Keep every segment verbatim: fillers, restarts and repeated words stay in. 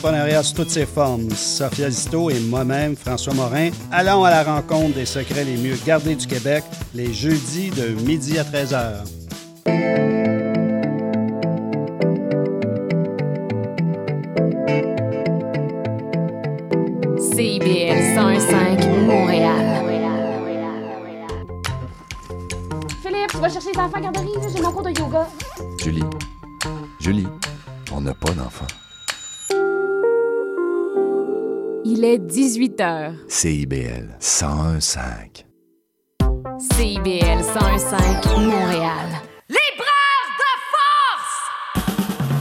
l'entrepreneuriat sous toutes ses formes. Sophia Zito et moi-même, François Morin, allons à la rencontre des secrets les mieux gardés du Québec les jeudis de midi à treize heures. C I B L cent un virgule cinq Montréal. Philippe, tu vas chercher les enfants à la garderie, là, j'ai mon cours de yoga. Julie, Julie, on n'a pas d'enfant. Il est dix-huit heures. C I B L cent un virgule cinq. C I B L cent un virgule cinq Montréal. Libraire de force!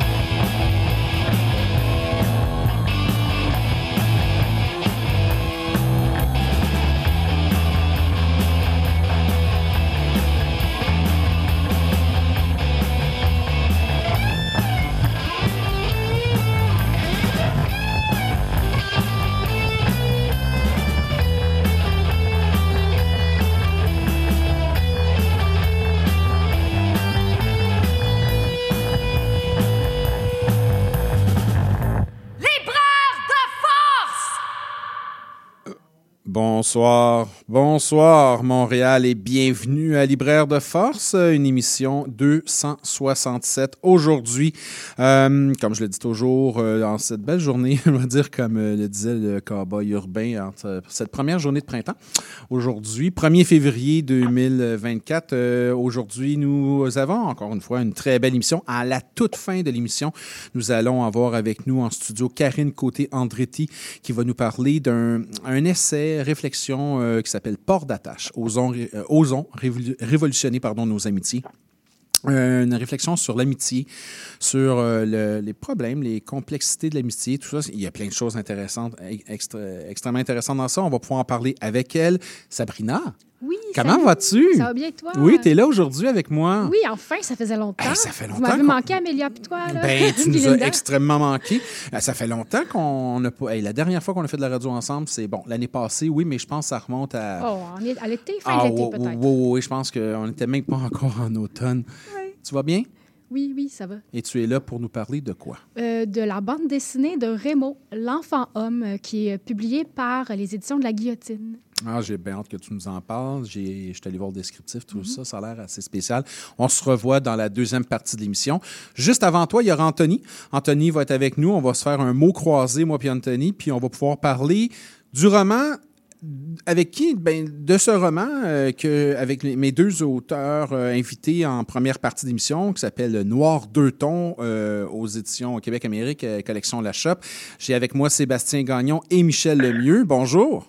Bonsoir, bonsoir Montréal et bienvenue à Libraire de Force, une émission deux cent soixante-sept aujourd'hui. Euh, comme je le dis toujours, euh, en cette belle journée, on va dire comme euh, le disait le cowboy urbain, entre, euh, cette première journée de printemps. Aujourd'hui, premier février deux mille vingt-quatre, euh, aujourd'hui nous avons encore une fois une très belle émission. À la toute fin de l'émission, nous allons avoir avec nous en studio Karine Côté-Andretti qui va nous parler d'un un essai réflexion euh, qui s'appelle Port d'attache. Osons, euh, osons révolu- révolutionner pardon, nos amitiés. Euh, une réflexion sur l'amitié, sur euh, le, les problèmes, les complexités de l'amitié, tout ça. Il y a plein de choses intéressantes, extra, extrêmement intéressantes dans ça. On va pouvoir en parler avec elle. Sabrina, Oui, comment salut. vas-tu? Ça va bien, toi? Oui, tu es là aujourd'hui avec moi. Oui, enfin, ça faisait longtemps. Hey, ça fait longtemps Vous m'avez qu'on... manqué, Amélia, puis toi, là. Ben, tu nous as Linda. extrêmement manqué. Ça fait longtemps qu'on n'a pas... Hey, la dernière fois qu'on a fait de la radio ensemble, c'est bon, l'année passée, oui, mais je pense que ça remonte à... Oh, on est à l'été, fin Ah, de l'été, oui, peut-être. oui, oui, oui, je pense qu'on n'était même pas encore en automne. Oui. Tu vas bien? Oui, oui, ça va. Et tu es là pour nous parler de quoi? Euh, de la bande dessinée de Rémo, L'Enfant-Homme, euh, qui est publiée par les éditions de la Guillotine. Ah, j'ai bien hâte que tu nous en parles. J'ai, je suis allé voir le descriptif, tout mm-hmm. ça. Ça a l'air assez spécial. On se revoit dans la deuxième partie de l'émission. Juste avant toi, il y aura Anthony. Anthony va être avec nous. On va se faire un mot croisé, moi puis Anthony, puis on va pouvoir parler du roman. Avec qui? Ben, de ce roman, euh, que, avec les, mes deux auteurs euh, invités en première partie d'émission, qui s'appelle Noir deux tons, euh, aux éditions Québec-Amérique, euh, collection La Chope. J'ai avec moi Sébastien Gagnon et Michel Lemieux. Bonjour.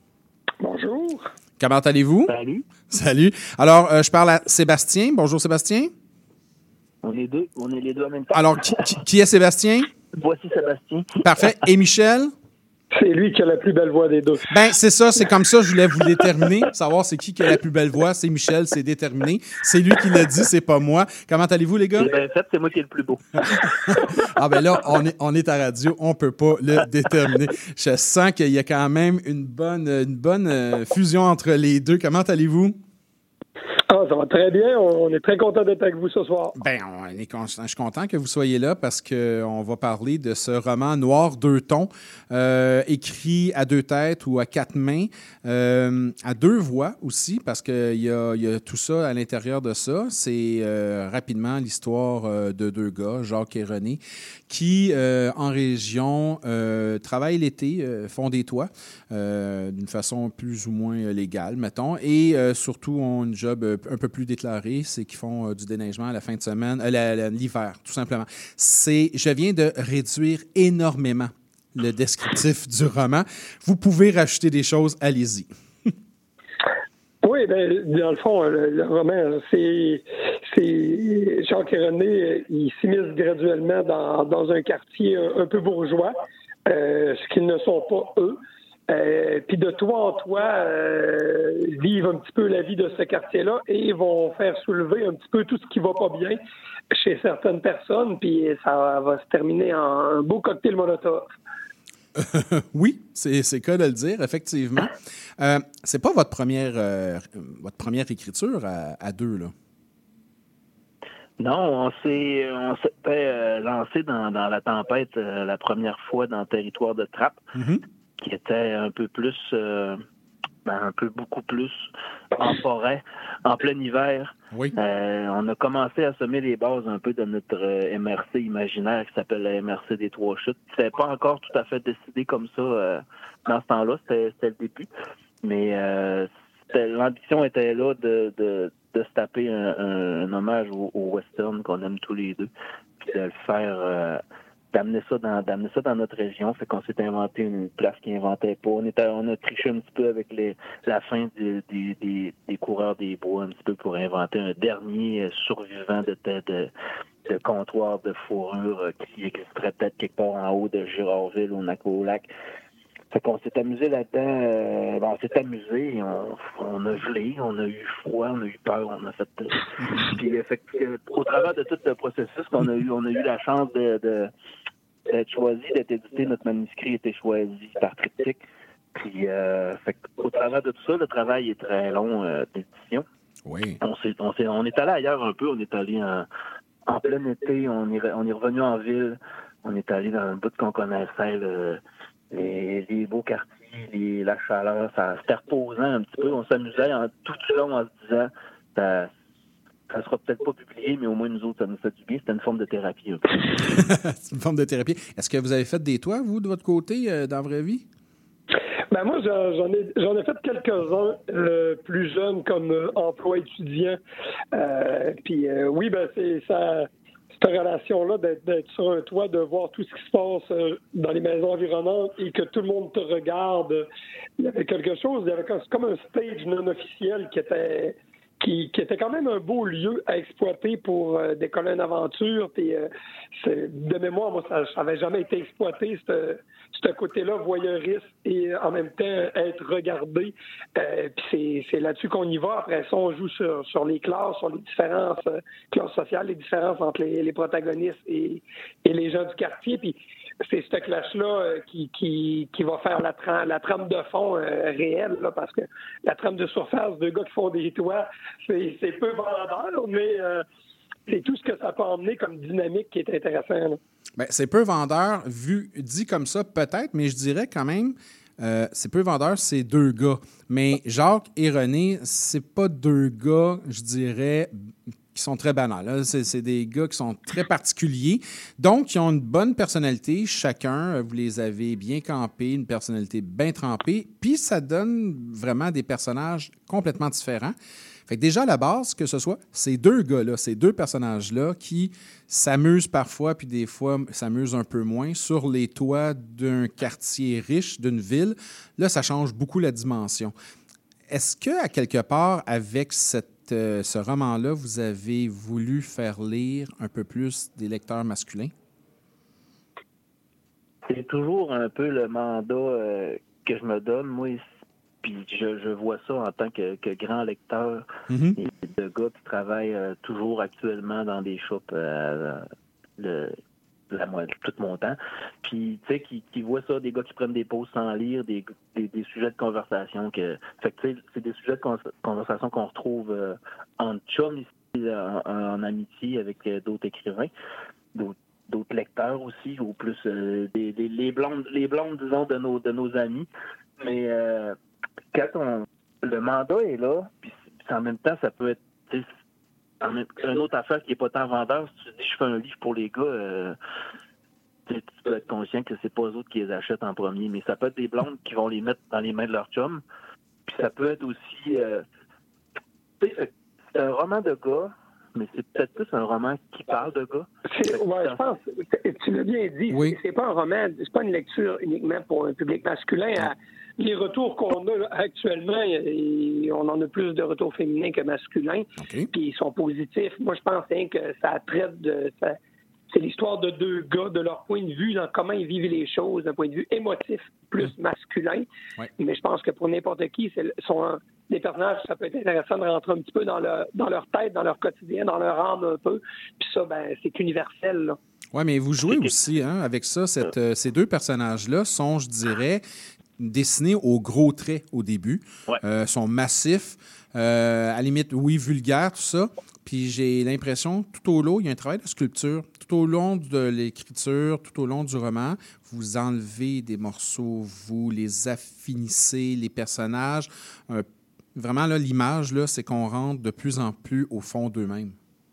Bonjour. Comment allez-vous? Salut. Salut. Alors, euh, je parle à Sébastien. Bonjour, Sébastien. On est deux. On est les deux en même temps. Alors, qui, qui, qui est Sébastien? Voici Sébastien. Parfait. Et Michel? C'est lui qui a la plus belle voix des deux. Ben, c'est ça, c'est comme ça, je voulais vous déterminer, savoir c'est qui qui a la plus belle voix. C'est Michel, c'est déterminé. C'est lui qui l'a dit, c'est pas moi. Comment allez-vous, les gars? C'est bien fait, c'est moi qui est le plus beau. Ah ben là, on est, on est à radio, on peut pas le déterminer. Je sens qu'il y a quand même une bonne, une bonne fusion entre les deux. Comment allez-vous? Ah, ça va très bien. On est très content d'être avec vous ce soir. Ben, on est con... je suis content que vous soyez là parce qu'on va parler de ce roman Noir deux tons, euh, écrit à deux têtes ou à quatre mains, euh, à deux voix aussi, parce qu'il y a, y a tout ça à l'intérieur de ça. C'est euh, rapidement l'histoire euh, de deux gars, Jacques et René, qui, euh, en région, euh, travaillent l'été, euh, font des toits euh, d'une façon plus ou moins légale, mettons, et euh, surtout ont une job euh, un peu plus déclarée, c'est qu'ils font euh, du déneigement à la fin de semaine, euh, la, la, l'hiver, tout simplement. C'est, je viens de réduire énormément le descriptif du roman. Vous pouvez rajouter des choses, allez-y. Oui, ben, dans le fond, le, le roman, c'est, c'est Jacques et René, ils s'immiscent graduellement dans, dans un quartier un, un peu bourgeois, euh, ce qu'ils ne sont pas eux. Euh, puis de toi en toi, euh, vivent un petit peu la vie de ce quartier-là et vont faire soulever un petit peu tout ce qui va pas bien chez certaines personnes, puis ça va se terminer en un beau cocktail Molotov. Euh, oui, c'est, c'est le cas de le dire, effectivement. Euh, c'est pas votre première, euh, votre première écriture à, à deux, là? Non, on s'est on s'était euh, lancé dans, dans la tempête euh, la première fois dans le territoire de Trappes, Mm-hmm. qui était un peu plus, euh, ben, un peu beaucoup plus en forêt, en plein hiver. Oui. Euh, on a commencé à semer les bases un peu de notre euh, M R C imaginaire qui s'appelle la M R C des Trois-Chutes. C'était pas encore tout à fait décidé comme ça euh, dans ce temps-là, c'était, c'était le début. Mais euh, c'était, l'ambition était là de, de, de se taper un, un, un hommage au, au western qu'on aime tous les deux, puis de le faire, euh, d'amener ça dans, d'amener ça dans notre région. Fait qu'on s'est inventé une place qui inventait pas. On était, on a triché un petit peu avec les, la fin des, des, des, des coureurs des bois, un petit peu pour inventer un dernier survivant de, de, de, de comptoir de fourrure qui existerait peut-être quelque part en haut de Girardville ou Naco-Lac. Fait qu'on s'est amusé là-dedans, euh, ben on s'est amusé, on, on a gelé, on a eu froid, on a eu peur, on a fait... Euh, puis, fait que, au travers de tout le processus, on a eu, on a eu la chance de, de, d'être choisi, d'être édité, notre manuscrit a été choisi par Triptyque. Puis, euh, fait au travers de tout ça, le travail est très long euh, d'édition. Oui. On, s'est, on, s'est, on est allé ailleurs un peu, on est allé en, en plein été, on est, on est revenu en ville, on est allé dans un bout qu'on connaissait, le... Les, les beaux quartiers, les, la chaleur, ça c'était reposant un petit peu. On s'amusait en, tout le long en se disant ça, ça sera peut-être pas publié, mais au moins nous autres, ça nous fait du bien. C'était une forme de thérapie un peu. C'est une forme de thérapie. Est-ce que vous avez fait des toits, vous, de votre côté, euh, dans la vraie vie? Ben moi, j'en ai, j'en ai fait quelques-uns euh, plus jeunes comme euh, emploi étudiant. Euh, puis euh, oui, ben c'est ça. Cette relation-là, d'être, d'être sur un toit, de voir tout ce qui se passe euh, dans les maisons environnantes et que tout le monde te regarde, il y avait quelque chose, il y avait comme, comme un stage non officiel qui était qui, qui était quand même un beau lieu à exploiter pour euh, décoller une aventure. Puis, euh, c'est, de mémoire, moi, ça n'avait jamais été exploité, ce côté-là, voyeuriste et en même temps être regardé. Euh, puis c'est, c'est là-dessus qu'on y va. Après ça, on joue sur, sur les classes, sur les différences euh, classes sociales, les différences entre les, les protagonistes et, et les gens du quartier. Puis c'est cette clash-là euh, qui, qui, qui va faire la, tra- la trame de fond euh, réelle, là, parce que la trame de surface, deux gars qui font des toits, c'est, c'est peu vendeur, mais euh, c'est tout ce que ça peut emmener comme dynamique qui est intéressant. Là. Bien, c'est peu vendeur, vu, dit comme ça, peut-être, mais je dirais quand même, euh, c'est peu vendeur, c'est deux gars. Mais Jacques et René, c'est pas deux gars, je dirais, qui sont très banals. Là. C'est, c'est des gars qui sont très particuliers. Donc, ils ont une bonne personnalité. Chacun, vous les avez bien campés, une personnalité bien trempée. Puis, ça donne vraiment des personnages complètement différents. Fait que déjà, à la base, que ce soit ces deux gars-là, ces deux personnages-là qui s'amusent parfois, puis des fois s'amusent un peu moins, sur les toits d'un quartier riche, d'une ville, là, ça change beaucoup la dimension. Est-ce que, à quelque part, avec cette, euh, ce roman-là, vous avez voulu faire lire un peu plus des lecteurs masculins? C'est toujours un peu le mandat euh, que je me donne, moi, ici. Puis je, je vois ça en tant que, que grand lecteur Mm-hmm. et de gars qui travaillent euh, toujours actuellement dans des shops euh, le, la, tout mon temps. Puis, tu sais, qui, qui voient ça, des gars qui prennent des pauses sans lire, des, des, des sujets de conversation. Que, fait que, tu sais, c'est des sujets de con- conversation qu'on retrouve euh, en chum ici, en, en amitié avec euh, d'autres écrivains, d'autres, d'autres lecteurs aussi, ou plus euh, des, des, les blondes, les blondes, disons, de nos, de nos amis. Mais... Euh, quand on, le mandat est là, puis en même temps, ça peut être même, une autre affaire qui n'est pas tant vendeur. Si tu dis je fais un livre pour les gars, euh, tu peux être conscient que c'est pas eux autres qui les achètent en premier, mais ça peut être des blondes qui vont les mettre dans les mains de leur chum. Puis ça peut être aussi... Euh, c'est un roman de gars, mais c'est peut-être plus un roman qui parle de gars. C'est, ouais, je pense, tu l'as bien dit, oui. c'est, c'est pas un roman, c'est pas une lecture uniquement pour un public masculin. À, les retours qu'on a là, actuellement, et on en a plus de retours féminins que masculins, Okay. puis ils sont positifs. Moi, je pense hein, que ça traite de... Ça, c'est l'histoire de deux gars, de leur point de vue, dans comment ils vivent les choses, d'un point de vue émotif, plus mmh. masculin. Ouais. Mais je pense que pour n'importe qui, c'est sont des personnages, ça peut être intéressant de rentrer un petit peu dans, le, dans leur tête, dans leur quotidien, dans leur âme un peu. Puis ça, ben, c'est universel, là. Oui, mais vous jouez aussi hein, avec ça. Cette, euh, ces deux personnages-là sont, je dirais, dessinés au gros trait au début. Ouais. Euh, sont massifs. Euh, à la limite, oui, vulgaires, tout ça. Puis j'ai l'impression, tout au long, il y a un travail de sculpture. Tout au long de l'écriture, tout au long du roman, vous enlevez des morceaux, vous les affinissez, les personnages. Euh, vraiment, là, l'image, là, c'est qu'on rentre de plus en plus au fond d'eux-mêmes.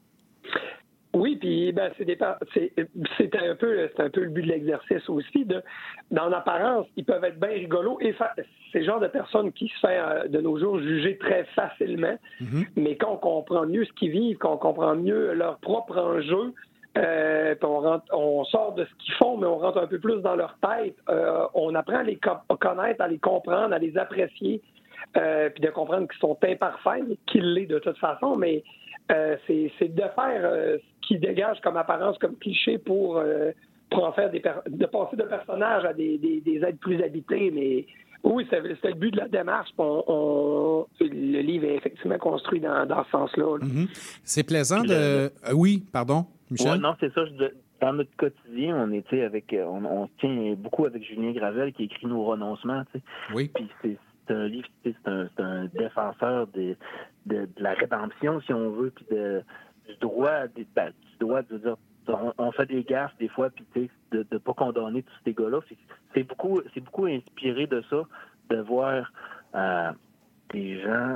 Oui, puis ben, c'est, des, c'est, c'est, un peu, c'est un peu le but de l'exercice aussi. De, dans l'apparence, ils peuvent être bien rigolos et fa- c'est le genre de personnes qui se fait euh, de nos jours juger très facilement. Mm-hmm. Mais quand on comprend mieux ce qu'ils vivent, quand on comprend mieux leur propre enjeu, euh, puis on, rentre, on sort de ce qu'ils font, mais on rentre un peu plus dans leur tête. Euh, on apprend à les co- connaître, à les comprendre, à les apprécier, euh, puis de comprendre qu'ils sont imparfaits, qu'ils l'est de toute façon, mais Euh, c'est, c'est de faire euh, ce qui dégage comme apparence, comme cliché pour, euh, pour en faire des per- de passer de personnages à des, des, des êtres plus habités. Mais oui, c'est, c'est le but de la démarche. On, on, le livre est effectivement construit dans, dans ce sens-là. Là. Mm-hmm. C'est plaisant de... Euh, oui, pardon, Michel? Ouais, non, c'est ça. Je, dans notre quotidien, on était avec, on, on tient beaucoup avec Julien Gravel qui écrit nos renoncements. T'sais. Oui. Puis c'est C'est un livre, c'est un, c'est un défenseur de, de, de la rédemption, si on veut, puis de, du droit, de, ben, du droit de dire, on, on fait des gaffes des fois, puis de ne pas condamner tous ces gars-là. C'est, c'est, beaucoup, c'est beaucoup inspiré de ça, de voir euh, des gens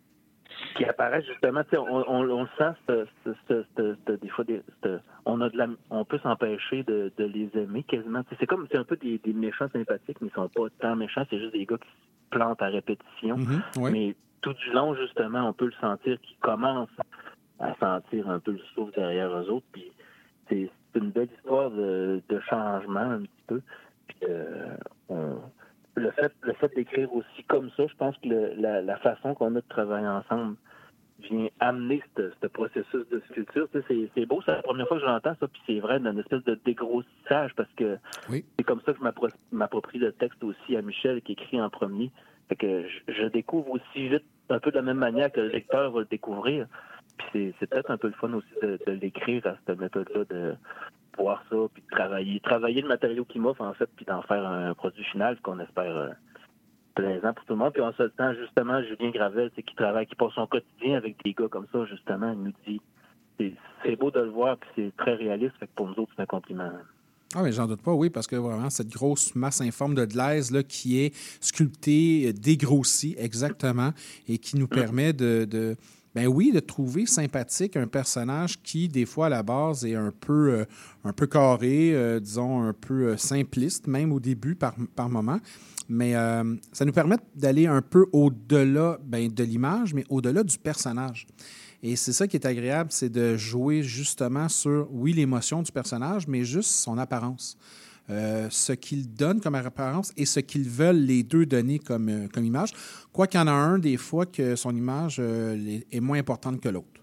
qui apparaissent justement, on, on, on le sent, c'est, c'est, c'est, c'est, c'est, des fois, des, c'est, on, a de la, on peut s'empêcher de, de les aimer quasiment. T'sais, c'est comme, c'est un peu des, des méchants sympathiques, mais ils sont pas tant méchants, c'est juste des gars qui plante à répétition, mm-hmm, oui. Mais tout du long, justement, on peut le sentir qu'ils commencent à sentir un peu le souffle derrière eux autres, puis c'est, c'est une belle histoire de, de changement, un petit peu. Puis, euh, on, le, fait, le fait d'écrire aussi comme ça, je pense que le, la, la façon qu'on a de travailler ensemble vient amener ce processus de sculpture. Tu sais, c'est, c'est beau, c'est la première fois que je l'entends, ça, puis c'est vrai, d'une espèce de dégrossissage, parce que oui. C'est comme ça que je m'appro- m'approprie le texte aussi à Michel, qui écrit en premier. Fait que je, je découvre aussi vite, un peu de la même manière que le lecteur va le découvrir. Puis c'est, c'est peut-être un peu le fun aussi de, de l'écrire à cette méthode-là, de voir ça, puis de travailler. Travailler le matériau qu'il m'offre, en fait, puis d'en faire un produit final qu'on espère... Euh, plaisant pour tout le monde. Puis en ce temps, justement, Julien Gravel, c'est qui travaille, qui passe son quotidien avec des gars comme ça, justement, il nous dit c'est, c'est beau de le voir, puis c'est très réaliste, fait que pour nous autres, c'est un compliment. Ah, mais j'en doute pas, oui, parce que vraiment, cette grosse masse informe de glaise là, qui est sculptée, dégrossie, exactement, et qui nous permet de... de ben oui, de trouver sympathique un personnage qui, des fois, à la base, est un peu, euh, un peu carré, euh, disons, un peu euh, simpliste, même au début, par, par moment. Mais euh, ça nous permet d'aller un peu au-delà ben, de l'image, mais au-delà du personnage. Et c'est ça qui est agréable, c'est de jouer justement sur, oui, l'émotion du personnage, mais juste son apparence. Euh, ce qu'il donne comme apparence et ce qu'ils veulent les deux donner comme, euh, comme image. Quoi qu'il y en a un, des fois, que son image euh, est moins importante que l'autre.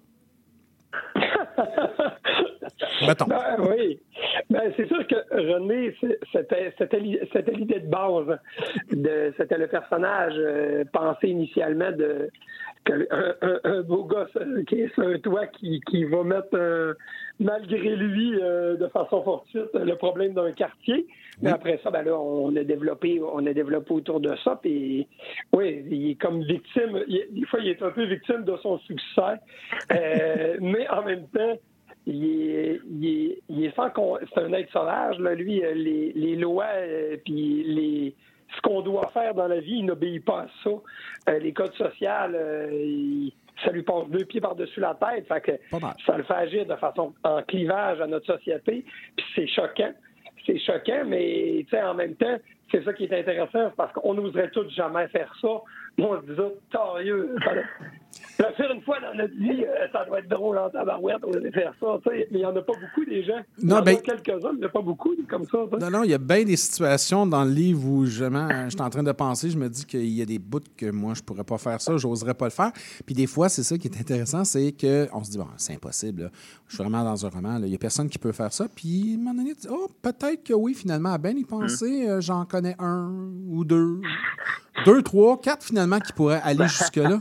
Mettons. Ben, oui. Ben, c'est sûr que René, c'était, c'était, c'était l'idée de base. De, c'était le personnage euh, pensé initialement de que un, un, un beau gosse euh, qui est sur un toit qui, qui va mettre, euh, malgré lui, euh, de façon fortuite, le problème d'un quartier. Mais après ça, ben là, on a développé, on a développé autour de ça. Puis, oui, il est comme victime. Il, des fois, il est un peu victime de son succès. Euh, mais en même temps, Il est, il est, il est sans con... C'est un être sauvage, là, lui. Les, les lois, euh, puis les... ce qu'on doit faire dans la vie, il n'obéit pas à ça. Euh, les codes sociaux, euh, il... ça lui passe deux pieds par-dessus la tête. Fait que ça le fait agir de façon en clivage à notre société. Puis c'est choquant. C'est choquant, mais en même temps, c'est ça qui est intéressant, parce qu'on n'oserait tous jamais faire ça. Moi, on se dit ça, sérieux. Le faire une fois dans notre vie, ça doit être drôle en tabarouette, on va faire ça. T'sais. Mais il n'y en a pas beaucoup des gens. Il y en a ben, quelques-uns, mais il n'y en a pas beaucoup comme ça. T'sais. Non, non, il y a bien des situations dans le livre où justement, je suis en train de penser, je me dis qu'il y a des bouts que moi, je pourrais pas faire ça, j'oserais pas le faire. Puis des fois, c'est ça qui est intéressant, c'est qu'on se dit, bon, c'est impossible. Là. Je suis vraiment dans un roman, il n'y a personne qui peut faire ça. Puis à un moment donné, tu dis, oh, peut-être que oui, finalement, à ben y penser, mmh. euh, j'en connais un ou deux. Deux, trois, quatre, finalement, qui pourraient aller jusque-là.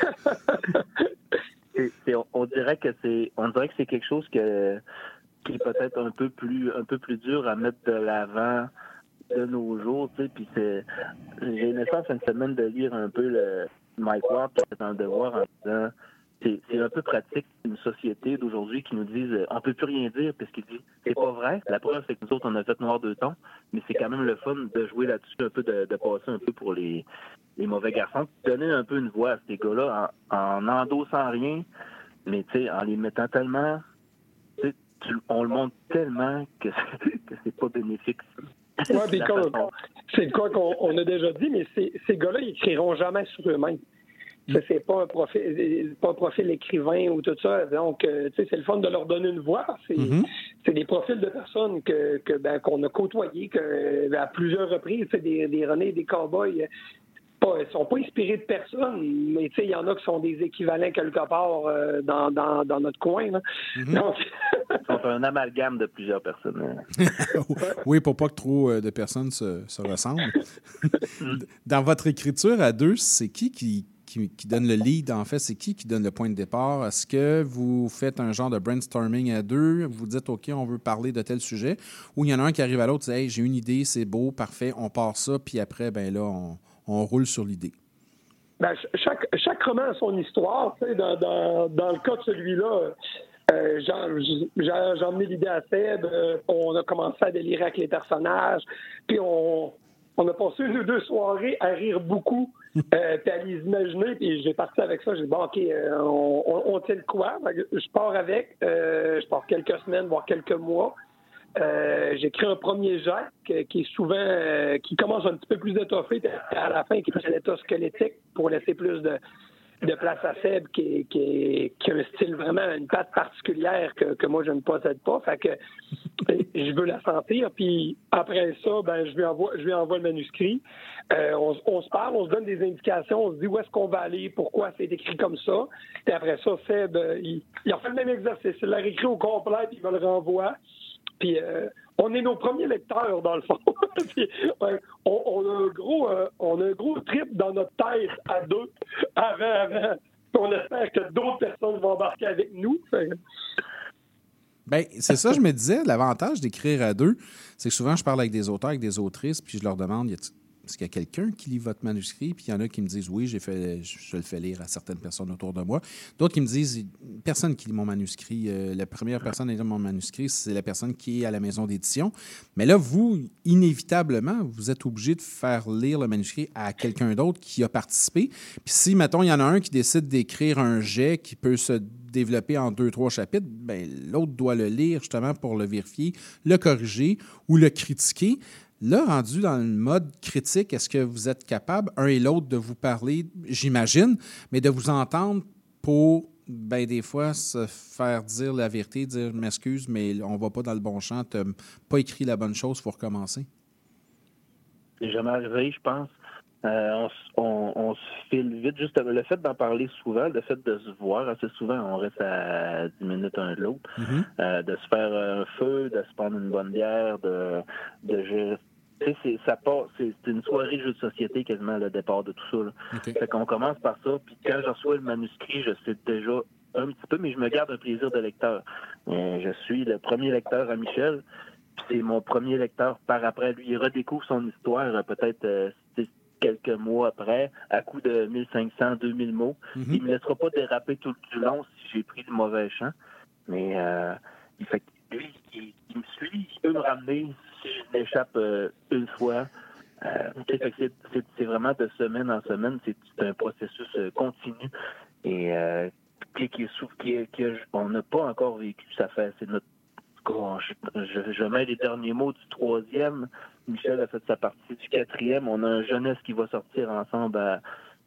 C'est, c'est, on, on dirait que c'est, on dirait que c'est quelque chose que, qui est peut-être un peu plus, un peu plus dur à mettre de l'avant de nos jours, tu sais. Puis c'est, j'ai eu naissance une semaine de lire un peu le Mike Ward dans le Devoir en disant, c'est, c'est un peu pratique, une société d'aujourd'hui qui nous dise euh, on peut plus rien dire parce qu'il dit c'est pas vrai. La preuve, c'est que nous autres, on a fait noir deux tons, mais c'est quand même le fun de jouer là-dessus, un peu de, de passer un peu pour les, les mauvais garçons, donner un peu une voix à ces gars-là en, en endossant rien, mais tu sais, en les mettant tellement, tu sais, on le montre tellement que c'est, que c'est pas bénéfique. Ouais, puis comme, c'est quoi qu'on on a déjà dit, mais ces, ces gars-là, ils écriront jamais sur eux-mêmes. Ça, c'est pas un profil, pas un profil écrivain ou tout ça. Donc, euh, tu sais, c'est le fun de leur donner une voix. C'est, mm-hmm. c'est des profils de personnes que, que ben, qu'on a côtoyés que, ben, à plusieurs reprises. Des, des René, des Cowboys. Pas, ils sont pas inspirés de personne, mais tu sais, il y en a qui sont des équivalents quelque part euh, dans, dans, dans notre coin. Là. Mm-hmm. Donc... Ils sont un amalgame de plusieurs personnes. Oui, pour pas que trop de personnes se, se ressemblent. Dans votre écriture à deux, c'est qui qui Qui, qui donne le lead, en fait? C'est qui qui donne le point de départ? Est-ce que vous faites un genre de brainstorming à deux? Vous dites, OK, on veut parler de tel sujet? Ou il y en a un qui arrive à l'autre et dit, hey, j'ai une idée, c'est beau, parfait, on part ça, puis après, ben là, on, on roule sur l'idée. Ben, chaque, chaque roman a son histoire. Tu sais, dans, dans, dans le cas de celui-là, euh, j'ai, j'ai, j'ai emmené l'idée à Seb, euh, on a commencé à délirer avec les personnages, puis on, on a passé une ou deux soirées à rire beaucoup. Euh, puis à les imaginer, puis j'ai parti avec ça, j'ai dit, bon, OK, euh, on, on, on tient le quoi? Je pars avec, euh, je pars quelques semaines, voire quelques mois. Euh, j'écris un premier jet euh, qui est souvent, euh, qui commence un petit peu plus étoffé, à la fin, qui est plus à l'état squelettique pour laisser plus de, de place à Seb, qui, qui, qui a un style vraiment, une patte particulière que, que moi, je ne possède pas. Fait que je veux la sentir. Puis après ça, ben, je lui envoie, je lui envoie le manuscrit. Euh, on, on se parle, on se donne des indications, on se dit où est-ce qu'on va aller, pourquoi c'est écrit comme ça. Puis après ça, Seb, il, il a fait le même exercice. Il l'a réécrit au complet, puis il me le renvoie. Puis euh, on est nos premiers lecteurs, dans le fond. Puis, ouais, on, on, a un gros, euh, on a un gros trip dans notre tête à deux, avant, avant. On espère que d'autres personnes vont embarquer avec nous. Bien, c'est ça, je me disais, l'avantage d'écrire à deux, c'est que souvent, je parle avec des auteurs, avec des autrices, puis je leur demande, est-ce qu'il y a quelqu'un qui lit votre manuscrit? Puis il y en a qui me disent, oui, j'ai fait, je le fais lire à certaines personnes autour de moi. D'autres qui me disent, personne qui lit mon manuscrit. Euh, la première personne à lire mon manuscrit, c'est la personne qui est à la maison d'édition. Mais là, vous, inévitablement, vous êtes obligé de faire lire le manuscrit à quelqu'un d'autre qui a participé. Puis si, mettons, il y en a un qui décide d'écrire un jet qui peut se développer en deux, trois chapitres, ben, l'autre doit le lire justement pour le vérifier, le corriger ou le critiquer. Là, rendu dans le mode critique, est-ce que vous êtes capable, un et l'autre, de vous parler, j'imagine, mais de vous entendre pour, ben, des fois, se faire dire la vérité, dire « je m'excuse, mais on ne va pas dans le bon champ, tu n'as pas écrit la bonne chose, il faut recommencer ». C'est jamais arrivé, je pense. Euh, on, on, on se file vite. Juste le fait d'en parler souvent, le fait de se voir assez souvent, on reste à dix minutes un de l'autre, mm-hmm. euh, de se faire un feu, de se prendre une bonne bière, de, de gérer. Tu sais, c'est, ça part, c'est, c'est une soirée jeu de société quasiment le départ de tout ça. Là. Okay. Fait qu'on commence par ça, puis quand je reçois le manuscrit, je sais déjà un petit peu, mais je me garde un plaisir de lecteur. Euh, je suis le premier lecteur à Michel, puis c'est mon premier lecteur par après. Lui, il redécouvre son histoire, peut-être euh, quelques mois après, à coup de mille cinq cents, deux mille mots. Mm-hmm. Il me laissera pas déraper tout le long si j'ai pris le mauvais champ. Mais euh, il fait lui, il, il me suit, il peut me ramener si je l'échappe euh, une fois. Euh, fait que c'est, c'est, c'est vraiment de semaine en semaine, c'est, c'est un processus euh, continu et euh, qui, qui, est, qui, est, qui est, on n'a pas encore vécu. Ça fait, c'est notre Je, je, je mets les derniers mots du troisième. Michel a fait sa partie du quatrième. On a un jeunesse qui va sortir ensemble à,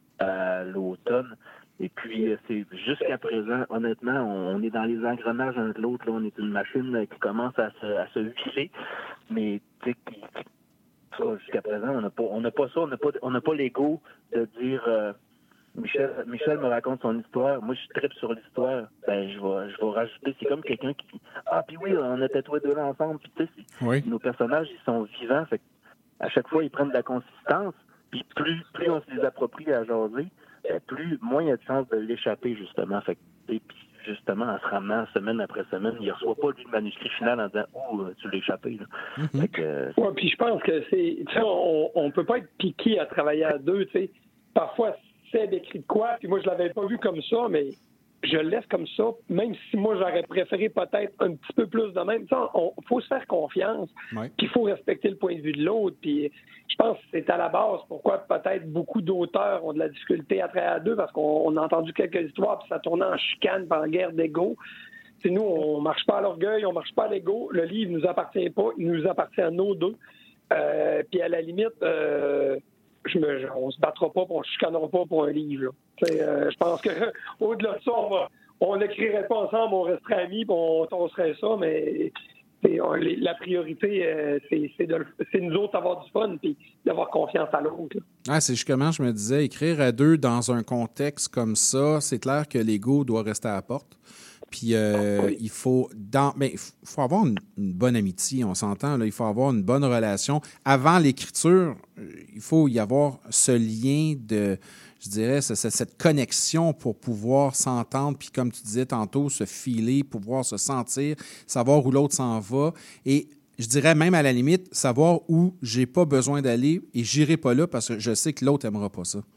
à l'automne. Et puis, c'est jusqu'à présent, honnêtement, on, on est dans les engrenages un de l'autre. Là, on est une machine qui commence à se, à se huiler. Mais, tu sais, qui, ça, jusqu'à présent, on n'a pas, on n'a pas ça. On n'a pas, on n'a pas l'ego de dire... Euh, Michel, Michel me raconte son histoire. Moi, je tripe sur l'histoire. Ben, je vais, je vais rajouter. C'est comme quelqu'un qui dit ah, puis oui, on était tous les deux là ensemble. Puis, tu sais, oui. Nos personnages, ils sont vivants. Fait à chaque fois, ils prennent de la consistance. Puis, plus, plus on se les approprie à jaser, plus, moins il y a de chance de l'échapper, justement. Fait et puis, justement, en se ramenant semaine après semaine, il ne reçoit pas, lui, le manuscrit final en disant oh, tu l'as échappé. Là. Mm-hmm. Fait que, euh, ouais, puis je pense que c'est. Tu sais, on ne peut pas être piqué à travailler à deux. Tu sais. Parfois, Seb écrit de quoi, puis moi, je l'avais pas vu comme ça, mais je le laisse comme ça, même si moi, j'aurais préféré peut-être un petit peu plus de même. Il faut se faire confiance, ouais. puis il faut respecter le point de vue de l'autre. Puis je pense que c'est à la base pourquoi peut-être beaucoup d'auteurs ont de la difficulté à travailler à deux, parce qu'on on a entendu quelques histoires, puis ça tournait en chicane, puis en guerre d'ego. T'sais, nous, on marche pas à l'orgueil, on marche pas à l'ego. Le livre nous appartient pas, il nous appartient à nous deux. Euh, puis à la limite... Euh, Je me, je, on se battra pas, on se chicanera pas pour un livre. Euh, je pense que au-delà de ça, on va, on n'écrirait pas ensemble, on resterait amis, puis on tosserait ça, mais on, les, la priorité, euh, c'est, c'est, de, c'est nous autres d'avoir du fun puis d'avoir confiance à l'autre. Ah, c'est justement, je me disais, écrire à deux dans un contexte comme ça, c'est clair que l'ego doit rester à la porte. Puis euh, oui. il faut dans, ben, faut avoir une, une bonne amitié, on s'entend, là, il faut avoir une bonne relation. Avant l'écriture, il faut y avoir ce lien de, je dirais, ce, cette connexion pour pouvoir s'entendre, puis comme tu disais tantôt, se filer, pouvoir se sentir, savoir où l'autre s'en va. Et je dirais même à la limite, savoir où j'ai pas besoin d'aller et j'irai pas là parce que je sais que l'autre aimera pas ça.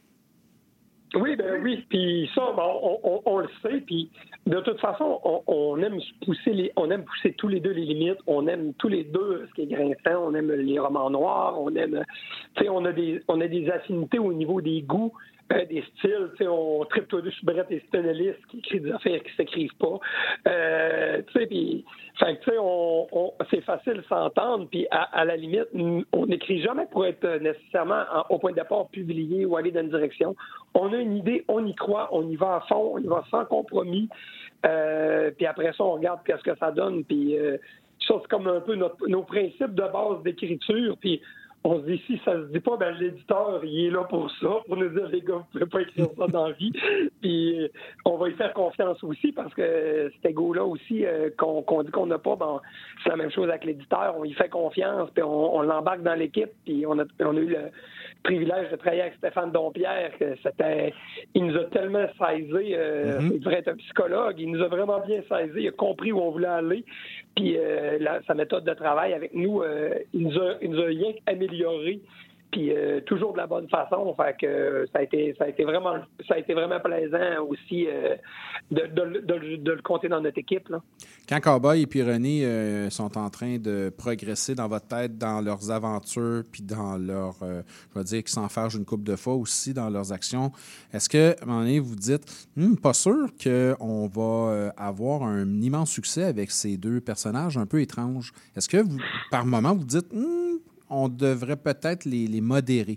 Oui, ben oui, puis ça, ben, on, on, on le sait, puis de toute façon, on, on aime pousser les, on aime pousser tous les deux les limites, on aime tous les deux ce qui est grinçant, on aime les romans noirs, on aime, tu sais, on a des, on a des affinités au niveau des goûts, euh, des styles, tu sais, on tripe tous deux sur Brett et Stenellis qui écrivent des affaires qui s'écrivent pas, euh, tu sais, puis, fait que tu sais, on, on, c'est facile de s'entendre, puis à, à la limite, on n'écrit jamais pour être nécessairement en, au point de départ publié ou aller dans une direction. On a une idée, on y croit, on y va à fond, on y va sans compromis. Euh, puis après ça, on regarde qu'est-ce que ça donne. Puis euh, ça, c'est comme un peu notre, nos principes de base d'écriture. Puis on se dit, si ça se dit pas, ben l'éditeur, il est là pour ça, pour nous dire, les gars, vous pouvez pas écrire ça dans la vie. Puis on va y faire confiance aussi, parce que cet égo-là aussi, euh, qu'on, qu'on dit qu'on n'a pas, ben, c'est la même chose avec l'éditeur. On y fait confiance, puis on, on l'embarque dans l'équipe. Puis on a, on a eu le privilège de travailler avec Stéphane Dompierre, que c'était, il nous a tellement saisi, euh, mm-hmm. il devrait être un psychologue, il nous a vraiment bien saisi, il a compris où on voulait aller, puis euh, la, sa méthode de travail avec nous, euh, il nous a, il nous a rien amélioré, puis euh, toujours de la bonne façon, fait que euh, ça a été, ça a été vraiment, ça a été vraiment plaisant aussi euh, de, de, de, de le compter dans notre équipe, là. Quand Cowboy et puis René euh, sont en train de progresser dans votre tête, dans leurs aventures, puis dans leur, euh, je vais dire qu'ils s'enfargent une couple de fois aussi dans leurs actions, est-ce que, à un moment donné, vous dites, hm, pas sûr qu'on va euh, avoir un immense succès avec ces deux personnages un peu étranges? Est-ce que, vous, par moment, vous dites, hm, on devrait peut-être les, les modérer?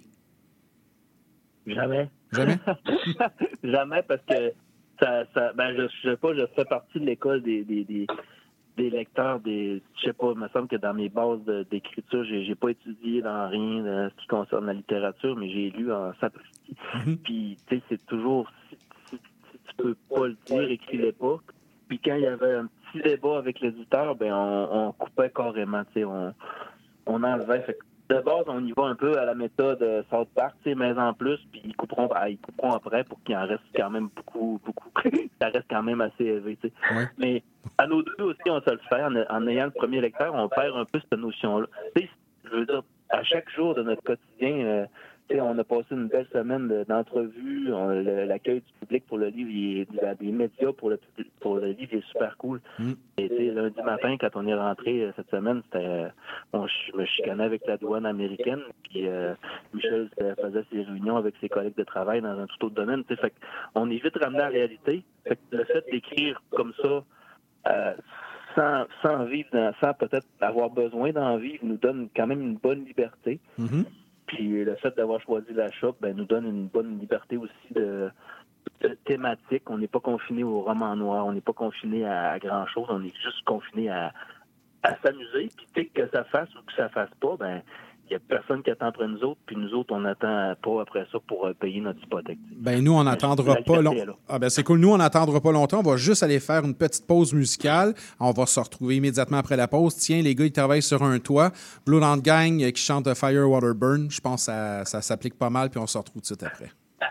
Jamais. Jamais? Jamais, parce que ça, ça ben je, je sais pas, je fais partie de l'école des, des, des, des lecteurs, des. Je sais pas, il me semble que dans mes bases de, d'écriture, j'ai, j'ai pas étudié dans rien de ce qui concerne la littérature, mais j'ai lu en sapristi. Mm-hmm. Puis, tu sais, c'est toujours, si, si, si tu peux pas le dire, écris-le pas. Puis quand il y avait un petit débat avec l'éditeur, ben on, on coupait carrément, tu sais, on, on enlevait. Fait que de base, on y va un peu à la méthode euh, South Park, tu sais, mais en plus, puis ils couperont, ah, ils couperont après pour qu'il en reste quand même beaucoup, beaucoup. Ça reste quand même assez élevé, tu sais. Ouais. Mais à nos deux aussi, on sait le faire. En, en ayant le premier lecteur, on perd un peu cette notion-là. Tu sais, je veux dire, à chaque jour de notre quotidien, euh, tu sais, on a passé une belle semaine de, d'entrevues. On, le, l'accueil du public pour le livre, il est, des médias pour le, pour le livre est super cool. Mm. Et tu sais, lundi matin, quand on est rentré cette semaine, c'était, bon, je me chicanais avec la douane américaine, puis euh, Michel faisait ses réunions avec ses collègues de travail dans un tout autre domaine. Tu sais, fait qu'on est vite ramené à la réalité. Fait que le fait d'écrire comme ça, euh, sans, sans vivre, dans, sans peut-être avoir besoin d'en vivre, nous donne quand même une bonne liberté. Mm-hmm. Puis le fait d'avoir choisi la shop, ben, nous donne une bonne liberté aussi de, de thématique. On n'est pas confiné au roman noir, on n'est pas confiné à, à grand-chose, on est juste confiné à, à s'amuser. Puis dès que ça fasse ou que ça fasse pas, ben il n'y a personne qui attend après nous autres, puis nous autres, on n'attend pas après ça pour euh, payer notre hypothèque. Ben nous, on n'attendra pas longtemps. Ah ben c'est cool. Nous, on n'attendra pas longtemps. On va juste aller faire une petite pause musicale. On va se retrouver immédiatement après la pause. Tiens, les gars, ils travaillent sur un toit. Blue Land Gang qui chante Fire, Water, Burn. Je pense que ça, ça s'applique pas mal, puis on se retrouve tout de suite après.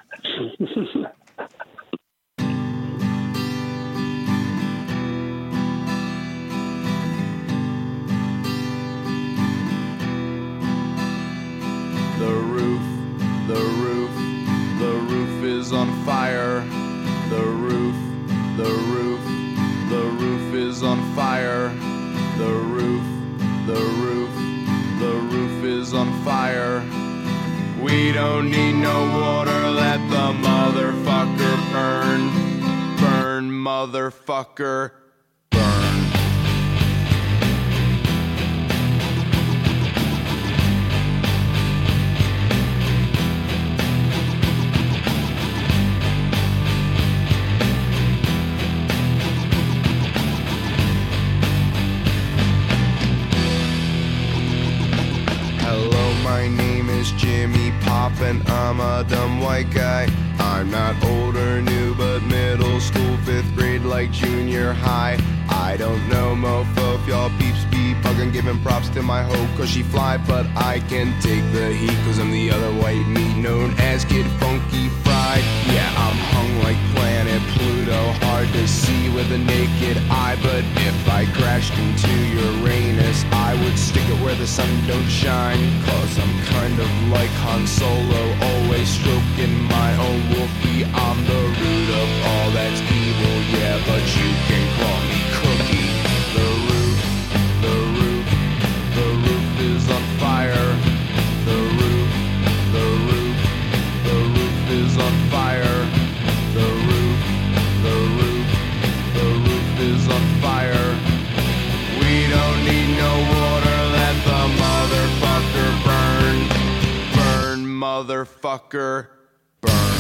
The roof, the roof, the roof is on fire. The roof, fire. The roof, the roof, the roof is on fire. We don't need no water, let the motherfucker burn. Burn, motherfucker, burn. Hello, my name is Jimmy Pop and I'm a dumb white guy. I'm not old or new, but middle school, fifth grade, like junior high. I don't know, mofo, if y'all peeps be buggin', giving props to my hoe, cause she fly, but I can take the heat, cause I'm the other white meat, known as Kid Funky Fried. Yeah, I'm hung like planet Pluto, hard to see with a naked eye, but if I crashed into Uranus, I would stick it where the sun don't shine, cause I'm kind of like Han Solo, always stroking my own Wookiee. I'm the root of all that's evil, yeah, but you can call me Cookie. The roof, the roof, the roof is on fire. The roof, the roof, the roof is on fire. The roof, the roof, the roof is on fire. We don't need no water, let the motherfucker burn. Burn, motherfucker, burn.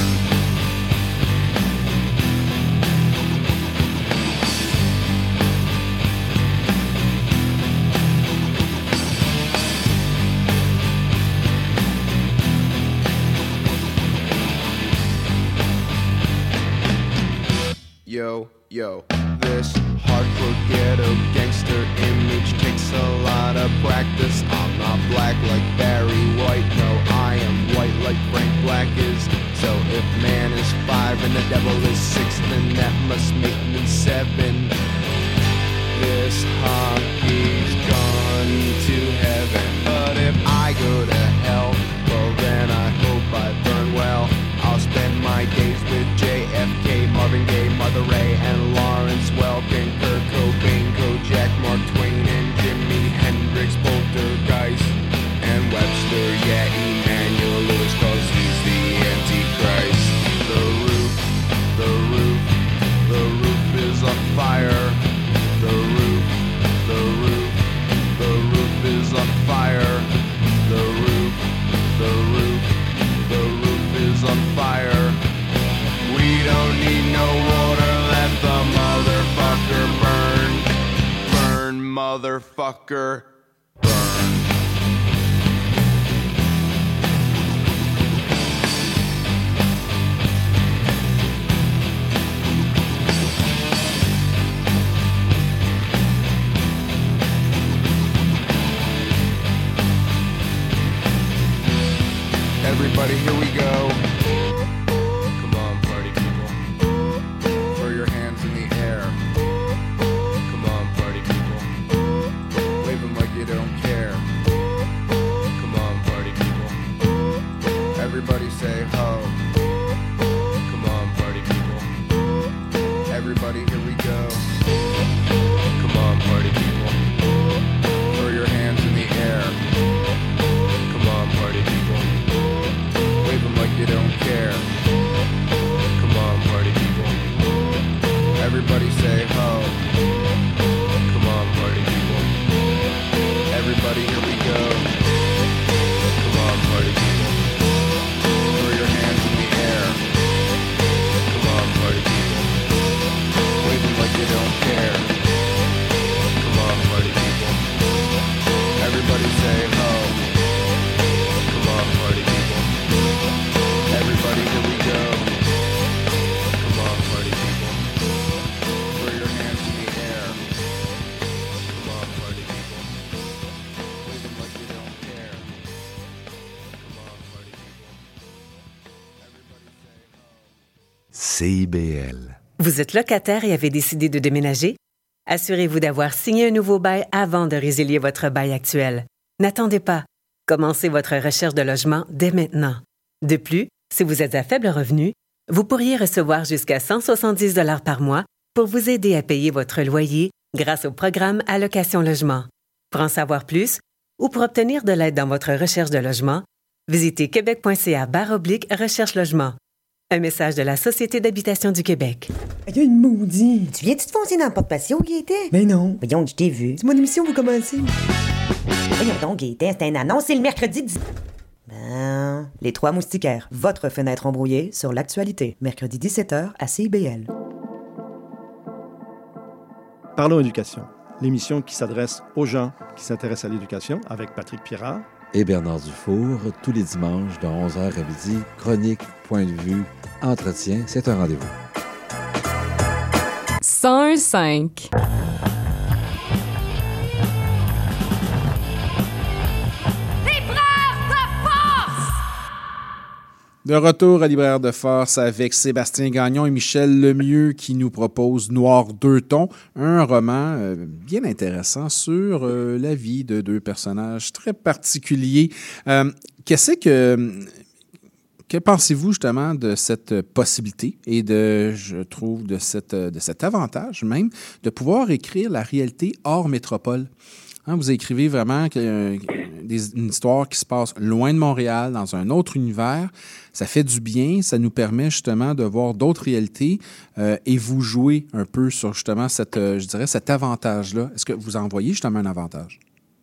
Yo, yo, this hardcore ghetto gangster image takes a lot of practice. I'm not black like Barry White, no, I am white like Frank Black is. So if man is five and the devil is six, then that must make me seven. This hockey's gone to heaven, but if I go to hell, well then I hope I burn well. I'll spend my days with J F K, Marvin Gaye, Mother Ray, and Lawrence Welkin, Kurt Cobain, Kojak, Mark Twain, and Jimi Hendrix, Poltergeist, and Webster, yeah, Emmanuel Lewis, cause he's the Antichrist. The roof, the roof, the roof is on fire. The roof, the roof, the roof is on fire. The roof, the roof, the roof is on fire. We don't need no water, let the motherfucker burn. Burn, motherfucker, burn. Everybody, here we go. Come on, party people. Throw your hands in the air. Come on, party people. Wave them like you don't care. Come on, party people. Everybody say ho. Come on, party people. Everybody, here we go. Come on, party people. Throw your hands in the air. Come on, party people. Like you don't care. Come on, party people. Everybody say ho. Come on, party people. Everybody, here we go. Come on, party people. Throw your hands in the air. Come on, party people. Wave them like you don't care. Come on, party people. Everybody say ho. Come on, party people. Everybody, here we go. Come on, party people. Throw your hands in the air. Come on, party people. Wave them like you don't care. Come on, party people. Everybody say ho. C I B L. Vous êtes locataire et avez décidé de déménager? Assurez-vous d'avoir signé un nouveau bail avant de résilier votre bail actuel. N'attendez pas. Commencez votre recherche de logement dès maintenant. De plus, si vous êtes à faible revenu, vous pourriez recevoir jusqu'à cent soixante-dix dollars par mois pour vous aider à payer votre loyer grâce au programme Allocation Logement. Pour en savoir plus ou pour obtenir de l'aide dans votre recherche de logement, visitez québec.ca barre oblique recherche logement. Un message de la Société d'habitation du Québec. Il y a une maudite. Tu viens-tu te foncer dans le porte-patio, Gaëtan? Ben non. Voyons, je t'ai vu. C'est mon émission, vous commencez. Voyons donc, Gaëtan, c'est un annonce, c'est le mercredi dix... Ben... Les Trois Moustiquaires, votre fenêtre embrouillée sur l'actualité. Mercredi dix-sept heures à C I B L. Parlons éducation, l'émission qui s'adresse aux gens qui s'intéressent à l'éducation avec Patrick Pirard et Bernard Dufour, tous les dimanches de onze heures à midi. Chronique, point de vue, entretien, c'est un rendez-vous. cent un virgule cinq. De retour à Libraire de Force avec Sébastien Gagnon et Michel Lemieux qui nous proposent Noir deux tons, un roman euh, bien intéressant sur euh, la vie de deux personnages très particuliers. Euh, qu'est-ce que... Que pensez-vous justement de cette possibilité et de, je trouve, de, cette, de cet avantage même de pouvoir écrire la réalité hors métropole? Hein, vous écrivez vraiment que, euh, des, une histoire qui se passe loin de Montréal, dans un autre univers. Ça fait du bien, ça nous permet justement de voir d'autres réalités euh, et vous jouez un peu sur justement cette, euh, je dirais, cet avantage-là. Est-ce que vous en voyez justement un avantage?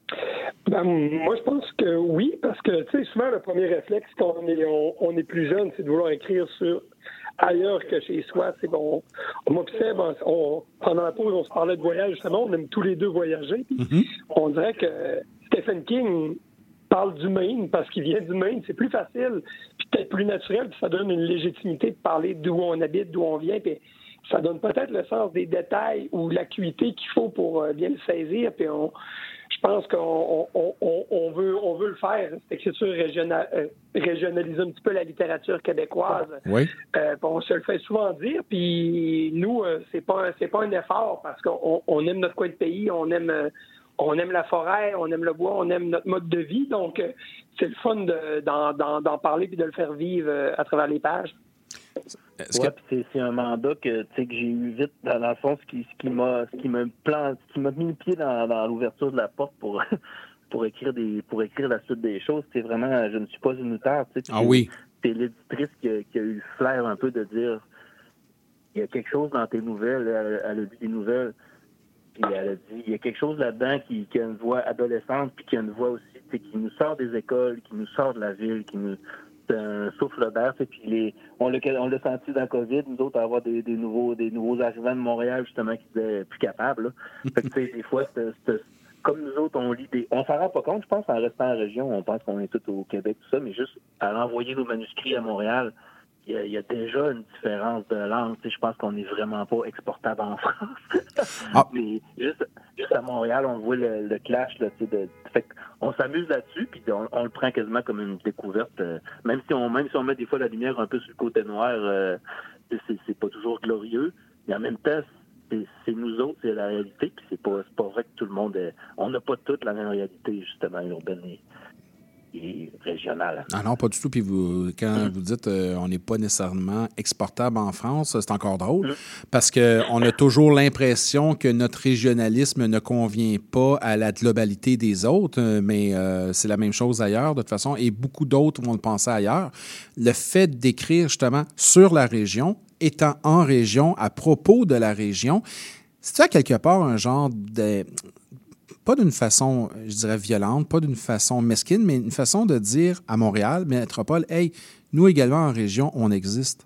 Ben, moi, je pense que oui, parce que, tu sais, souvent, le premier réflexe quand on est, on, on est plus jeune, c'est de vouloir écrire sur ailleurs que chez soi. C'est bon. On m'observe, on, pendant la pause, on se parlait de voyage, justement, on aime tous les deux voyager. Puis mm-hmm. On dirait que Stephen King parle du Maine parce qu'il vient du Maine. C'est plus facile, puis peut-être plus naturel, puis ça donne une légitimité de parler d'où on habite, d'où on vient, puis ça donne peut-être le sens des détails ou l'acuité qu'il faut pour bien le saisir, puis on... Je pense qu'on on, on, on veut, on veut le faire, cette écriture régionale, euh, régionaliser un petit peu la littérature québécoise. Oui. Euh, on se le fait souvent dire, puis nous, euh, c'est pas un, c'est pas un effort parce qu'on on aime notre coin de pays, on aime, euh, on aime la forêt, on aime le bois, on aime notre mode de vie, donc euh, c'est le fun de, d'en, d'en, d'en parler puis de le faire vivre euh, à travers les pages. Oui, que... c'est, c'est un mandat que, que j'ai eu vite, dans, dans le fond, ce qui, ce qui m'a ce qui m'a plan, ce qui m'a mis le pied dans, dans l'ouverture de la porte pour, pour écrire des pour écrire la suite des choses. C'est vraiment, je ne suis pas une auteure. Tu sais, ah oui. C'est l'éditrice qui a, qui a eu le flair un peu de dire il y a quelque chose dans tes nouvelles, elle, elle a lu des nouvelles, puis elle a dit il y a quelque chose là-dedans qui, qui a une voix adolescente, puis qui a une voix aussi, tu sais, qui nous sort des écoles, qui nous sort de la ville, qui nous un souffle d'air, puis les, on, l'a, on l'a senti dans la COVID, nous autres, avoir des, des nouveaux des nouveaux arrivants de Montréal, justement, qui étaient plus capables. Là. Fait que, tu sais, des fois, c'est, c'est, comme nous autres, on lit des... On s'en rend pas compte, je pense, en restant en région, on pense qu'on est tous au Québec, tout ça, mais juste à renvoyer nos manuscrits à Montréal, il y a, il y a déjà une différence de langue. Tu sais, je pense qu'on n'est vraiment pas exportable en France. Ah. Mais juste, juste à Montréal, on voit le, le clash. Là, tu sais, de, fait on s'amuse là-dessus, puis on, on le prend quasiment comme une découverte. Euh, même si on même si on met des fois la lumière un peu sur le côté noir, euh, c'est, c'est pas toujours glorieux. Mais en même temps, c'est, c'est nous autres, c'est la réalité. Puis c'est pas, c'est pas vrai que tout le monde... Est, on n'a pas toute la même réalité, justement, urbaine et, et régionale. Ah non, pas du tout. Puis vous, quand mmh. vous dites euh, on n'est pas nécessairement exportable en France, c'est encore drôle. Mmh. Parce qu'on a toujours l'impression que notre régionalisme ne convient pas à la globalité des autres, mais euh, c'est la même chose ailleurs, de toute façon, et beaucoup d'autres vont le penser ailleurs. Le fait d'écrire justement sur la région, étant en région, à propos de la région, c'est-tu à quelque part un genre de... Pas d'une façon, je dirais, violente, pas d'une façon mesquine, mais une façon de dire à Montréal, métropole, hey, nous également en région, on existe.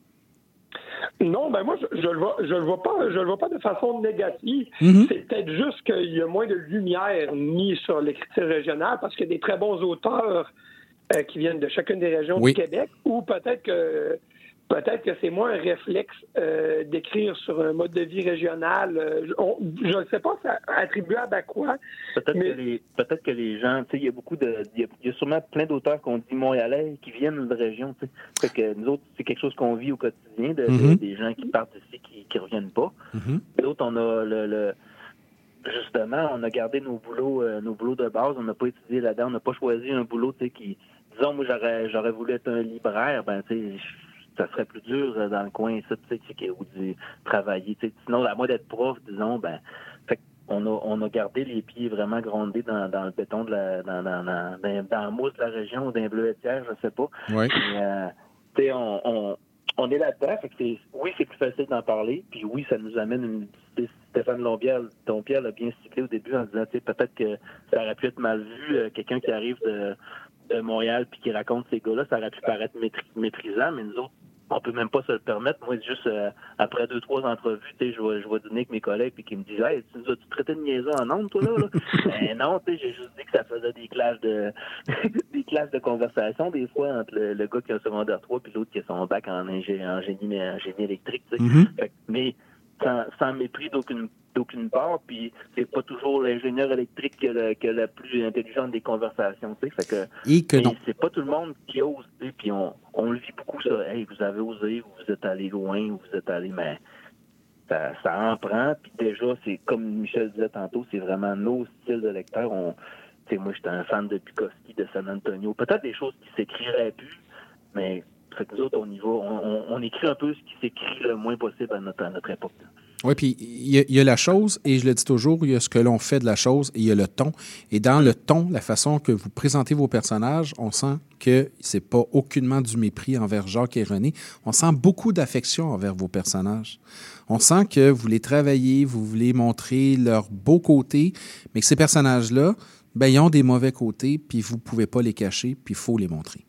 Non, ben moi, je, je le vois, je le vois pas, je le vois pas de façon négative. Mm-hmm. C'est peut-être juste qu'il y a moins de lumière mise sur l'écriture régionale parce qu'il y a des très bons auteurs euh, qui viennent de chacune des régions oui. du Québec, ou peut-être que Peut-être que c'est moins un réflexe euh, d'écrire sur un mode de vie régional. Euh, on, je ne sais pas, c'est attribuable à quoi. Peut-être, mais... que les, peut-être que les gens, tu sais, il y a beaucoup de... Il y, y a sûrement plein d'auteurs qu'on dit montréalais qui viennent de région, tu sais. Fait que nous autres, c'est quelque chose qu'on vit au quotidien, de, mm-hmm. de, des gens qui partent ici, qui ne reviennent pas. Mm-hmm. D'autres, on a le... le justement, on a gardé nos boulots, euh, nos boulots de base, on n'a pas étudié là-dedans, on n'a pas choisi un boulot, tu sais, qui... Disons, moi, j'aurais, j'aurais voulu être un libraire, ben, tu sais... ça serait plus dur euh, dans le coin, ça, tu sais, ou du travailler. Tu sais. Sinon, à moins d'être prof, disons, ben, fait on a, on a gardé les pieds vraiment grondés dans, dans le béton de la, dans, dans, dans, dans, dans la mousse de la région ou dans les bleuetières, je sais pas. Oui. Et, euh, tu sais, on, on, on est là-dedans, fait que c'est, oui, c'est plus facile d'en parler, puis oui, ça nous amène une... Stéphane Lombière, Dompierre l'a bien ciblé au début en disant, tu sais, peut-être que ça aurait pu être mal vu, euh, quelqu'un qui arrive de, de Montréal puis qui raconte ces gars-là, ça aurait pu paraître maîtris- méprisant, mais nous autres, on peut même pas se le permettre. Moi, juste euh, après deux, trois entrevues, tu sais, je vais, je vais dîner avec mes collègues puis qui me disent, hey, tu nous as-tu traité de niaiseux en ondes, toi, là? là? Ben non, tu sais, j'ai juste dit que ça faisait des classes de des classes de conversation, des fois, entre le, le gars qui a un secondaire trois puis l'autre qui a son bac en, ingé- en, génie, en génie électrique, tu sais. Mm-hmm. Fait que, mais sans, sans mépris d'aucune d'aucune part, puis c'est pas toujours l'ingénieur électrique qui a, le, qui a la plus intelligente des conversations, tu sais, fait que, Et que non. c'est pas tout le monde qui ose, tu sais, puis on, on le vit beaucoup, ça, hey, vous avez osé, vous êtes allé loin, vous êtes allé, mais ça, ça en prend, puis déjà, c'est comme Michel disait tantôt, c'est vraiment nos styles de lecteurs, on, tu sais, moi, j'étais un fan de Bukowski, de San Antonio, peut-être des choses qui s'écriraient plus, mais fait que nous autres, on y va, on, on, on écrit un peu ce qui s'écrit le moins possible à notre, à notre époque. Oui, puis il y, y a la chose, et je le dis toujours, il y a ce que l'on fait de la chose, et il y a le ton. Et dans le ton, la façon que vous présentez vos personnages, on sent que c'est pas aucunement du mépris envers Jacques et René. On sent beaucoup d'affection envers vos personnages. On sent que vous les travaillez, vous voulez montrer leurs beaux côtés, mais que ces personnages-là, ben, ils ont des mauvais côtés, puis vous pouvez pas les cacher, puis il faut les montrer.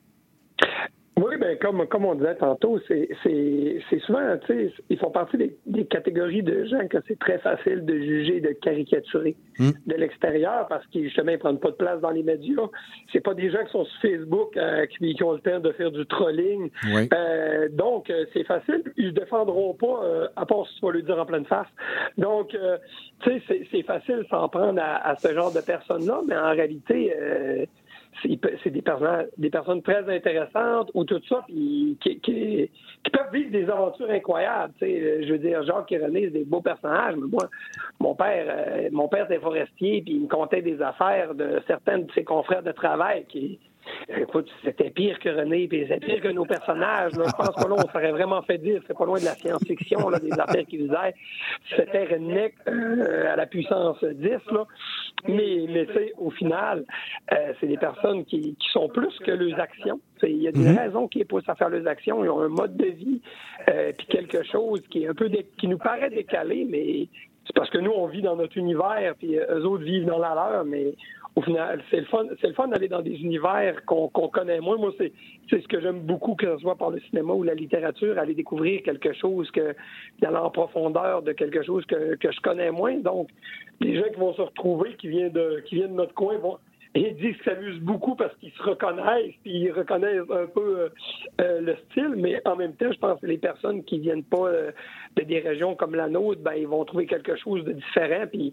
Oui, ben comme, comme on disait tantôt, c'est, c'est, c'est souvent, tu sais, ils font partie des, des catégories de gens que c'est très facile de juger, de caricaturer mmh. de l'extérieur parce qu'ils, justement, ils prennent pas de place dans les médias. C'est pas des gens qui sont sur Facebook euh, qui, qui ont le temps de faire du trolling. Oui. Euh, donc, euh, c'est facile. Ils ne défendront pas, euh, à part si tu vas le dire en pleine face. Donc, euh, tu sais, c'est, c'est facile de s'en prendre à, à ce genre de personnes-là, mais en réalité... Euh, C'est, c'est des personnes, des personnes très intéressantes ou tout ça, puis qui, qui, qui peuvent vivre des aventures incroyables. Tu sais, je veux dire, Jacques et René, c'est des beaux personnages, mais moi, mon père, euh, mon père était forestier, puis il me contait des affaires de certains de ses confrères de travail qui, écoute, c'était pire que René, puis c'était pire que nos personnages. Là. Je pense que là, on s'aurait vraiment fait dire, c'est pas loin de la science-fiction, là, des affaires qui faisaient. C'était redneck euh, à la puissance dix, là. Mais, mais tu sais, au final, euh, c'est des personnes qui, qui sont plus que leurs actions. Il y a des mm-hmm. raisons qui les poussent à faire leurs actions. Ils ont un mode de vie, euh, puis quelque chose qui est un peu dé- qui nous paraît décalé, mais c'est parce que nous, on vit dans notre univers, puis eux autres vivent dans la leur, mais au final, c'est le fun, c'est le fun d'aller dans des univers qu'on, qu'on connaît moins. Moi, c'est, c'est ce que j'aime beaucoup, que ce soit par le cinéma ou la littérature, aller découvrir quelque chose, que, d'aller en profondeur de quelque chose que, que je connais moins. Donc, les gens qui vont se retrouver, qui viennent de, qui viennent de notre coin, vont, ils disent qu'ils s'amusent beaucoup parce qu'ils se reconnaissent, puis ils reconnaissent un peu euh, euh, le style, mais en même temps, je pense que les personnes qui viennent pas euh, de des régions comme la nôtre, ben ils vont trouver quelque chose de différent, puis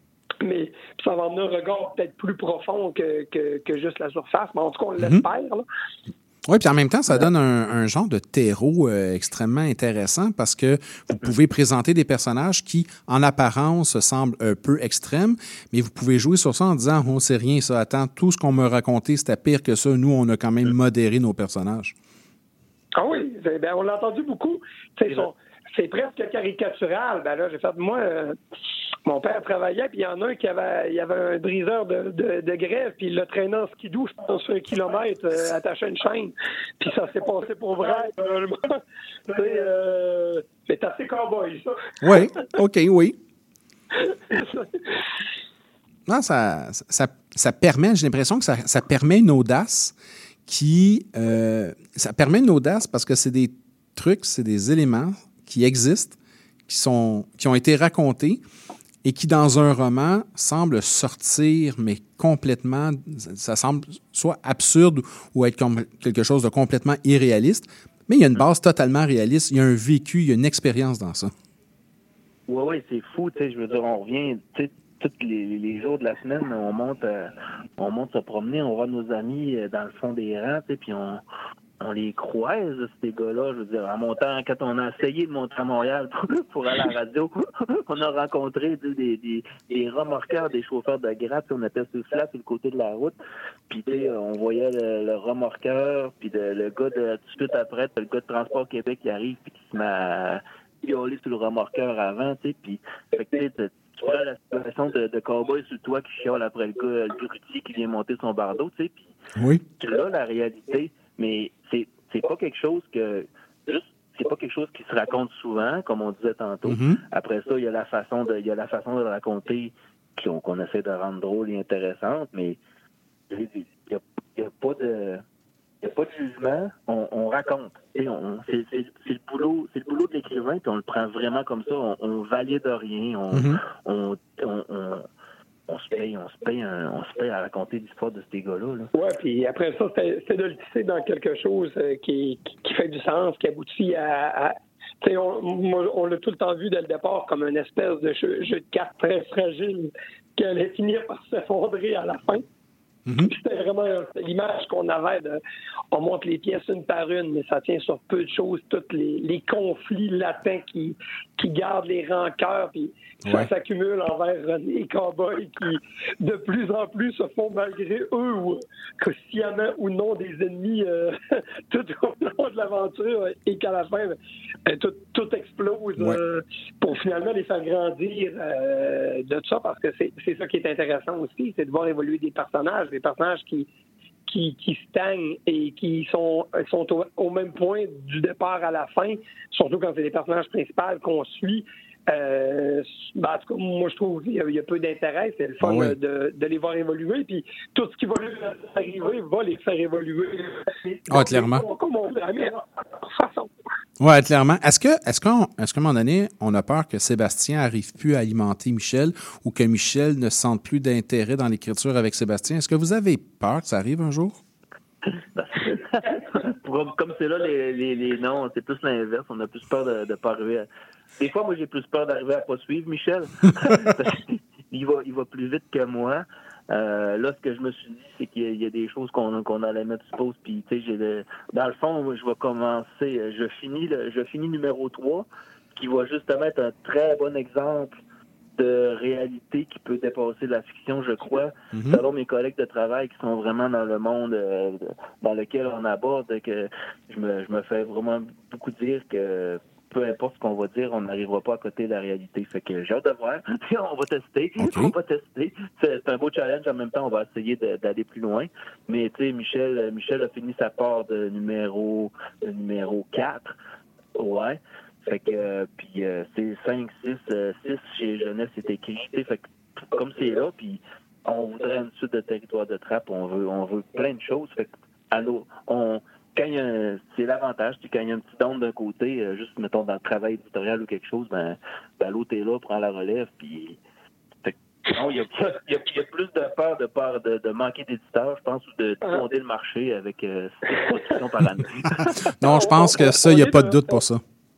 mais ça va emmener un regard peut-être plus profond que, que, que juste la surface, mais en tout cas, on l'espère, mm-hmm. là. Oui, puis en même temps, ça donne un, un genre de terreau euh, extrêmement intéressant parce que vous pouvez présenter des personnages qui, en apparence, semblent un peu extrêmes, mais vous pouvez jouer sur ça en disant « Oh, c'est rien, ça, attends, tout ce qu'on m'a raconté, c'était pire que ça. Nous, on a quand même modéré nos personnages. » Ah oui, ben, on l'a entendu beaucoup. C'est, son, c'est presque caricatural. Ben là, j'ai fait, moi... Euh, mon père travaillait, puis il y en a un qui avait, il y avait un briseur de, de, de grève, puis il l'a traîné en skidoo, je pense, un kilomètre, euh, attaché à une chaîne. Puis ça s'est passé pour vrai. c'est, euh, c'est assez cowboy, ça. Oui, OK, oui. Non, ça, ça, ça permet, j'ai l'impression que ça, ça permet une audace qui... Euh, ça permet une audace parce que c'est des trucs, c'est des éléments qui existent, qui, sont, qui ont été racontés, et qui, dans un roman, semble sortir, mais complètement, ça semble soit absurde ou être comme quelque chose de complètement irréaliste, mais il y a une base totalement réaliste, il y a un vécu, il y a une expérience dans ça. Oui, oui, c'est fou, tu sais, je veux dire, on revient, tu sais, tous les, les jours de la semaine, on monte, euh, on monte se promener, on voit nos amis dans le fond des rangs, tu sais, puis on... on les croise, ces gars-là. Je veux dire, en montant, quand on a essayé de monter à Montréal pour, pour aller à la radio, on a rencontré des, des, des, des remorqueurs, des chauffeurs de gratte. On était sur le flat, sur le côté de la route. Puis, tu sais, on voyait le, le remorqueur, puis le, le gars de tout de suite après, le gars de Transport Québec qui arrive, puis qui se met à piauler sur le remorqueur avant, tu sais. Puis, fait que, tu sais, tu vois la situation de, de cowboy sur toi qui chiale après le gars, le grutier qui vient monter son bardeau, tu sais. Puis, oui. Tu l'as, la réalité, mais c'est, c'est pas quelque chose que. Juste, c'est pas quelque chose qui se raconte souvent, comme on disait tantôt. Mm-hmm. Après ça, il y a la façon de, il y a la façon de le raconter qu'on, qu'on essaie de rendre drôle et intéressante, mais il n'y a, y a pas de. Il n'y a pas de jugement, on, on raconte. Et on, c'est, c'est, c'est, le boulot, c'est le boulot de l'écrivain, puis on le prend vraiment comme ça. On, on valide rien. On, mm-hmm. on, on, on, on se paye, on se paye, un, on se paye à raconter l'histoire de ces gars-là. Là. Oui, puis après ça, c'est, c'est de le tisser dans quelque chose qui, qui, qui fait du sens, qui aboutit à. à tu sais, on, on l'a tout le temps vu dès le départ comme une espèce de jeu, jeu de cartes très fragile qui allait finir par s'effondrer à la fin. Mm-hmm. C'était vraiment l'image qu'on avait de on monte les pièces une par une, mais ça tient sur peu de choses, tous les, les conflits latents qui, qui gardent les rancœurs, puis ouais. ça s'accumule envers les cowboys qui de plus en plus se font malgré eux ou que sciemment ou non des ennemis euh, tout au long de l'aventure et qu'à la fin ben, tout, tout explose ouais. euh, pour finalement les faire grandir euh, de tout ça, parce que c'est, c'est ça qui est intéressant aussi, c'est de voir évoluer des personnages, des personnages qui Qui, qui stagnent et qui sont, sont au, au même point du départ à la fin, surtout quand c'est les personnages principaux qu'on suit. Euh, ben, en tout cas, moi, je trouve qu'il y a, il y a peu d'intérêt. C'est le fun oui. de, de les voir évoluer. Puis tout ce qui va leur arriver va les faire évoluer. Ah, clairement. Comme on fait, mais de façon. Oui, clairement. Est-ce que, est-ce qu'on, est-ce qu'à un moment donné, on a peur que Sébastien n'arrive plus à alimenter Michel ou que Michel ne sente plus d'intérêt dans l'écriture avec Sébastien? Est-ce que vous avez peur que ça arrive un jour? Comme c'est là, les, les, les noms, c'est plus l'inverse. On a plus peur de ne pas arriver à... Des fois, moi, j'ai plus peur d'arriver à ne pas suivre Michel. il, va, il va plus vite que moi. Euh, là, ce que je me suis dit, c'est qu'il y a, il y a des choses qu'on, qu'on allait mettre sur pause. Puis, tu sais, j'ai le... dans le fond, moi, je vais commencer. Je finis, le... je finis numéro trois, qui va justement être un très bon exemple de réalité qui peut dépasser la fiction, je crois, mm-hmm. selon mes collègues de travail qui sont vraiment dans le monde euh, dans lequel on aborde, que je me, je me fais vraiment beaucoup dire que peu importe ce qu'on va dire, on n'arrivera pas à côté de la réalité. Fait que j'ai hâte de voir. on va tester. Okay. On va tester. C'est, c'est un beau challenge. En même temps, on va essayer de, d'aller plus loin. Mais tu sais, Michel, Michel a fini sa part de numéro, de numéro quatre. Ouais. Fait que, euh, puis euh, c'est cinq, six, six chez Jeunesse, c'est écrit. Fait que, comme c'est là, puis on voudrait une suite de territoire de trappe, on veut, on veut plein de choses. Fait que, allô, on, quand il y a un, c'est l'avantage, c'est quand il y a un petit don d'un côté, euh, juste, mettons, dans le travail éditorial ou quelque chose, ben, ben l'autre est là, prend la relève, puis fait que, non, il y a, il y a, il y a plus de peur de peur de, de manquer d'éditeurs, je pense, ou de fonder le marché avec euh, cette production par année. Non, je pense que ça, il n'y a pas de doute pour ça.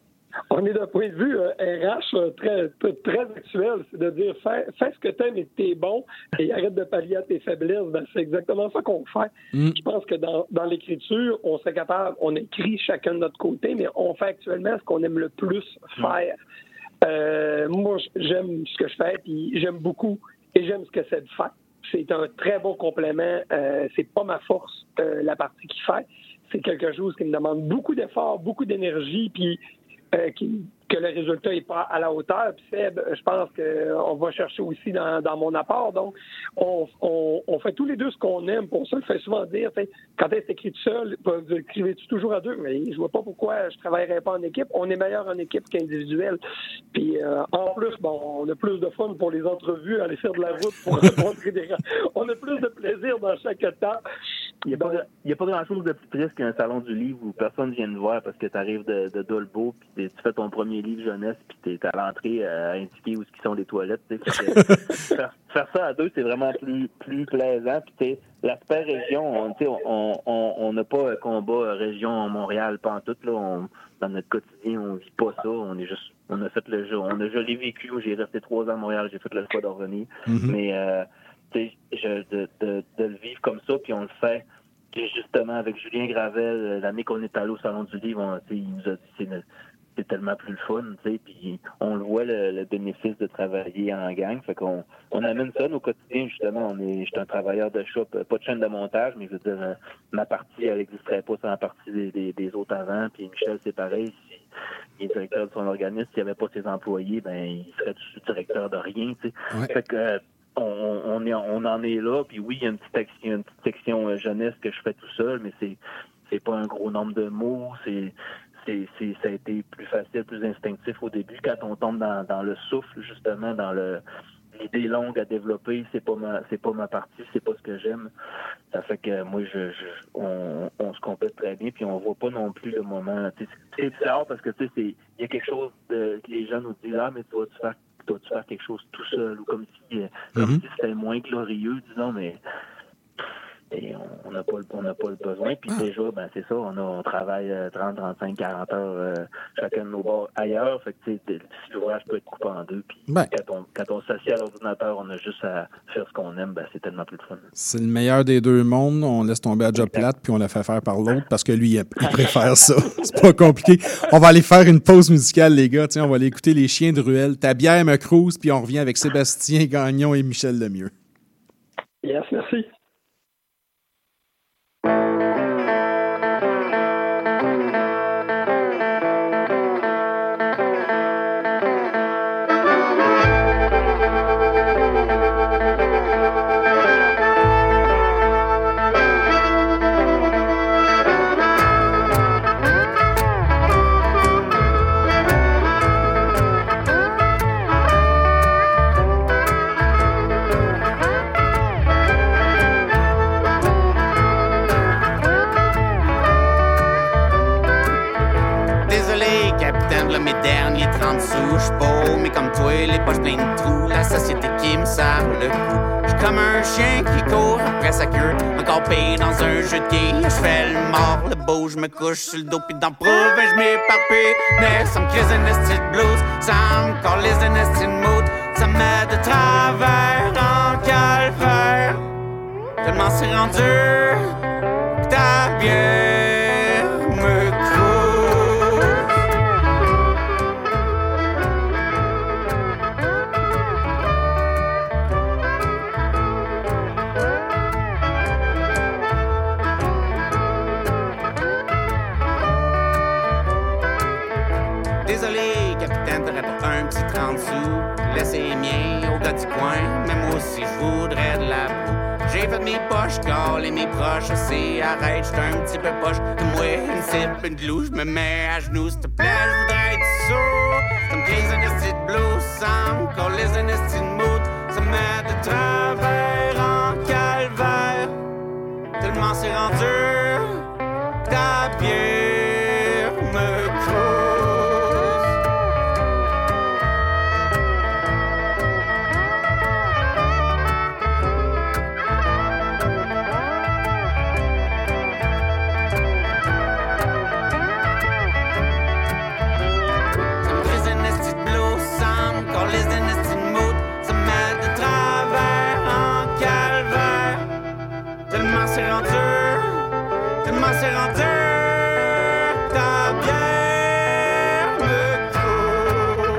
On est d'un point de vue euh, R H euh, très, très, très actuel, c'est de dire fais, fais ce que t'aimes et t'es bon et arrête de pallier à tes faiblesses. Ben, c'est exactement ça qu'on fait. Mm. Je pense que dans, dans l'écriture, on serait capable, on écrit chacun de notre côté, mais on fait actuellement ce qu'on aime le plus faire. Mm. Euh, moi, j'aime ce que je fais, puis j'aime beaucoup et j'aime ce que c'est de faire. C'est un très bon complément. Euh, c'est pas ma force, euh, la partie qu'il fait. C'est quelque chose qui me demande beaucoup d'efforts, beaucoup d'énergie, puis Euh, qui, que le résultat n'est pas à la hauteur. Puis Seb, je pense qu'on va chercher aussi dans, dans mon apport. Donc, on, on, on fait tous les deux ce qu'on aime. Pour ça, le fait souvent dire, quand est-ce que tu écris tout seul, vous écrivez-tu toujours à deux? Mais je vois pas pourquoi je ne travaillerais pas en équipe. On est meilleur en équipe qu'individuel. Puis, euh, en plus, bon, on a plus de fun pour les entrevues, aller faire de la route pour rencontrer des gens. On a plus de plaisir dans chaque étape. Il n'y a, a pas grand-chose de plus triste qu'un salon du livre où personne vient te voir parce que tu arrives de, de Dolbeau, puis tu fais ton premier livre jeunesse, puis tu es à l'entrée à indiquer où sont les toilettes. faire, faire ça à deux, c'est vraiment plus, plus plaisant. Puis l'aspect région, on n'a pas un combat région Montréal, pas en tout. Là, on, dans notre quotidien, on vit pas ça. On est juste, on a fait le jeu. On a je l'ai vécu. J'ai resté trois ans à Montréal, j'ai fait le choix d'en revenir. Mm-hmm. Mais euh, je, de, de, de le vivre comme ça, puis on le fait Puis justement, avec Julien Gravel, l'année qu'on est allé au Salon du Livre, on, il nous a dit c'est, c'est tellement plus le fun, tu sais, puis on le voit le, le bénéfice de travailler en gang. Fait qu'on on amène ça au quotidien, justement. On est, je suis un travailleur de shop, pas de chaîne de montage, mais je veux dire, ma partie, elle n'existerait pas sans la partie des, des, des autres avant. Puis Michel, c'est pareil. Si il est directeur de son organisme, s'il n'y avait pas ses employés, ben il serait directeur de rien, tu sais. Ouais. Fait que euh, on, on, est, on en est là. Puis oui, il y a une petite section, une petite section euh, jeunesse que je fais tout seul, mais c'est c'est pas un gros nombre de mots. C'est C'est, c'est, ça a été plus facile, plus instinctif au début. Quand on tombe dans, dans le souffle, justement, dans le l'idée longue à développer, c'est pas ma c'est pas ma partie, c'est pas ce que j'aime. Ça fait que moi, je, je on, on se complète très bien, puis on voit pas non plus le moment. C'est, c'est bizarre parce que tu sais, c'est il y a quelque chose de, que les gens nous disent ah mais tu vas-tu faire, tu vas-tu faire quelque chose tout seul ou comme si mm-hmm. comme si c'était moins glorieux, disons, mais et on n'a pas, on n'a pas le besoin. Puis ah. déjà, ben c'est ça, on, a, on travaille trente, trente-cinq, quarante heures euh, chacun de nos bars ailleurs. Fait que tu sais, si l'ouvrage peut être coupé en deux. Puis ben. quand on quand on s'assied à l'ordinateur, on a juste à faire ce qu'on aime, ben c'est tellement plus de fun. C'est le meilleur des deux mondes. On laisse tomber la job plate, puis on la fait faire par l'autre parce que lui, il, il préfère ça. C'est pas compliqué. On va aller faire une pause musicale, les gars. Tiens, on va aller écouter Les Chiens de Ruelle. Ta bière me crouse, puis on revient avec Sébastien Gagnon et Michel Lemieux. Yes, merci. Mais comme toi, les poches pleines de trous, la société qui me serre le cou. J'suis comme un chien qui court après sa queue, encore payé dans un jeu de quilles. J'fais le mort, le beau, j'me couche sur le dos pis dans le province j'm'éparpille. Mais ça me crise un esti de blues, ça me calisse un esti de mood. Ça me met de travers en calvaire. Tellement c'est rendu que ta bière me crouse. Laissez les miens au gars du coin, mais moi aussi je voudrais de la boue. J'ai fait mes poches, calé mes proches, c'est arrête, j'suis un petit peu poche. Que moi, une cible, une glue, j'me mets à genoux, s'il te plaît, j'voudrais être sourd. Ça me crise un esti de blues, ça me calisse un esti de mood. Ça me met de travers en calvaire. Tellement c'est rendu, ta bière me crouse. C'est rendu, ta bière me crouse.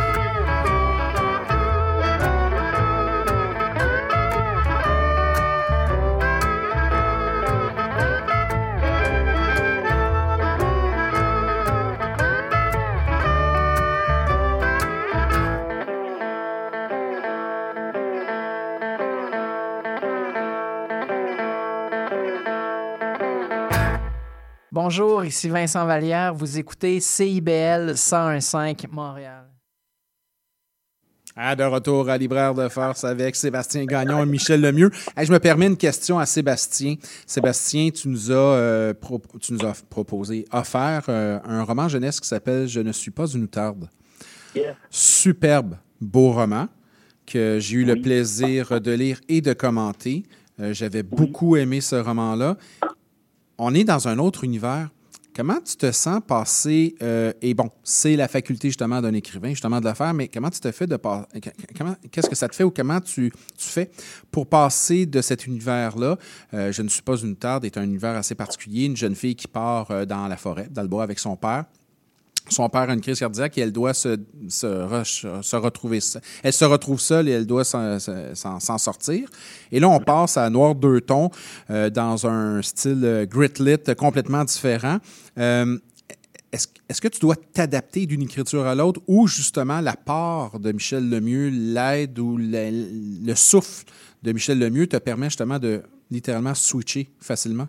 Bonjour, ici Vincent Vallière. Vous écoutez C I B L cent un virgule cinq Montréal. Ah, de retour à Libraire de Force avec Sébastien Gagnon et Michel Lemieux. Hey, je me permets une question à Sébastien. Sébastien, tu nous as, euh, pro- tu nous as proposé, offert euh, un roman jeunesse qui s'appelle « Je ne suis pas une outarde ». Yeah. Superbe, beau roman que j'ai eu oui. le plaisir de lire et de commenter. Euh, j'avais oui. beaucoup aimé ce roman-là. On est dans un autre univers. Comment tu te sens passer, euh, et bon, c'est la faculté justement d'un écrivain, justement de le faire, mais comment tu te fais de passer, comment, qu'est-ce que ça te fait ou comment tu, tu fais pour passer de cet univers-là? Euh, je ne suis pas une tarde, est un univers assez particulier, une jeune fille qui part euh, dans la forêt, dans le bois avec son père. Son père a une crise cardiaque et elle doit se, se, re, se retrouver seule. Elle se retrouve seule et elle doit s'en, s'en, s'en sortir. Et là, on passe à Noir deux tons euh, dans un style grit-lit complètement différent. Euh, est-ce, est-ce que tu dois t'adapter d'une écriture à l'autre ou justement la part de Michel Lemieux, l'aide ou le, le souffle de Michel Lemieux te permet justement de littéralement switcher facilement?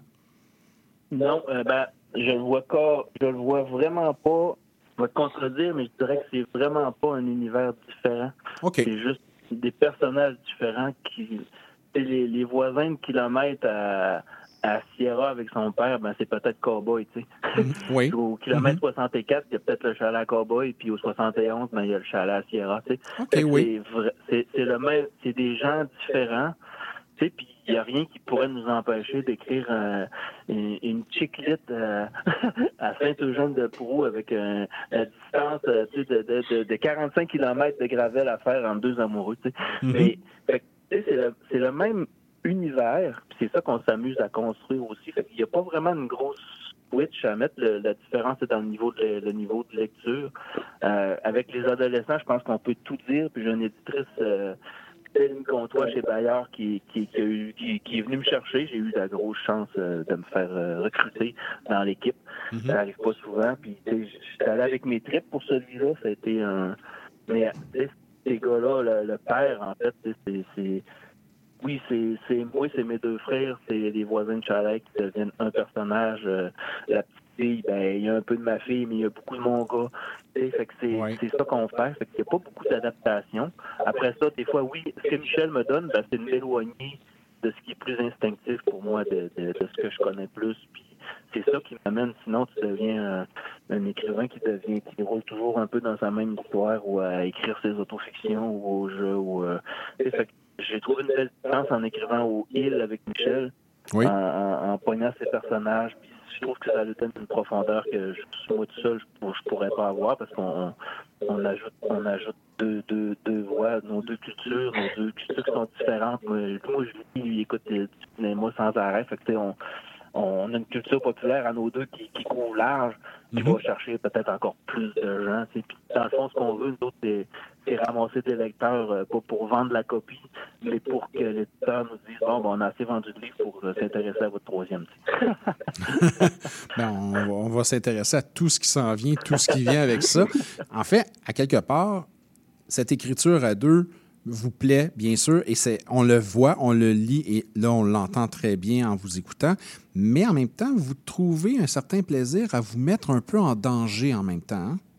Non, euh, ben, je le vois pas, je le vois vraiment pas. Je vais te contredire, mais je dirais que c'est vraiment pas un univers différent. Okay. C'est juste des personnages différents qui... Les, les voisins de kilomètres à, à Sierra avec son père, ben c'est peut-être Cowboy, tu sais. Mm-hmm. Oui. Au kilomètre mm-hmm. soixante-quatre, il y a peut-être le chalet à Cowboy, puis au soixante et onze, ben, il y a le chalet à Sierra, tu sais. Okay, oui. C'est, vrai, c'est, c'est le même... C'est des gens différents, tu sais, puis il n'y a rien qui pourrait nous empêcher d'écrire euh, une, une chiclite euh, à Saint-Eugène-de-Proulx avec un, une distance euh, de, de, de, de quarante-cinq kilomètres de gravel à faire entre deux amoureux. Tu sais. Mm-hmm. Mais fait, tu sais, c'est, le, c'est le même univers, puis c'est ça qu'on s'amuse à construire aussi. Fait qu'il n'y a pas vraiment une grosse switch à mettre. Le, la différence est dans le niveau de, le niveau de lecture. Euh, avec les adolescents, je pense qu'on peut tout dire, puis j'ai une éditrice... Euh, Céline Comtois chez Bayard qui, qui, qui, a eu, qui, qui est venue me chercher. J'ai eu la grosse chance euh, de me faire euh, recruter dans l'équipe. Mm-hmm. Ça n'arrive pas souvent. Puis j'étais allé avec mes tripes pour celui-là. Ça a été un... Mais ces gars-là, le, le père, en fait, c'est... c'est... Oui, c'est, c'est moi, c'est mes deux frères, c'est les voisins de chalet qui deviennent un personnage. Euh, la petite fille, ben, il y a un peu de ma fille, mais il y a beaucoup de mon gars. Fait que c'est, ouais. c'est ça qu'on fait. Fait qu'il n'y a pas beaucoup d'adaptation. Après ça, des fois, oui, ce que Michel me donne, ben, c'est de m'éloigner de ce qui est plus instinctif pour moi, de, de, de ce que je connais plus. Puis c'est ça qui m'amène. Sinon, tu deviens un, un écrivain qui devient, qui roule toujours un peu dans sa même histoire ou à écrire ses autofictions ou au jeu. Ou, euh, fait que j'ai trouvé une belle distance en écrivant au Il avec Michel, oui. en, en, en poignant ses personnages. Puis je trouve que ça lui donne une profondeur que je, moi tout seul, je, je pourrais pas avoir parce qu'on on ajoute, on ajoute deux, deux, deux voix, nos deux cultures, nos deux cultures qui sont différentes. Moi, moi je lui écoute du cinéma sans arrêt. Fait que, on, on a une culture populaire à nos deux qui, qui couvre large, qui mm-hmm. va chercher peut-être encore plus de gens. Puis dans le fond, ce qu'on veut, nous autres, c'est, c'est ramasser des lecteurs, euh, pas pour vendre la copie, mais pour que l'éditeur nous dise bon, ben, on a assez vendu de livres pour euh, s'intéresser à votre troisième titre. ben, on, va, on va s'intéresser à tout ce qui s'en vient, tout ce qui vient avec ça. En fait, à quelque part, cette écriture à deux vous plaît, bien sûr, et c'est, on le voit, on le lit, et là, on l'entend très bien en vous écoutant, mais en même temps, vous trouvez un certain plaisir à vous mettre un peu en danger en même temps, hein?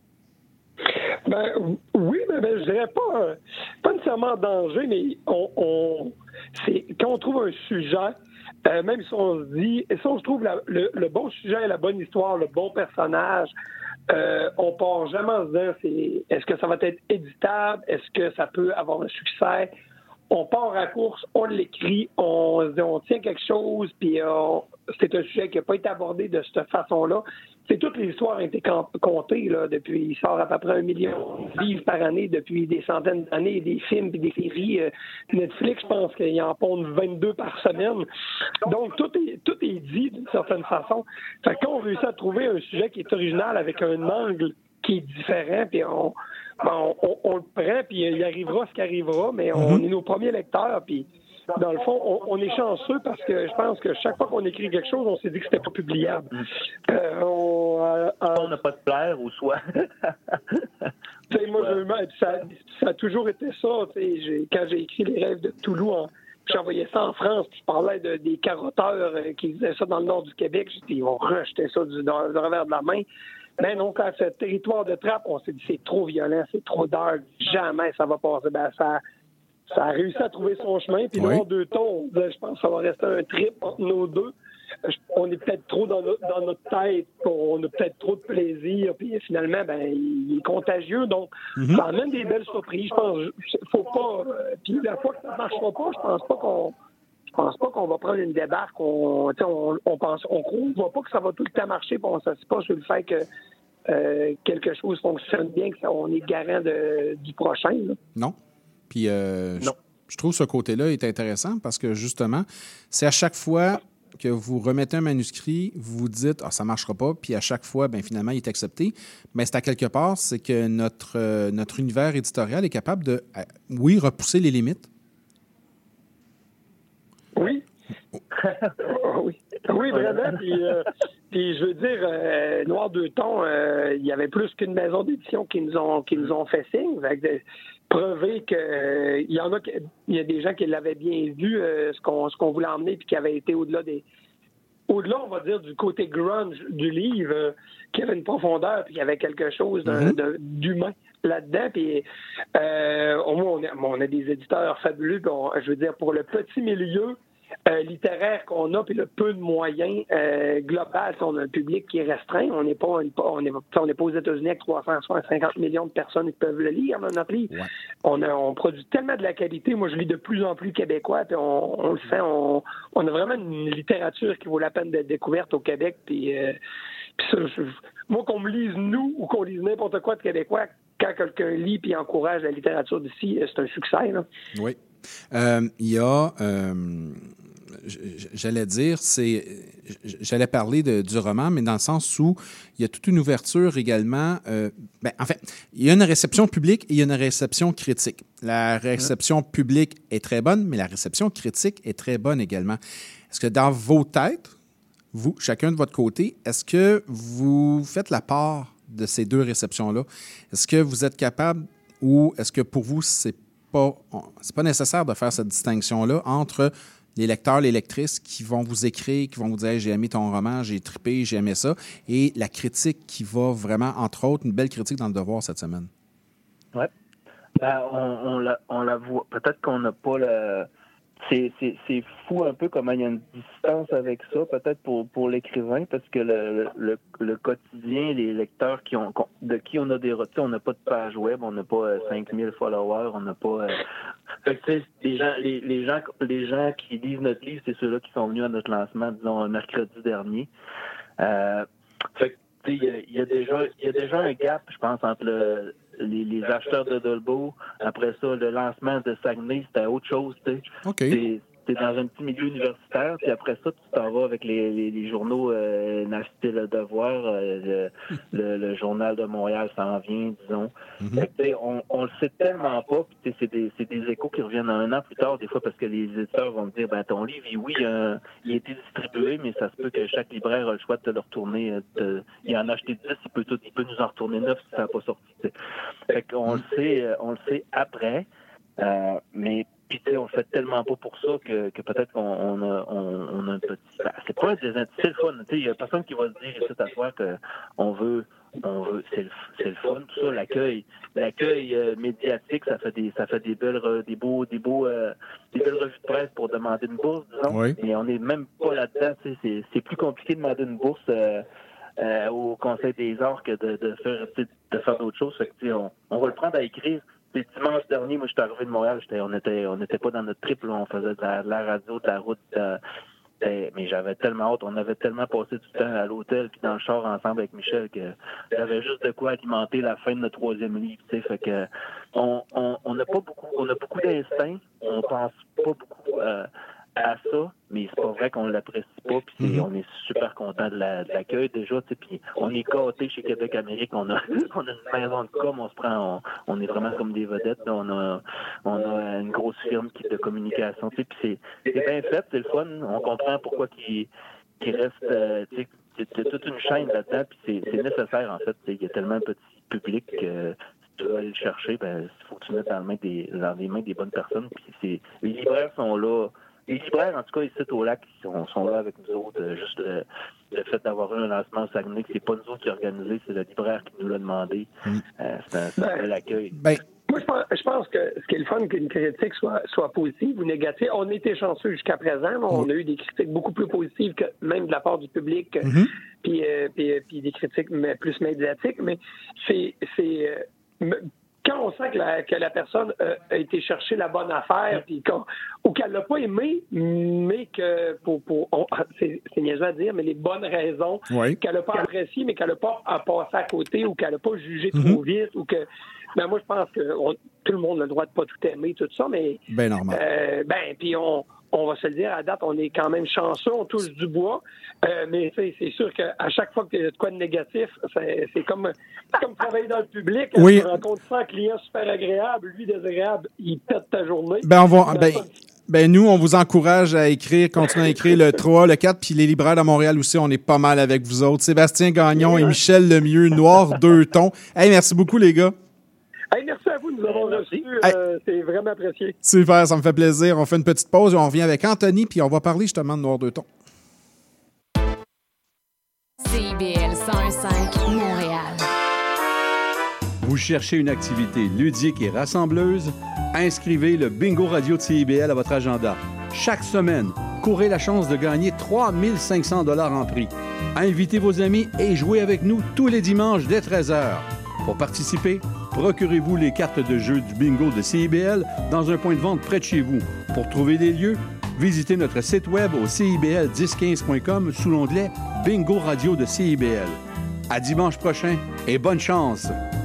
Ben, oui, mais ben, je dirais pas, euh, pas nécessairement en danger, mais on, on, c'est, quand on trouve un sujet, euh, même si on se dit, si on se trouve la, le, le bon sujet, la bonne histoire, le bon personnage, Euh, on part jamais en se disant c'est, est-ce que ça va être éditable, est-ce que ça peut avoir un succès. On part à course, on l'écrit, on se dit on tient quelque chose, puis on, c'est un sujet qui n'a pas été abordé de cette façon-là. C'est toutes les histoires ont été comptées là, depuis, il sort à peu près un million de livres par année depuis des centaines d'années, des films et des séries. Euh, Netflix, je pense qu'il en pondent vingt-deux par semaine. Donc, tout est, tout est dit d'une certaine façon. Fait que quand on réussit à trouver un sujet qui est original avec un angle qui est différent, puis on, on, on, on le prend, puis il arrivera ce qui arrivera, mais on mm-hmm. est nos premiers lecteurs, puis dans le fond, on, on est chanceux parce que je pense que chaque fois qu'on écrit quelque chose, on s'est dit que c'était pas publiable. Euh, on euh, euh, n'a pas de plaire ou soit. moi, je, ça, ça a toujours été ça. J'ai, quand j'ai écrit Les Rêves de Toulouse, en, j'envoyais ça en France, puis je parlais de, des carotteurs euh, qui faisaient ça dans le nord du Québec. Ils vont rejeter ça du, dans, du revers de la main. Mais non, quand c'est territoire de trappe, on s'est dit c'est trop violent, c'est trop dark, jamais ça va passer. Ben, ça. Ça a réussi à trouver son chemin. Puis là, oui. en deux tons, je pense que ça va rester un trip entre nos deux. On est peut-être trop dans notre, dans notre tête. On a peut-être trop de plaisir. Puis finalement, ben, il est contagieux. Donc, mm-hmm. ça amène des belles surprises. Je pense faut pas... Puis la fois que ça ne marchera pas, je pense pas qu'on... pense pas qu'on va prendre une débarque. On, on, on pense, on ne voit pas que ça va tout le temps marcher. Puis on ne s'assied pas sur le fait que euh, quelque chose fonctionne bien, qu'on est garant de, du prochain. Là. Non. Puis euh, non. Je, je trouve ce côté-là est intéressant parce que justement, c'est à chaque fois que vous remettez un manuscrit, vous vous dites ah, ça ne marchera pas, puis à chaque fois, bien, finalement, il est accepté. Mais c'est à quelque part, c'est que notre, euh, notre univers éditorial est capable de, euh, oui, repousser les limites. Oui. oui. Oui, vraiment. Puis, euh, puis je veux dire, euh, Noir Deux Tons, euh, il y avait plus qu'une maison d'édition qui nous ont qui nous ont fait signe. Fait que, prouver que euh, il y en a il y a des gens qui l'avaient bien vu, euh, ce qu'on ce qu'on voulait emmener, puis qui avaient été au-delà des au-delà, on va dire, du côté grunge du livre, euh, qui avait une profondeur, puis qui avait quelque chose de, mm-hmm. de, d'humain là-dedans. Puis euh, au moins, on a, on a des éditeurs fabuleux. On, je veux dire, pour le petit milieu euh, littéraire qu'on a, puis le peu de moyens euh, global, on a un public qui est restreint. On n'est pas, on n'est on n'est pas aux États-Unis avec trois cent cinquante millions de personnes qui peuvent le lire dans notre livre. Ouais. On, a, on produit tellement de la qualité. Moi, je lis de plus en plus québécois, puis on, on le sent. On, on a vraiment une littérature qui vaut la peine d'être découverte au Québec. Puis, euh, puis ça, je, moi, qu'on me lise nous ou qu'on lise n'importe quoi de québécois, quand quelqu'un lit puis encourage la littérature d'ici, c'est un succès. Là. Oui. Euh, il y a, euh, j'allais dire, c'est, j'allais parler de, du roman, mais dans le sens où il y a toute une ouverture également. Euh, ben, en fait, il y a une réception publique et il y a une réception critique. La réception publique est très bonne, mais la réception critique est très bonne également. Est-ce que dans vos têtes, vous, chacun de votre côté, est-ce que vous faites la part de ces deux réceptions-là? Est-ce que vous êtes capable ou est-ce que pour vous, c'est pas, c'est pas nécessaire de faire cette distinction-là entre les lecteurs, les lectrices qui vont vous écrire, qui vont vous dire hey, « j'ai aimé ton roman, j'ai trippé, j'ai aimé ça », et la critique qui va vraiment, entre autres, une belle critique dans Le Devoir cette semaine? Oui. Ben, on, on, la, on la voit. Peut-être qu'on n'a pas le... C'est, c'est, c'est fou un peu comment il y a une distance avec ça, peut-être pour, pour l'écrivain, parce que le, le, le quotidien, les lecteurs qui ont de qui on a des retours, on n'a pas de page web, on n'a pas euh, cinq mille followers, on n'a pas... Euh... Fait que, tu sais, les gens, les, les, gens, les gens qui lisent notre livre, c'est ceux-là qui sont venus à notre lancement, disons, mercredi dernier. Euh, fait que, tu sais, il y, y a déjà il y a déjà un gap, je pense, entre le... Les, les acheteurs de Dolbeau, après ça, le lancement de Saguenay, c'était autre chose, tu sais. Okay. C'est, c'est dans un petit milieu universitaire, puis après ça, tu t'en vas avec les, les, les journaux euh, Nacité Le Devoir, euh, le, le, le Journal de Montréal s'en vient, disons. Mm-hmm. Fait que, on, on le sait tellement pas, puis c'est des, c'est des échos qui reviennent un an plus tard, des fois, parce que les éditeurs vont me dire, ben ton livre, oui, euh, il a été distribué, mais ça se peut que chaque libraire a le choix de te le retourner. De, il en a acheté dix, il peut, tout, il peut nous en retourner neuf si ça n'a pas sorti. T'sais. Fait qu'on le sait, on le sait après, euh, mais puis tu sais, on le fait tellement pas pour ça que, que peut-être qu'on on a, on, on a un petit... Ben, c'est pas un désintérêt, c'est le fun. Il y a personne qui va se dire ici à soir qu'on veut, on veut, c'est le, c'est le fun, tout ça, l'accueil. L'accueil euh, médiatique, ça fait des ça fait des belles des beaux des beaux euh, des belles revues de presse pour demander une bourse, disons. Oui. Mais on n'est même pas là-dedans, tu sais, c'est, c'est plus compliqué de demander une bourse euh, euh, au Conseil des arts que de, de faire de faire d'autres choses. Fait que, on, on va le prendre à écrire. Le dimanche dernier, moi, je suis arrivé de Montréal, j'étais, on était, on n'était pas dans notre trip, là, on faisait de la, de la radio, de la route, de, de, mais j'avais tellement hâte, on avait tellement passé du temps à l'hôtel puis dans le char ensemble avec Michel que j'avais juste de quoi alimenter la fin de notre troisième livre, tu sais, fait que on, on, on a pas beaucoup, on a beaucoup d'instinct, on pense pas beaucoup euh, à ça, mais c'est pas vrai qu'on l'apprécie pas, puis mm-hmm. on est super content de, la, de l'accueil déjà, tu sais, puis on est gâtés chez Québec Amérique, on a on a une maison de com, on se prend, on, on est vraiment comme des vedettes, là, on a on a une grosse firme qui de communication, tu sais, puis c'est c'est bien fait, c'est le fun, on comprend pourquoi qu'il qu'il reste, euh, tu sais, c'est toute une chaîne là-dedans, puis c'est, c'est nécessaire en fait, il y a tellement de petit public que tu dois aller le chercher, ben il faut que tu mettes dans, main des, dans les mains des bonnes personnes, puis c'est les libraires sont là. Les libraires, en tout cas, ici au lac, ils sont, sont là avec nous autres. Euh, juste le, le fait d'avoir eu un lancement au Saguenay, que c'est pas nous autres qui l'avons organisé, c'est le libraire qui nous l'a demandé. Mm. Euh, c'est un, c'est un bel accueil. Ben, moi, je pense, je pense que ce qui est le fun, qu'une critique soit, soit positive ou négative. On a été chanceux jusqu'à présent. On mm. a eu des critiques beaucoup plus positives que même de la part du public, mm-hmm. puis, euh, puis, puis des critiques mais plus médiatiques. Mais c'est... c'est euh, quand on sent que la, que la personne euh, a été chercher la bonne affaire, puis qu'on, ou qu'elle l'a pas aimé, mais que pour, pour on, c'est, c'est niaiseux à dire, mais les bonnes raisons, oui. qu'elle n'a pas apprécié, mais qu'elle n'a pas à passer à côté, ou qu'elle n'a pas jugé mm-hmm. trop vite, ou que. Ben moi, je pense que on, tout le monde a le droit de pas tout aimer, tout ça, mais. Ben normal. Euh, ben, puis on. On va se le dire, à date, on est quand même chanceux, on touche du bois, euh, mais c'est sûr qu'à chaque fois que tu as de quoi de négatif, c'est, c'est comme, comme travailler dans le public, oui. tu rencontres cent clients super agréables, lui désagréable, il pète ta journée. Ben, on va, ben, ben, nous, on vous encourage à écrire, continuer à écrire le trois, le quatre, puis les libraires de Montréal aussi, on est pas mal avec vous autres. Sébastien Gagnon oui, et hein? Michel Lemieux, Noir deux tons. Hey, merci beaucoup, les gars. Hey, merci à vous de nous avoir reçus. Hey. Euh, c'est vraiment apprécié. Super, ça me fait plaisir. On fait une petite pause et on revient avec Anthony, puis on va parler justement de Noir deux tons. C I B L cent un cinq Montréal. Vous cherchez une activité ludique et rassembleuse? Inscrivez le Bingo Radio de C I B L à votre agenda. Chaque semaine, courez la chance de gagner trois mille cinq cents dollars en prix. Invitez vos amis et jouez avec nous tous les dimanches dès treize heures. Pour participer, procurez-vous les cartes de jeu du bingo de C I B L dans un point de vente près de chez vous. Pour trouver des lieux, visitez notre site web au C I B L dix quinze point com sous l'onglet Bingo Radio de C I B L. À dimanche prochain et bonne chance!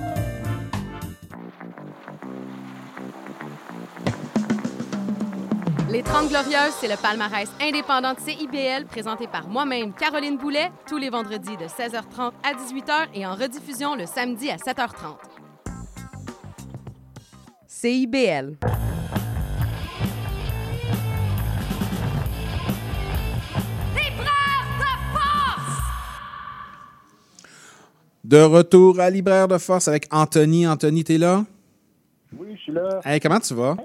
Les trente Glorieuses, c'est le palmarès indépendant de C I B L présenté par moi-même, Caroline Boulet, tous les vendredis de seize heures trente à dix-huit heures et en rediffusion le samedi à sept heures trente. C I B L. Libraire de force! De retour à Libraire de force avec Anthony. Anthony, t'es là? Oui, je suis là. Hey, comment tu vas?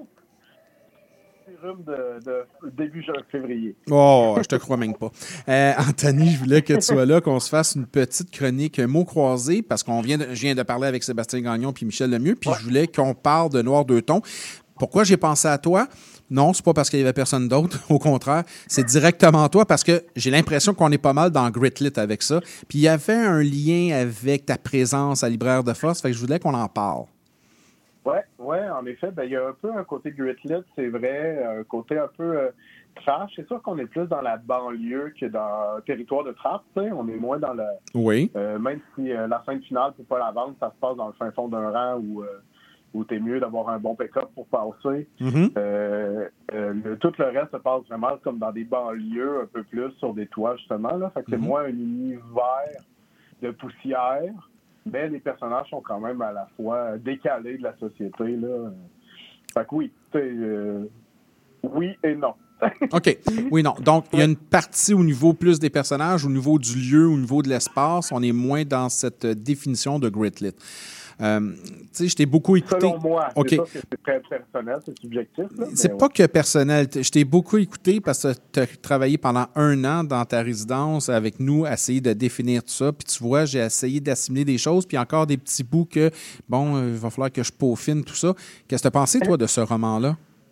Rhume de, de début février. Oh, je te crois même pas. Euh, Anthony, je voulais que tu sois là, qu'on se fasse une petite chronique mots croisés, parce qu'on vient de, je viens de parler avec Sébastien Gagnon puis Michel Lemieux, puis ouais. je voulais qu'on parle de Noir deux tons. Pourquoi j'ai pensé à toi? Non, c'est pas parce qu'il y avait personne d'autre. Au contraire, c'est directement toi, parce que j'ai l'impression qu'on est pas mal dans Gritlit avec ça. Puis il y avait un lien avec ta présence à Libraire de force, fait que je voulais qu'on en parle. Oui, ouais, en effet, ben, il y a un peu un côté Gritlit, c'est vrai, un côté un peu euh, trash. C'est sûr qu'on est plus dans la banlieue que dans le territoire de trappe, tu sais. On est moins dans le... Oui. Euh, même si euh, la scène finale, pour pas la vendre, ça se passe dans le fin fond d'un rang où, euh, où t'es mieux d'avoir un bon pick-up pour passer. Mm-hmm. Euh, euh, le, tout le reste se passe vraiment comme dans des banlieues, un peu plus sur des toits, justement. Là. Fait que c'est mm-hmm. moins un univers de poussière. Mais les personnages sont quand même à la fois décalés de la société. Là. Fait que oui, euh, oui et non. OK. Oui, non. Donc, il y a une partie au niveau plus des personnages, au niveau du lieu, au niveau de l'espace. On est moins dans cette définition de Gritlit. Euh, tu sais, je t'ai beaucoup écouté. Selon moi, okay. c'est ça, c'est très personnel, c'est subjectif. Là, c'est pas ouais. que personnel. Je t'ai beaucoup écouté parce que tu as travaillé pendant un an dans ta résidence avec nous à essayer de définir tout ça. Puis tu vois, j'ai essayé d'assimiler des choses, puis encore des petits bouts que, bon, il va falloir que je peaufine tout ça. Qu'est-ce que tu as pensé, toi, de ce roman-là?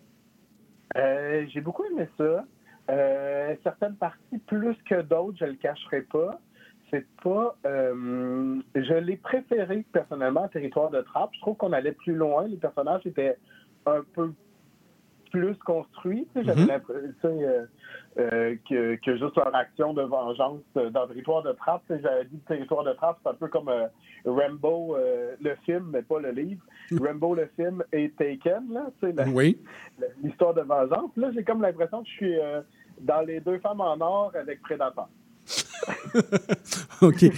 Euh, j'ai beaucoup aimé ça. Euh, certaines parties, plus que d'autres, je le cacherai pas. C'est pas... Euh, je l'ai préféré, personnellement, à Territoire de trappe. Je trouve qu'on allait plus loin. Les personnages étaient un peu plus construits. Tu sais, j'avais mm-hmm. l'impression euh, euh, que, que juste leur action de vengeance dans Territoire de trappe. Tu sais, j'avais dit Territoire de trappe, c'est un peu comme euh, Rambo, euh, le film, mais pas le livre. Rambo, le film, et Taken, là, tu sais, la, oui. l'histoire de vengeance. Là, j'ai comme l'impression que je suis euh, dans Les Deux femmes en or avec Predator. OK.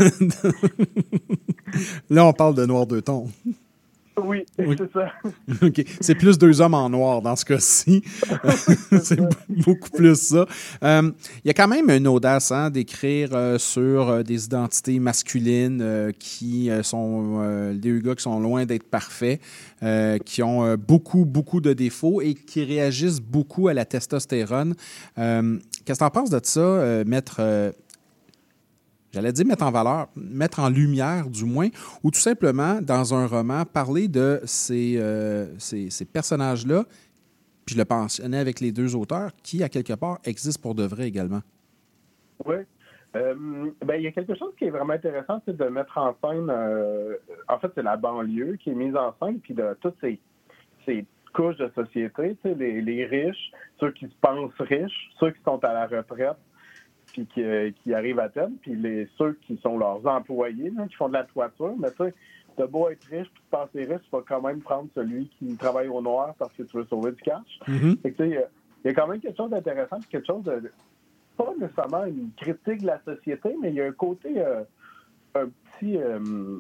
Là, on parle de Noir deux tons. Oui, oui, c'est ça. OK. C'est plus deux hommes en noir dans ce cas-ci. C'est beaucoup plus ça. Il euh, y a quand même une audace hein, d'écrire euh, sur euh, des identités masculines euh, qui euh, sont euh, des gars qui sont loin d'être parfaits, euh, qui ont euh, beaucoup, beaucoup de défauts et qui réagissent beaucoup à la testostérone. Euh, qu'est-ce que tu en penses de ça, euh, mettre... Euh, J'allais dire mettre en valeur, mettre en lumière du moins, ou tout simplement, dans un roman, parler de ces, euh, ces, ces personnages-là, puis je le mentionnais avec les deux auteurs, qui, à quelque part, existent pour de vrai également. Oui. Euh, ben, il y a quelque chose qui est vraiment intéressant, c'est de mettre en scène, euh, en fait, c'est la banlieue qui est mise en scène, puis de toutes ces, ces couches de société, tu sais, les, les riches, ceux qui se pensent riches, ceux qui sont à la retraite, puis qui, euh, qui arrivent à terme, puis les, ceux qui sont leurs employés, là, qui font de la toiture, mais tu sais, t'as beau être riche, puis te penser riche, tu vas quand même prendre celui qui travaille au noir parce que tu veux sauver du cash. Mm-hmm. Fait que, tu sais, il y a quand même quelque chose d'intéressant, puis quelque chose de... pas nécessairement une critique de la société, mais il y a un côté, euh, un petit euh,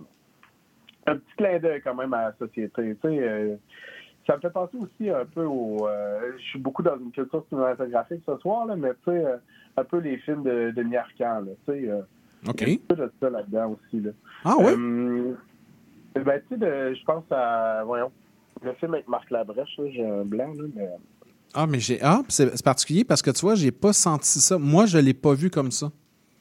un petit clin d'œil quand même à la société. Tu sais, euh, ça me fait penser aussi un peu au... Euh, je suis beaucoup dans une culture cinématographique ce soir, là, mais tu sais, euh, un peu les films de, de Miarcan, là, tu sais. Euh, OK. Il y a un peu de ça là-dedans aussi, là. Ah oui? Euh, ben, tu sais, je pense à... Voyons, le film avec Marc Labrèche, là, j'ai un blanc, là, mais... Ah, mais j'ai. Ah, c'est, c'est particulier parce que tu vois, j'ai pas senti ça. Moi, je l'ai pas vu comme ça.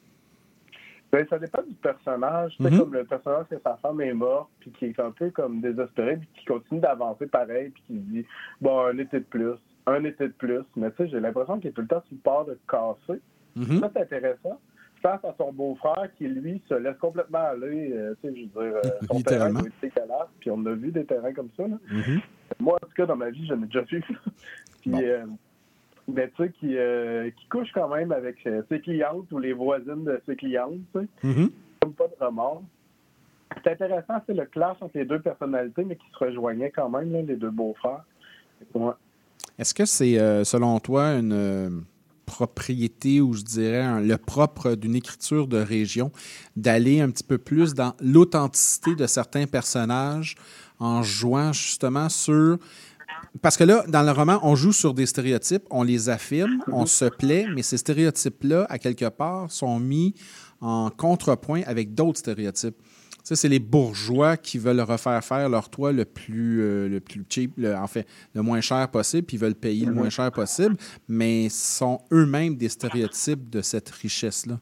Ben, ça dépend du personnage. C'est Mm-hmm. comme le personnage que sa femme est morte, puis qui est un peu comme désespéré, puis qui continue d'avancer pareil, puis qui se dit bon, un été de plus, un été de plus. Mais tu sais, j'ai l'impression qu'il est tout le temps sur le port de casser. Mm-hmm. Ça, c'est intéressant. Face à son beau-frère qui, lui, se laisse complètement aller. Euh, tu sais, je veux dire, euh, son terrain doit être dégueulasse, puis on a vu des terrains comme ça. Là. Mm-hmm. Moi, en tout cas, dans ma vie, j'en ai déjà vu. Puis, bon. euh, ben, tu sais, qui, euh, qui couche quand même avec euh, ses clientes ou les voisines de ses clientes, tu sais. Mm-hmm. Comme pas de remords. C'est intéressant, c'est le clash entre les deux personnalités, mais qui se rejoignaient quand même, là, les deux beaux-frères. Ouais. Est-ce que c'est, euh, selon toi, une euh, propriété ou je dirais un, le propre d'une écriture de région d'aller un petit peu plus dans l'authenticité de certains personnages en jouant justement sur... Parce que là, dans le roman, on joue sur des stéréotypes, on les affirme, on se plaît, mais ces stéréotypes-là, à quelque part, sont mis en contrepoint avec d'autres stéréotypes. Tu sais, c'est les bourgeois qui veulent refaire faire leur toit le plus, euh, le plus cheap, le, en fait, le moins cher possible, puis ils veulent payer le moins cher possible, mais sont eux-mêmes des stéréotypes de cette richesse-là.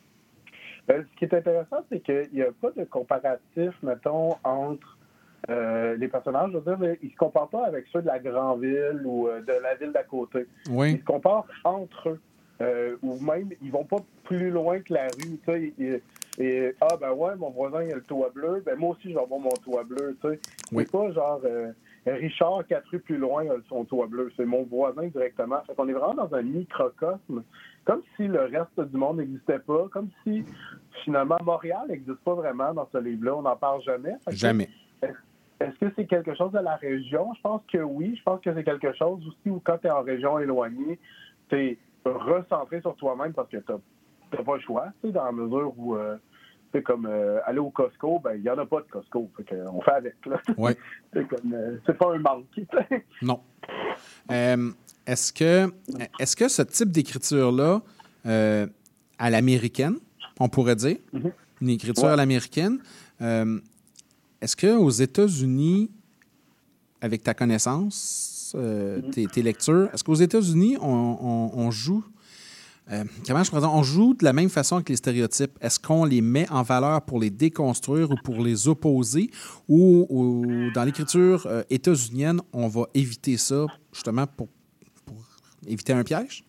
Ben, ce qui est intéressant, c'est qu'il n'y a pas de comparatif, mettons, entre Euh, les personnages, je veux dire, ils ne se comparent pas avec ceux de la grande ville ou euh, de la ville d'à côté. Oui. Ils se comparent entre eux. Euh, ou même, ils vont pas plus loin que la rue. Tu sais, et, et, ah, ben ouais, mon voisin, il a le toit bleu. Ben moi aussi, je vais avoir mon toit bleu. Tu sais. Oui. C'est pas genre euh, Richard, quatre rues plus loin, a son toit bleu. C'est mon voisin directement. Fait qu'on est vraiment dans un microcosme. Comme si le reste du monde n'existait pas. Comme si, finalement, Montréal n'existe pas vraiment dans ce livre-là. On n'en parle jamais. Fait que, jamais. Est-ce que c'est quelque chose de la région? Je pense que oui. Je pense que c'est quelque chose aussi où quand tu es en région éloignée, tu es recentré sur toi-même parce que tu n'as pas le choix, dans la mesure où, euh, c'est comme euh, aller au Costco, ben il n'y en a pas de Costco. Fait qu'on fait avec. Là. Ouais. c'est, comme, euh, c'est pas un manque. Non. Euh, est-ce que, est-ce que ce type d'écriture-là, euh, à l'américaine, on pourrait dire, mm-hmm. une écriture ouais. à l'américaine, euh, est-ce qu'aux États-Unis, avec ta connaissance, euh, tes, tes lectures, est-ce qu'aux États-Unis, on, on, on joue, euh, comment je pourrais dire, on joue de la même façon que les stéréotypes? Est-ce qu'on les met en valeur pour les déconstruire ou pour les opposer? Ou, ou dans l'écriture euh, états-unienne, on va éviter ça justement pour, pour éviter un piège?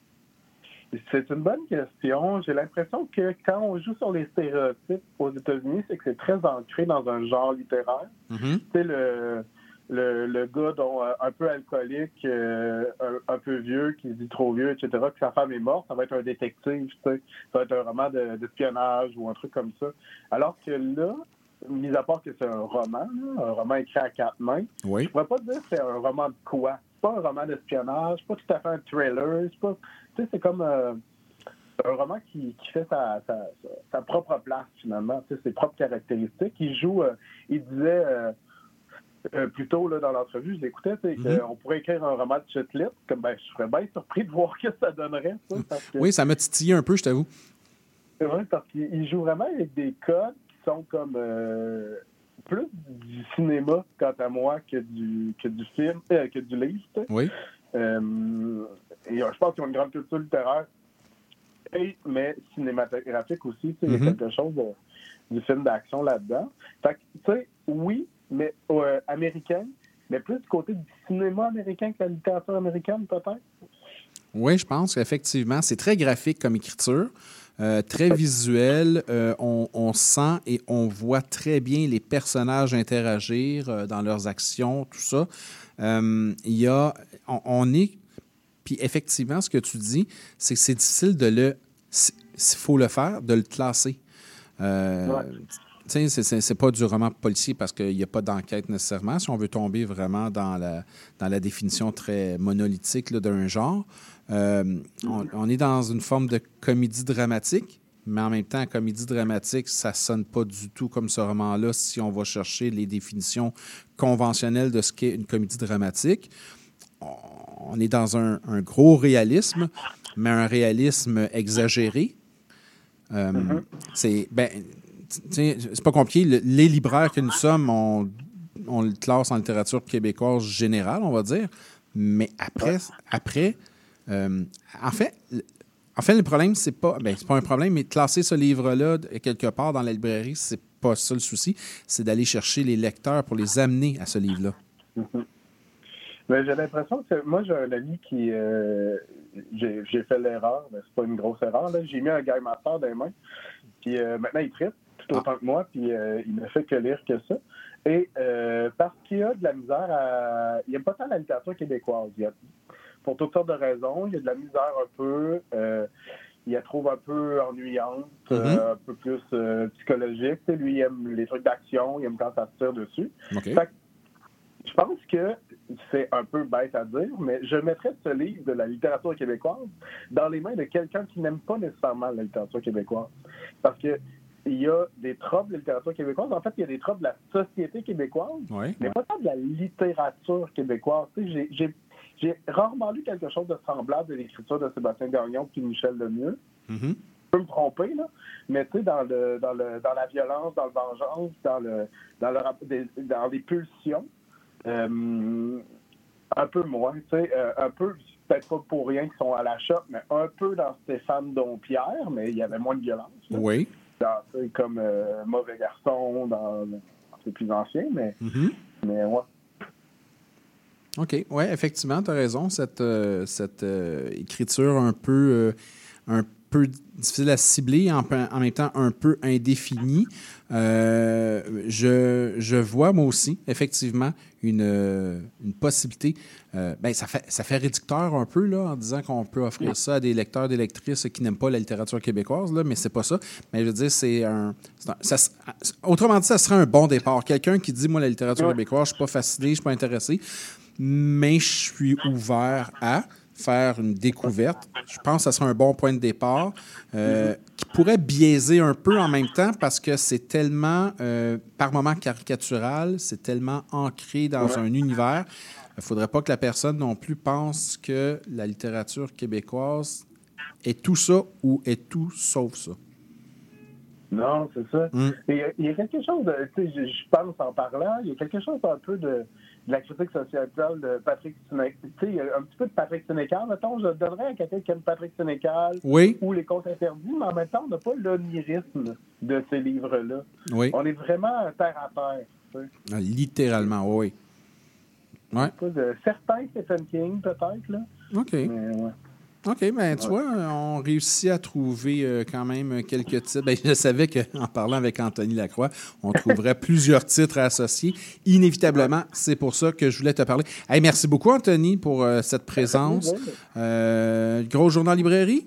C'est une bonne question. J'ai l'impression que quand on joue sur les stéréotypes aux États-Unis, c'est que c'est très ancré dans un genre littéraire. Mm-hmm. Tu sais, le, le, le gars dont, euh, un peu alcoolique, euh, un, un peu vieux, qui se dit trop vieux, et cetera, que sa femme est morte, ça va être un détective, tu sais. Ça va être un roman de, d'espionnage ou un truc comme ça. Alors que là, mis à part que c'est un roman, là, un roman écrit à quatre mains, oui. je pourrais pas dire que c'est un roman de quoi. C'est pas un roman d'espionnage, c'est pas tout à fait un thriller, c'est pas... Tu sais, c'est comme euh, un roman qui, qui fait sa, sa, sa, sa propre place, finalement, tu sais, ses propres caractéristiques. Il joue, euh, il disait euh, euh, plus tôt là, dans l'entrevue, je l'écoutais, tu sais, mm-hmm. qu'on pourrait écrire un roman de chit-lit, comme ben, je serais bien surpris de voir ce que ça donnerait. Ça, parce que, oui, ça m'a titillé un peu, je t'avoue. C'est vrai, parce qu'il joue vraiment avec des codes qui sont comme euh, plus du cinéma, quant à moi, que du, que du film, euh, que du livre, tu sais. Oui. Euh, et je pense qu'ils ont une grande culture littéraire, et, mais cinématographique aussi. Il mm-hmm. y a quelque chose de, du film d'action là-dedans. Fait que, tu sais, oui, mais euh, américain, mais plus du côté du cinéma américain que la littérature américaine, peut-être? Oui, je pense qu'effectivement, c'est très graphique comme écriture. euh, très visuel. Euh, on, on sent et on voit très bien les personnages interagir euh, dans leurs actions, tout ça. Euh, il y a, on, on est, puis effectivement, ce que tu dis, c'est que c'est difficile de le, s'il faut le faire, de le classer. Euh, ouais. Tu sais, c'est, c'est pas du roman policier parce qu'il n'y a pas d'enquête nécessairement. Si on veut tomber vraiment dans la, dans la définition très monolithique là, d'un genre, euh, on, on est dans une forme de comédie dramatique, mais en même temps, comédie dramatique, ça ne sonne pas du tout comme ce roman-là si on va chercher les définitions conventionnelles de ce qu'est une comédie dramatique. On est dans un, un gros réalisme, mais un réalisme exagéré. Euh, mm-hmm. C'est... Ben, T'sais, c'est pas compliqué. Le, les libraires que nous sommes, on, on le classe en littérature québécoise générale, on va dire. Mais après, après euh, en fait, en fait, le problème, c'est pas, ben, c'est pas un problème, mais classer ce livre-là quelque part dans la librairie, c'est pas ça le souci. C'est d'aller chercher les lecteurs pour les amener à ce livre-là. Mm-hmm. Ben, j'ai l'impression que moi, j'ai un ami qui... Euh, j'ai, j'ai fait l'erreur, mais c'est pas une grosse erreur. Là. J'ai mis un Game Master dans les mains, puis euh, maintenant, il tripe. Tout autant que moi, puis euh, il ne fait que lire que ça. Et euh, parce qu'il a de la misère à... Il n'aime pas tant la littérature québécoise. Il a... Pour toutes sortes de raisons, il y a de la misère un peu. Euh, il la trouve un peu ennuyante, mm-hmm. euh, un peu plus euh, psychologique. T'sais, lui, il aime les trucs d'action, il aime quand ça se tire dessus. Okay. Fait que, je pense que c'est un peu bête à dire, mais je mettrais ce livre de la littérature québécoise dans les mains de quelqu'un qui n'aime pas nécessairement la littérature québécoise. Parce que il y a des tropes de littérature québécoise. En fait, il y a des tropes de la société québécoise, oui, mais oui. pas tant de la littérature québécoise. Tu sais, j'ai, j'ai, j'ai rarement lu quelque chose de semblable de l'écriture de Sébastien Gagnon puis Michel Lemieux. Mm-hmm. Je peux me tromper, là, mais tu sais, dans, le, dans, le, dans la violence, dans le vengeance, dans, le, dans, le, des, dans les pulsions, euh, un peu moins, tu sais, euh, un peu, peut-être pas pour rien qu'ils sont à la choc, mais un peu dans Stéphane Dompierre, mais il y avait moins de violence. Là. Oui. Dans, comme euh, Mauvais Garçon, dans, dans c'est plus ancien, mais, mm-hmm. mais ouais. OK. Oui, effectivement, tu as raison. Cette, euh, cette euh, écriture un peu, euh, un peu difficile à cibler, en, en même temps un peu indéfinie. Euh, je, je vois, moi aussi, effectivement, une, euh, une possibilité. Euh, ben, ça fait, ça fait réducteur un peu, là, en disant qu'on peut offrir ça à des lecteurs, des lectrices qui n'aiment pas la littérature québécoise, là, mais c'est pas ça. Mais je veux dire, c'est un... C'est un ça, autrement dit, ça serait un bon départ. Quelqu'un qui dit, moi, la littérature québécoise, je suis pas fasciné, je suis pas intéressé, mais je suis ouvert à faire une découverte. Je pense que ça serait un bon point de départ euh, qui pourrait biaiser un peu en même temps parce que c'est tellement, euh, par moments caricatural, c'est tellement ancré dans ouais. un univers. Il ne faudrait pas que la personne non plus pense que la littérature québécoise est tout ça ou est tout sauf ça. Non, c'est ça. Mm. Il, y a, il y a quelque chose de, tu sais, je, je pense en parlant, il y a quelque chose un peu de, de la critique sociétale de Patrick Sénécal. Tu sais, il y a un petit peu de Patrick Sénécal, mettons, je le donnerais à quelqu'un qui aime Patrick Sénécal oui. ou Les Contes interdits, mais en même temps, on n'a pas l'onirisme de ces livres-là. Oui. On est vraiment terre à terre. Tu sais. Ah, littéralement, oui. Ouais. De certains Stephen King, peut-être, là. OK. Mais, ouais. OK, bien, tu vois, on réussit à trouver euh, quand même quelques titres. Bien, je savais qu'en parlant avec Anthony Lacroix, on trouverait plusieurs titres à associer. Inévitablement, c'est pour ça que je voulais te parler. Hey, merci beaucoup, Anthony, pour euh, cette présence. Euh, gros journal en librairie?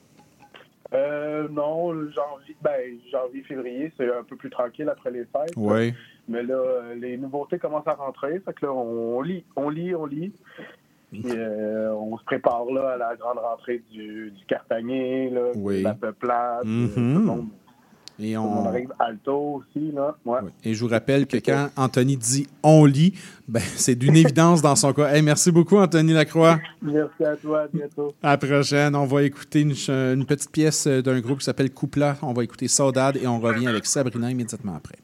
Euh, non, janvier, ben, janvier, février, c'est un peu plus tranquille après les fêtes. Oui. Là. Mais là, les nouveautés commencent à rentrer. Fait que là, on lit, on lit, on lit. Puis euh, on se prépare là à la grande rentrée du, du Cartagnier, là, oui. de la peuplade. Mm-hmm. Tout le monde, Et on... on... on arrive alto aussi, là. Ouais. Oui. Et je vous rappelle que quand Anthony dit « on lit », ben, c'est d'une évidence dans son cas. Hey, merci beaucoup, Anthony Lacroix. Merci à toi, à bientôt. À la prochaine. On va écouter une, une petite pièce d'un groupe qui s'appelle Coupla. On va écouter Saudade et on revient avec Sabrina immédiatement après.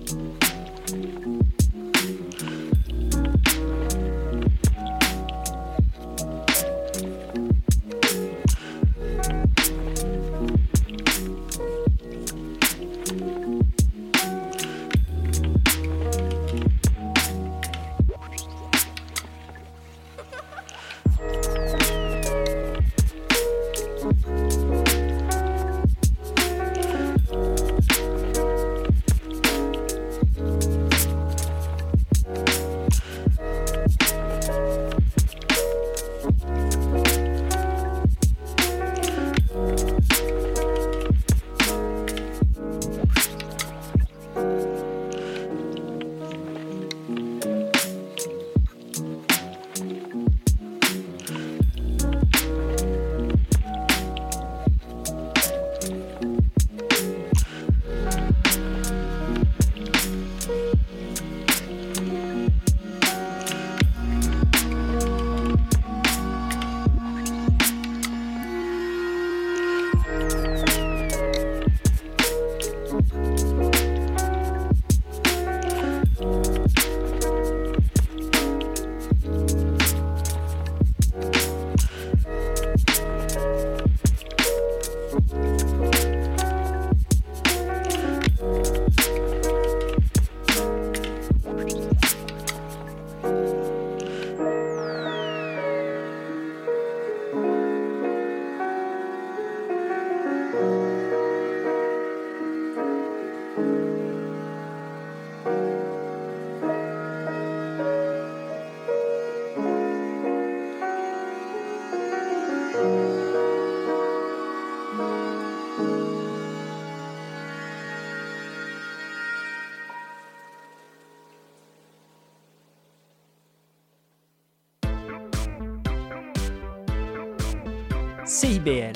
C I B L,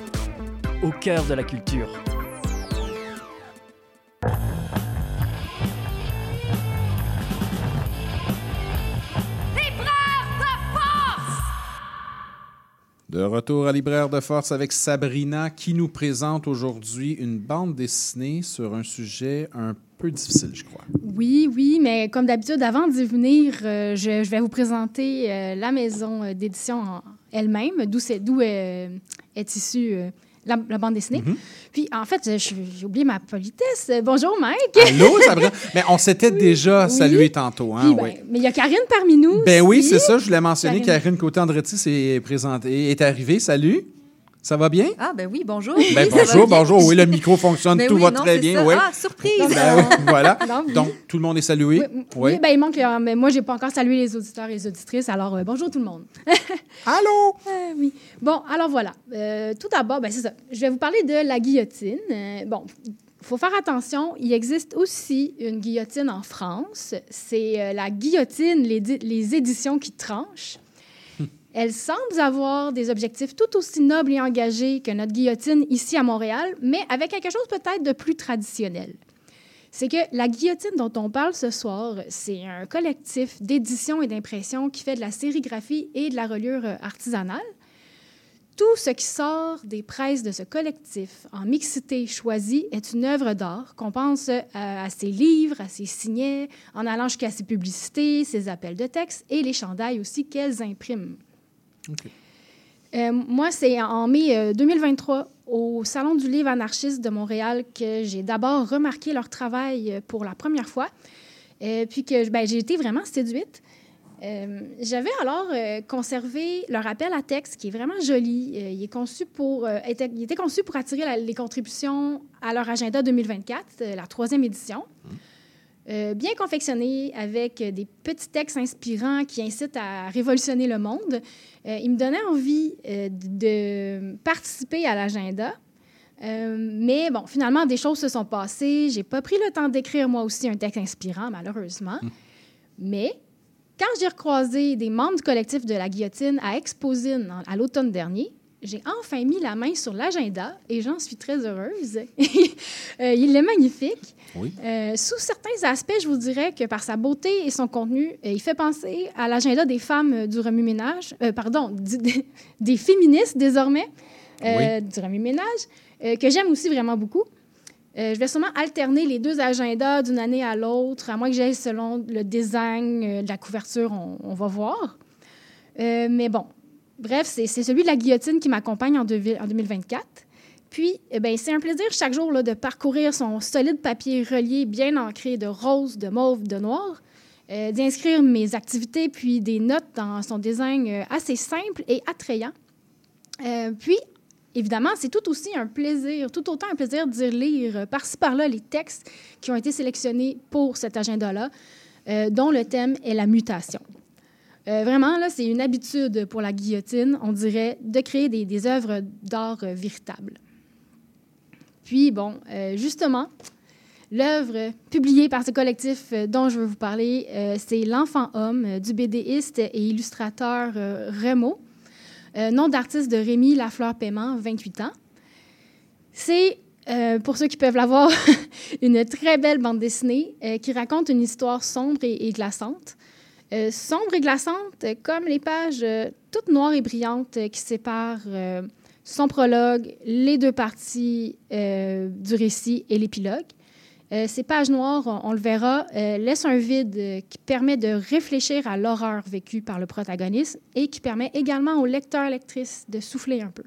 au cœur de la culture. De retour à Libraire de Force avec Sabrina qui nous présente aujourd'hui une bande dessinée sur un sujet un peu difficile, je crois. Oui, oui, mais comme d'habitude, avant d'y venir, euh, je, je vais vous présenter euh, la maison d'édition en elle-même, d'où, c'est, d'où euh, est issue euh, la, la bande dessinée. Mm-hmm. Puis, en fait, je, j'ai oublié ma politesse. Bonjour, Mike. Allô, Sabrina. Mais on s'était oui, déjà oui. salué tantôt. Hein? Puis, ben, oui. Mais il y a Karine parmi nous. Ben aussi. oui, c'est ça. Je voulais mentionner. Karine, Karine Côté-Andretti s'est présentée, est arrivée. Salut. Ça va bien? Ah, ben oui, bonjour. Ben oui, bonjour, bonjour. Oui, le micro fonctionne, ben tout oui, va non, très bien. Oui. Ah, surprise! Ben, oui, voilà. Donc, tout le monde est salué. Oui, oui. oui ben il manque. Euh, mais moi, je n'ai pas encore salué les auditeurs et les auditrices. Alors, euh, bonjour tout le monde. Allô? Euh, oui. Bon, alors voilà. Euh, tout d'abord, ben, c'est ça. Je vais vous parler de la guillotine. Euh, bon. Il faut faire attention, il existe aussi une guillotine en France. C'est euh, la guillotine, les, les éditions qui tranchent. Elle semble avoir des objectifs tout aussi nobles et engagés que notre guillotine ici à Montréal, mais avec quelque chose peut-être de plus traditionnel. C'est que la guillotine dont on parle ce soir, c'est un collectif d'édition et d'impression qui fait de la sérigraphie et de la reliure artisanale. Tout ce qui sort des presses de ce collectif en mixité choisie est une œuvre d'art, qu'on pense à, à ses livres, à ses signets, en allant jusqu'à ses publicités, ses appels de texte et les chandails aussi qu'elles impriment. Okay. Euh, moi, c'est en mai euh, deux mille vingt-trois, au Salon du livre anarchiste de Montréal, que j'ai d'abord remarqué leur travail pour la première fois, euh, puis que ben, j'ai été vraiment séduite. Euh, j'avais alors euh, conservé leur appel à texte, qui est vraiment joli. Euh, il, est conçu pour, euh, était, il était conçu pour attirer la, les contributions à leur agenda deux mille vingt-quatre, euh, la troisième édition. Mmh. Euh, bien confectionné, avec des petits textes inspirants qui incitent à révolutionner le monde. Euh, il me donnait envie euh, de participer à l'agenda. Euh, mais bon, finalement, des choses se sont passées. J'ai pas pris le temps d'écrire moi aussi un texte inspirant, malheureusement. Mmh. Mais quand j'ai recroisé des membres du collectif de la Guillotine à Exposine à l'automne dernier, j'ai enfin mis la main sur l'agenda et j'en suis très heureuse. euh, il est magnifique. Oui. Euh, sous certains aspects, je vous dirais que par sa beauté et son contenu, euh, il fait penser à l'agenda des femmes du remue-ménage, euh, pardon, du, des féministes désormais, euh, oui. du remue-ménage, euh, que j'aime aussi vraiment beaucoup. Euh, je vais sûrement alterner les deux agendas d'une année à l'autre, à moins que j'aille selon le design euh, de la couverture, on, on va voir. Euh, mais bon, bref, c'est, c'est celui de la guillotine qui m'accompagne en, deux, en deux mille vingt-quatre. Puis, eh bien, c'est un plaisir chaque jour là, de parcourir son solide papier relié bien ancré de rose, de mauve, de noir, euh, d'inscrire mes activités puis des notes dans son design euh, assez simple et attrayant. Euh, puis, évidemment, c'est tout aussi un plaisir, tout autant un plaisir de lire euh, par-ci par-là les textes qui ont été sélectionnés pour cet agenda-là, euh, dont le thème est la mutation. Euh, vraiment, là, c'est une habitude pour la guillotine, on dirait, de créer des, des œuvres d'art euh, véritables. Puis, bon, euh, justement, l'œuvre publiée par ce collectif euh, dont je veux vous parler, euh, c'est L'Enfant-Homme euh, du bédéiste et illustrateur euh, Rémo, euh, nom d'artiste de Rémi Lafleur-Paiement, vingt-huit ans. C'est, euh, pour ceux qui peuvent la voir, une très belle bande dessinée euh, qui raconte une histoire sombre et, et glaçante. Euh, sombre et glaçante, comme les pages euh, toutes noires et brillantes euh, qui séparent euh, son prologue, les deux parties euh, du récit et l'épilogue. Euh, ces pages noires, on, on le verra, euh, laissent un vide euh, qui permet de réfléchir à l'horreur vécue par le protagoniste et qui permet également au lecteur-lectrice de souffler un peu.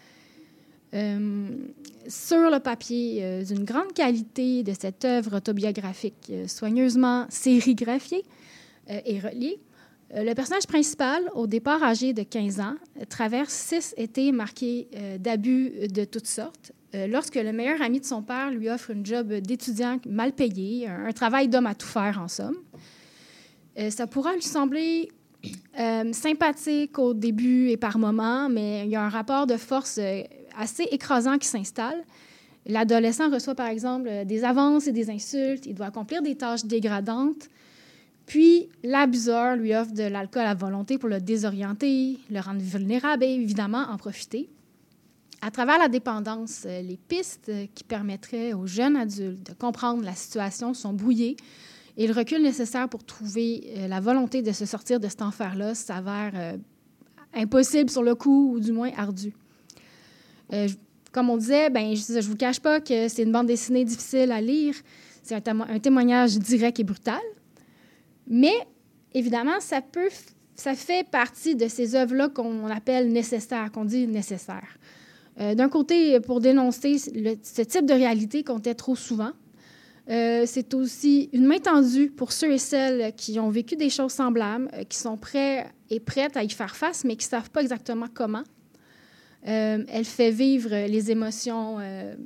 Euh, sur le papier euh, d'une grande qualité de cette œuvre autobiographique euh, soigneusement sérigraphiée, Euh, et relié. Euh, le personnage principal, au départ âgé de quinze ans, euh, traverse six étés marqués euh, d'abus de toutes sortes, euh, lorsque le meilleur ami de son père lui offre une job d'étudiant mal payé, un, un travail d'homme à tout faire, en somme. Euh, ça pourra lui sembler euh, sympathique au début et par moments, mais il y a un rapport de force euh, assez écrasant qui s'installe. L'adolescent reçoit, par exemple, des avances et des insultes. Il doit accomplir des tâches dégradantes. Puis, l'abuseur lui offre de l'alcool à volonté pour le désorienter, le rendre vulnérable et, évidemment, en profiter. À travers la dépendance, les pistes qui permettraient aux jeunes adultes de comprendre la situation sont brouillées et le recul nécessaire pour trouver la volonté de se sortir de cet enfer-là s'avère euh, impossible sur le coup ou du moins ardu. Euh, comme on disait, ben, je ne vous cache pas que c'est une bande dessinée difficile à lire. C'est un, témo- un témoignage direct et brutal. Mais, évidemment, ça, peut, ça fait partie de ces œuvres-là qu'on appelle nécessaires, qu'on dit nécessaires. Euh, d'un côté, pour dénoncer le, ce type de réalité qu'on tait trop souvent, euh, c'est aussi une main tendue pour ceux et celles qui ont vécu des choses semblables, euh, qui sont prêts et prêtes à y faire face, mais qui ne savent pas exactement comment. Euh, elle fait vivre les émotions euh,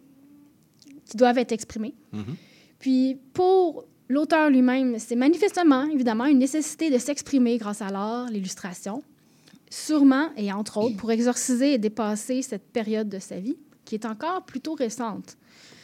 qui doivent être exprimées. Mm-hmm. Puis, pour l'auteur lui-même, c'est manifestement, évidemment, une nécessité de s'exprimer grâce à l'art, l'illustration, sûrement, et entre autres, pour exorciser et dépasser cette période de sa vie, qui est encore plutôt récente,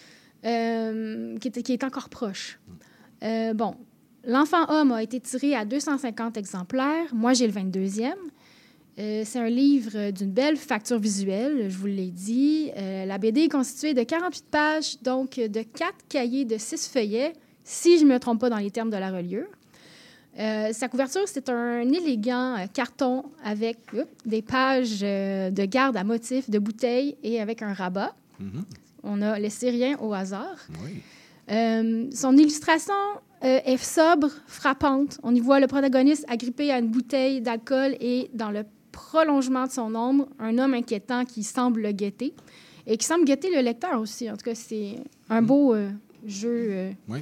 euh, qui, est, qui est encore proche. Euh, bon, L'Enfant-Homme a été tiré à deux cent cinquante exemplaires. Moi, j'ai le vingt-deuxième. Euh, c'est un livre d'une belle facture visuelle, je vous l'ai dit. Euh, la B D est constituée de quarante-huit pages, donc de quatre cahiers de six feuillets, si je ne me trompe pas dans les termes de la reliure. Euh, sa couverture, c'est un élégant euh, carton avec oups, des pages euh, de garde à motifs, de bouteilles et avec un rabat. Mm-hmm. On a laissé rien au hasard. Oui. Euh, son illustration euh, est sobre, frappante. On y voit le protagoniste agrippé à une bouteille d'alcool et, dans le prolongement de son ombre, un homme inquiétant qui semble le guetter et qui semble guetter le lecteur aussi. En tout cas, c'est un beau euh, jeu... Euh, oui.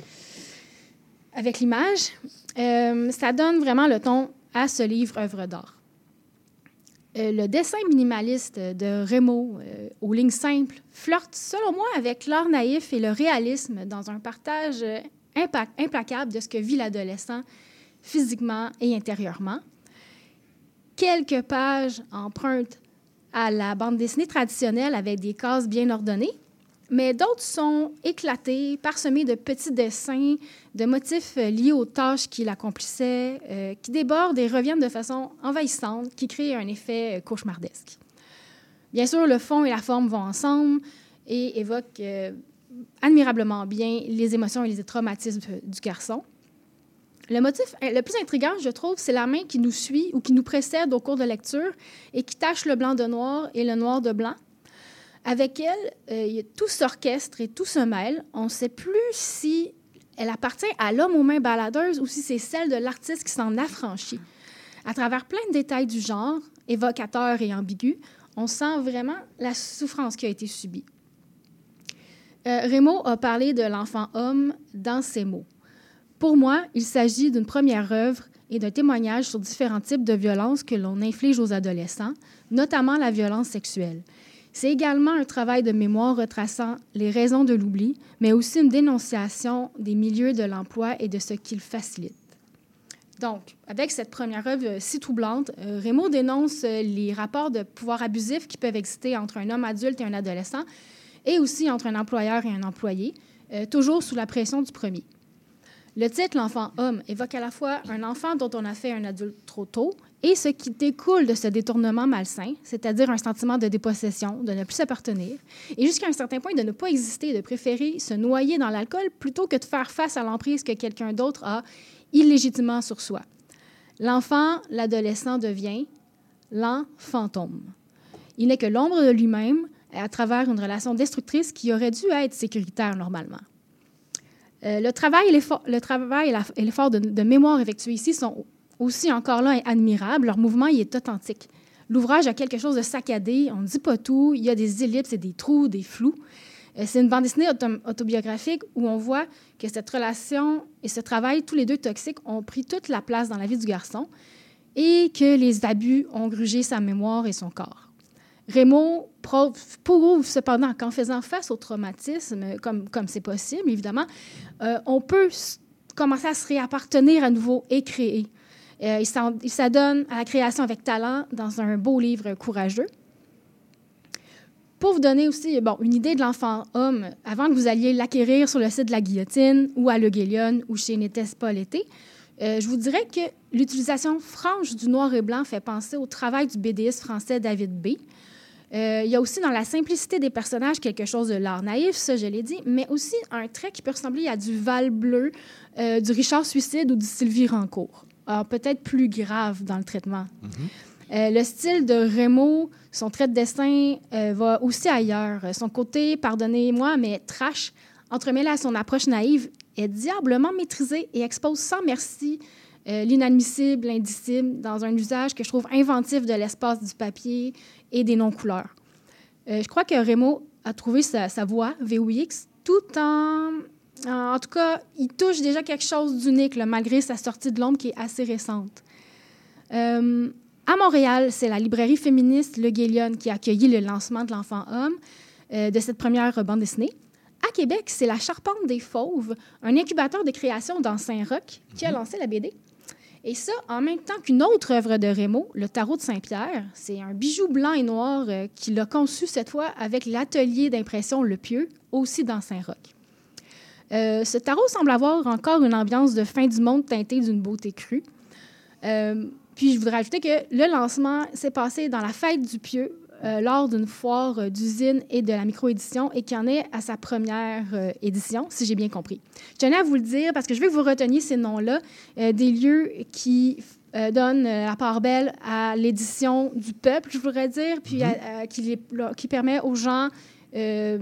Avec l'image, euh, ça donne vraiment le ton à ce livre œuvre d'art. Euh, le dessin minimaliste de Rémo, euh, aux lignes simples, flirte, selon moi, avec l'art naïf et le réalisme dans un partage euh, impact, implacable de ce que vit l'adolescent physiquement et intérieurement. Quelques pages empruntent à la bande dessinée traditionnelle avec des cases bien ordonnées, mais d'autres sont éclatées, parsemées de petits dessins, de motifs liés aux tâches qu'il accomplissait, euh, qui débordent et reviennent de façon envahissante, qui créent un effet cauchemardesque. Bien sûr, le fond et la forme vont ensemble et évoquent euh, admirablement bien les émotions et les traumatismes du garçon. Le motif le plus intriguant, je trouve, c'est la main qui nous suit ou qui nous précède au cours de lecture et qui tache le blanc de noir et le noir de blanc. Avec elle, euh, tout s'orchestre et tout se mêle. On ne sait plus si elle appartient à l'homme aux mains baladeuses ou si c'est celle de l'artiste qui s'en affranchit. À travers plein de détails du genre, évocateurs et ambigus, on sent vraiment la souffrance qui a été subie. Euh, Rémo a parlé de l'enfant homme dans ses mots. Pour moi, il s'agit d'une première œuvre et d'un témoignage sur différents types de violences que l'on inflige aux adolescents, notamment la violence sexuelle. C'est également un travail de mémoire retraçant les raisons de l'oubli, mais aussi une dénonciation des milieux de l'emploi et de ce qu'ils facilitent. Donc, avec cette première œuvre si troublante, euh, Rémo dénonce euh, les rapports de pouvoir abusifs qui peuvent exister entre un homme adulte et un adolescent, et aussi entre un employeur et un employé, euh, toujours sous la pression du premier. Le titre « L'enfant homme » évoque à la fois un enfant dont on a fait un adulte trop tôt et ce qui découle de ce détournement malsain, c'est-à-dire un sentiment de dépossession, de ne plus s'appartenir, et jusqu'à un certain point de ne pas exister, de préférer se noyer dans l'alcool plutôt que de faire face à l'emprise que quelqu'un d'autre a illégitimement sur soi. L'enfant, l'adolescent devient l'enfantôme. Il n'est que l'ombre de lui-même à travers une relation destructrice qui aurait dû être sécuritaire normalement. Euh, le travail et l'effort, le travail et, la, et l'effort de, de mémoire effectués ici sont aussi encore là admirables. Leur mouvement y est authentique. L'ouvrage a quelque chose de saccadé, on ne dit pas tout, il y a des ellipses et des trous, des flous. Euh, c'est une bande dessinée auto- autobiographique où on voit que cette relation et ce travail, tous les deux toxiques, ont pris toute la place dans la vie du garçon et que les abus ont grugé sa mémoire et son corps. Rémo prouve cependant qu'en faisant face au traumatisme, comme, comme c'est possible, évidemment, euh, on peut s- commencer à se réappartenir à nouveau et créer. Euh, il, s'en, il s'adonne à la création avec talent dans un beau livre courageux. Pour vous donner aussi bon, une idée de l'enfant homme, avant que vous alliez l'acquérir sur le site de la Guillotine ou à Le Guélion ou chez N'était-ce pas l'été, euh, je vous dirais que l'utilisation franche du noir et blanc fait penser au travail du bédéiste français David B. Euh, il y a aussi dans la simplicité des personnages quelque chose de l'art naïf, ça je l'ai dit, mais aussi un trait qui peut ressembler à du Val Bleu, euh, du Richard Suicide ou du Sylvie Rancourt. Alors, peut-être plus grave dans le traitement. Mm-hmm. Euh, le style de Rémo, son trait de dessin euh, va aussi ailleurs. Son côté, pardonnez-moi, mais trash, entremêlé à son approche naïve, est diablement maîtrisé et expose sans merci euh, l'inadmissible, l'indicible, dans un usage que je trouve inventif de l'espace du papier et des non-couleurs. Euh, je crois que Rémo a trouvé sa, sa voix, V O X, tout en... En tout cas, il touche déjà quelque chose d'unique, là, malgré sa sortie de l'ombre qui est assez récente. Euh, à Montréal, c'est la librairie féministe Le Guélion qui a accueilli le lancement de l'enfant homme euh, de cette première bande dessinée. À Québec, c'est la Charpente des Fauves, un incubateur de création dans Saint-Roch, qui a lancé la B D. Et ça, en même temps qu'une autre œuvre de Rémo, le Tarot de Saint-Pierre. C'est un bijou blanc et noir euh, qu'il a conçu cette fois avec l'atelier d'impression Le Pieux, aussi dans Saint-Roch. Euh, ce tarot semble avoir encore une ambiance de fin du monde teintée d'une beauté crue. Euh, puis, je voudrais ajouter que le lancement s'est passé dans la fête du Pieux euh, lors d'une foire euh, d'usine et de la micro-édition et qui en est à sa première euh, édition, si j'ai bien compris. Je tenais à vous le dire parce que je veux que vous reteniez ces noms-là, euh, des lieux qui euh, donnent euh, la part belle à l'édition du peuple, je voudrais dire, puis mm-hmm. à, à, qui, les, là, qui permet aux gens... Euh,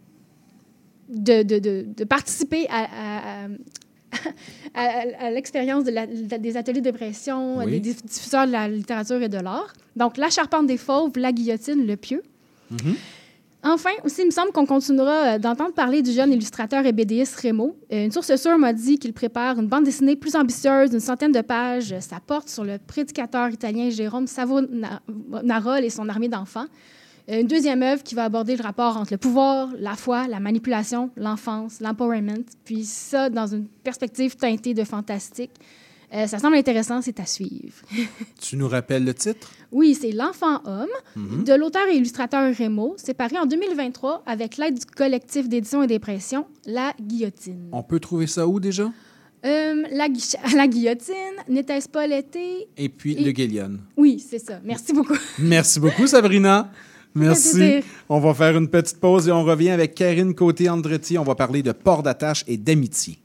De, de, de, de participer à, à, à, à l'expérience de la, des ateliers de pression, oui. des diffuseurs de la littérature et de l'art. Donc, la Charpente des Fauves, la Guillotine, le Pieux. Mm-hmm. Enfin, aussi, il me semble qu'on continuera d'entendre parler du jeune illustrateur et bédéiste Rémo. Une source sûre m'a dit qu'il prépare une bande dessinée plus ambitieuse d'une centaine de pages. Ça porte sur le prédicateur italien Jérôme Savonarola et son armée d'enfants. Une deuxième œuvre qui va aborder le rapport entre le pouvoir, la foi, la manipulation, l'enfance, l'empowerment, puis ça dans une perspective teintée de fantastique. Euh, ça semble intéressant, c'est à suivre. Tu nous rappelles le titre? Oui, c'est L'enfant homme, mm-hmm. de l'auteur et illustrateur Rémo. C'est paru en deux mille vingt-trois avec l'aide du collectif d'édition et d'impression La Guillotine. On peut trouver ça où déjà? Euh, la, gui- la Guillotine, N'était-ce pas l'été? Et puis et... Le Guélion. Oui, c'est ça. Merci beaucoup. Merci beaucoup, Sabrina. Merci. On va faire une petite pause et on revient avec Karine Côté-Andretti. On va parler de port d'attache et d'amitié.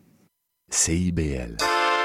C I B L.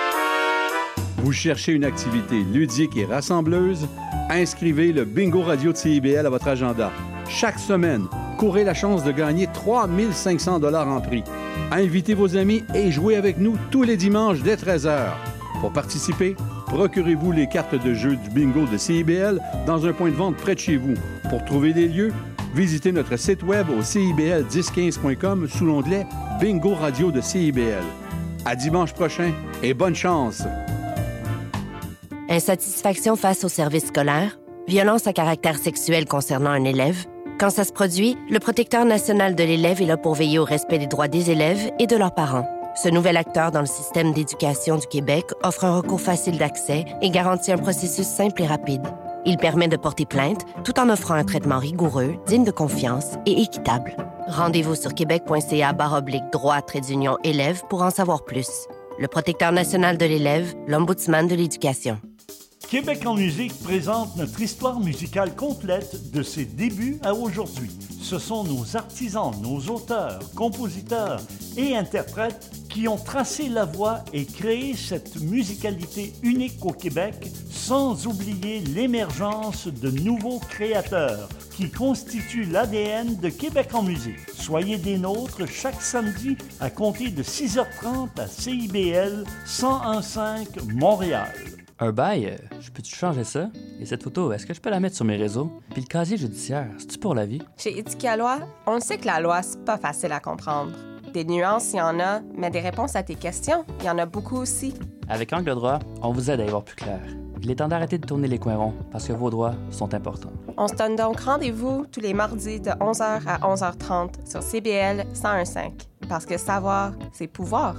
Vous cherchez une activité ludique et rassembleuse? Inscrivez le Bingo Radio de C I B L à votre agenda. Chaque semaine, courez la chance de gagner trois mille cinq cents dollars en prix. Invitez vos amis et jouez avec nous tous les dimanches dès treize heures. Pour participer, procurez-vous les cartes de jeu du bingo de C I B L dans un point de vente près de chez vous. Pour trouver les lieux, visitez notre site web au c i b l mille quinze point com sous l'onglet Bingo Radio de C I B L. À dimanche prochain et bonne chance! Insatisfaction face au service scolaire, violence à caractère sexuel concernant un élève. Quand ça se produit, le Protecteur national de l'élève est là pour veiller au respect des droits des élèves et de leurs parents. Ce nouvel acteur dans le système d'éducation du Québec offre un recours facile d'accès et garantit un processus simple et rapide. Il permet de porter plainte tout en offrant un traitement rigoureux, digne de confiance et équitable. Rendez-vous sur québec.ca barre oblique droit trait d'union élève pour en savoir plus. Le Protecteur national de l'élève, l'Ombudsman de l'éducation. Québec en musique présente notre histoire musicale complète de ses débuts à aujourd'hui. Ce sont nos artisans, nos auteurs, compositeurs et interprètes qui ont tracé la voie et créé cette musicalité unique au Québec, sans oublier l'émergence de nouveaux créateurs qui constituent l'A D N de Québec en musique. Soyez des nôtres chaque samedi à compter de six heures trente à C I B L cent un virgule cinq Montréal. Un bail, euh, je peux-tu changer ça? Et cette photo, est-ce que je peux la mettre sur mes réseaux? Puis le casier judiciaire, c'est-tu pour la vie? Chez Éthique à loi, on le sait que la loi, c'est pas facile à comprendre. Des nuances, il y en a, mais des réponses à tes questions, il y en a beaucoup aussi. Avec Angle droit, on vous aide à y voir plus clair. Il est temps d'arrêter de tourner les coins ronds, parce que vos droits sont importants. On se donne donc rendez-vous tous les mardis de onze heures à onze heures trente sur C B L cent un virgule cinq. Parce que savoir, c'est pouvoir.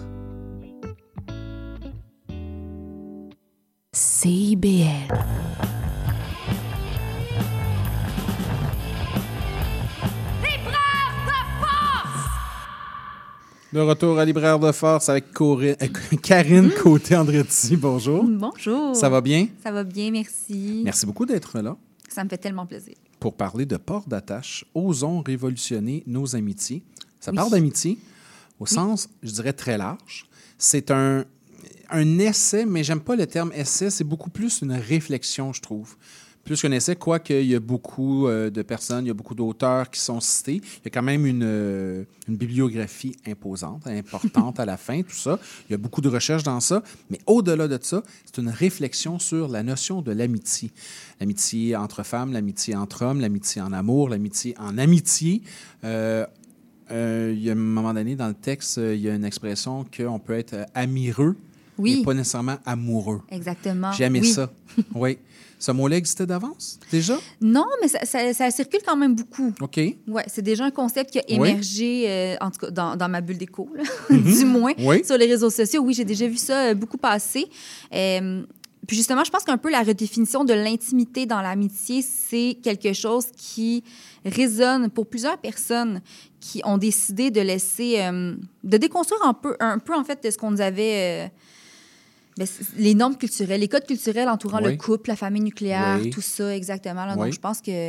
C I B L. De retour à Libraire de Force avec Corinne, euh, Karine mmh. Côté-Andretti. Bonjour. Bonjour. Ça va bien? Ça va bien, merci. Merci beaucoup d'être là. Ça me fait tellement plaisir. Pour parler de port d'attache, osons révolutionner nos amitiés. Ça oui. parle d'amitié au oui. sens, je dirais, très large. C'est un, un essai, mais j'aime pas le terme essai. C'est beaucoup plus une réflexion, je trouve. Plus qu'un essai, quoique il y a beaucoup euh, de personnes, il y a beaucoup d'auteurs qui sont cités. Il y a quand même une, euh, une bibliographie imposante, importante à la fin, tout ça. Il y a beaucoup de recherches dans ça. Mais au-delà de ça, c'est une réflexion sur la notion de l'amitié. L'amitié entre femmes, l'amitié entre hommes, l'amitié en amour, l'amitié en amitié. Euh, euh, il y a un moment donné, dans le texte, il y a une expression qu'on peut être amireux, oui. mais pas nécessairement amoureux. Exactement. J'ai aimé oui. ça. Oui. Ce mot-là existait d'avance, déjà? Non, mais ça, ça, ça circule quand même beaucoup. OK. Oui, c'est déjà un concept qui a émergé, oui. euh, en tout cas, dans, dans ma bulle d'écho, là, mm-hmm. du moins, oui. sur les réseaux sociaux. Oui, j'ai déjà vu ça beaucoup passer. Euh, puis justement, je pense qu'un peu la redéfinition de l'intimité dans l'amitié, c'est quelque chose qui résonne pour plusieurs personnes qui ont décidé de laisser, euh, de déconstruire un peu, un peu, en fait, de ce qu'on nous avait... Euh, Bien, les normes culturelles, les codes culturels entourant oui. le couple, la famille nucléaire, oui. tout ça, exactement. Là. Oui. Donc, je pense que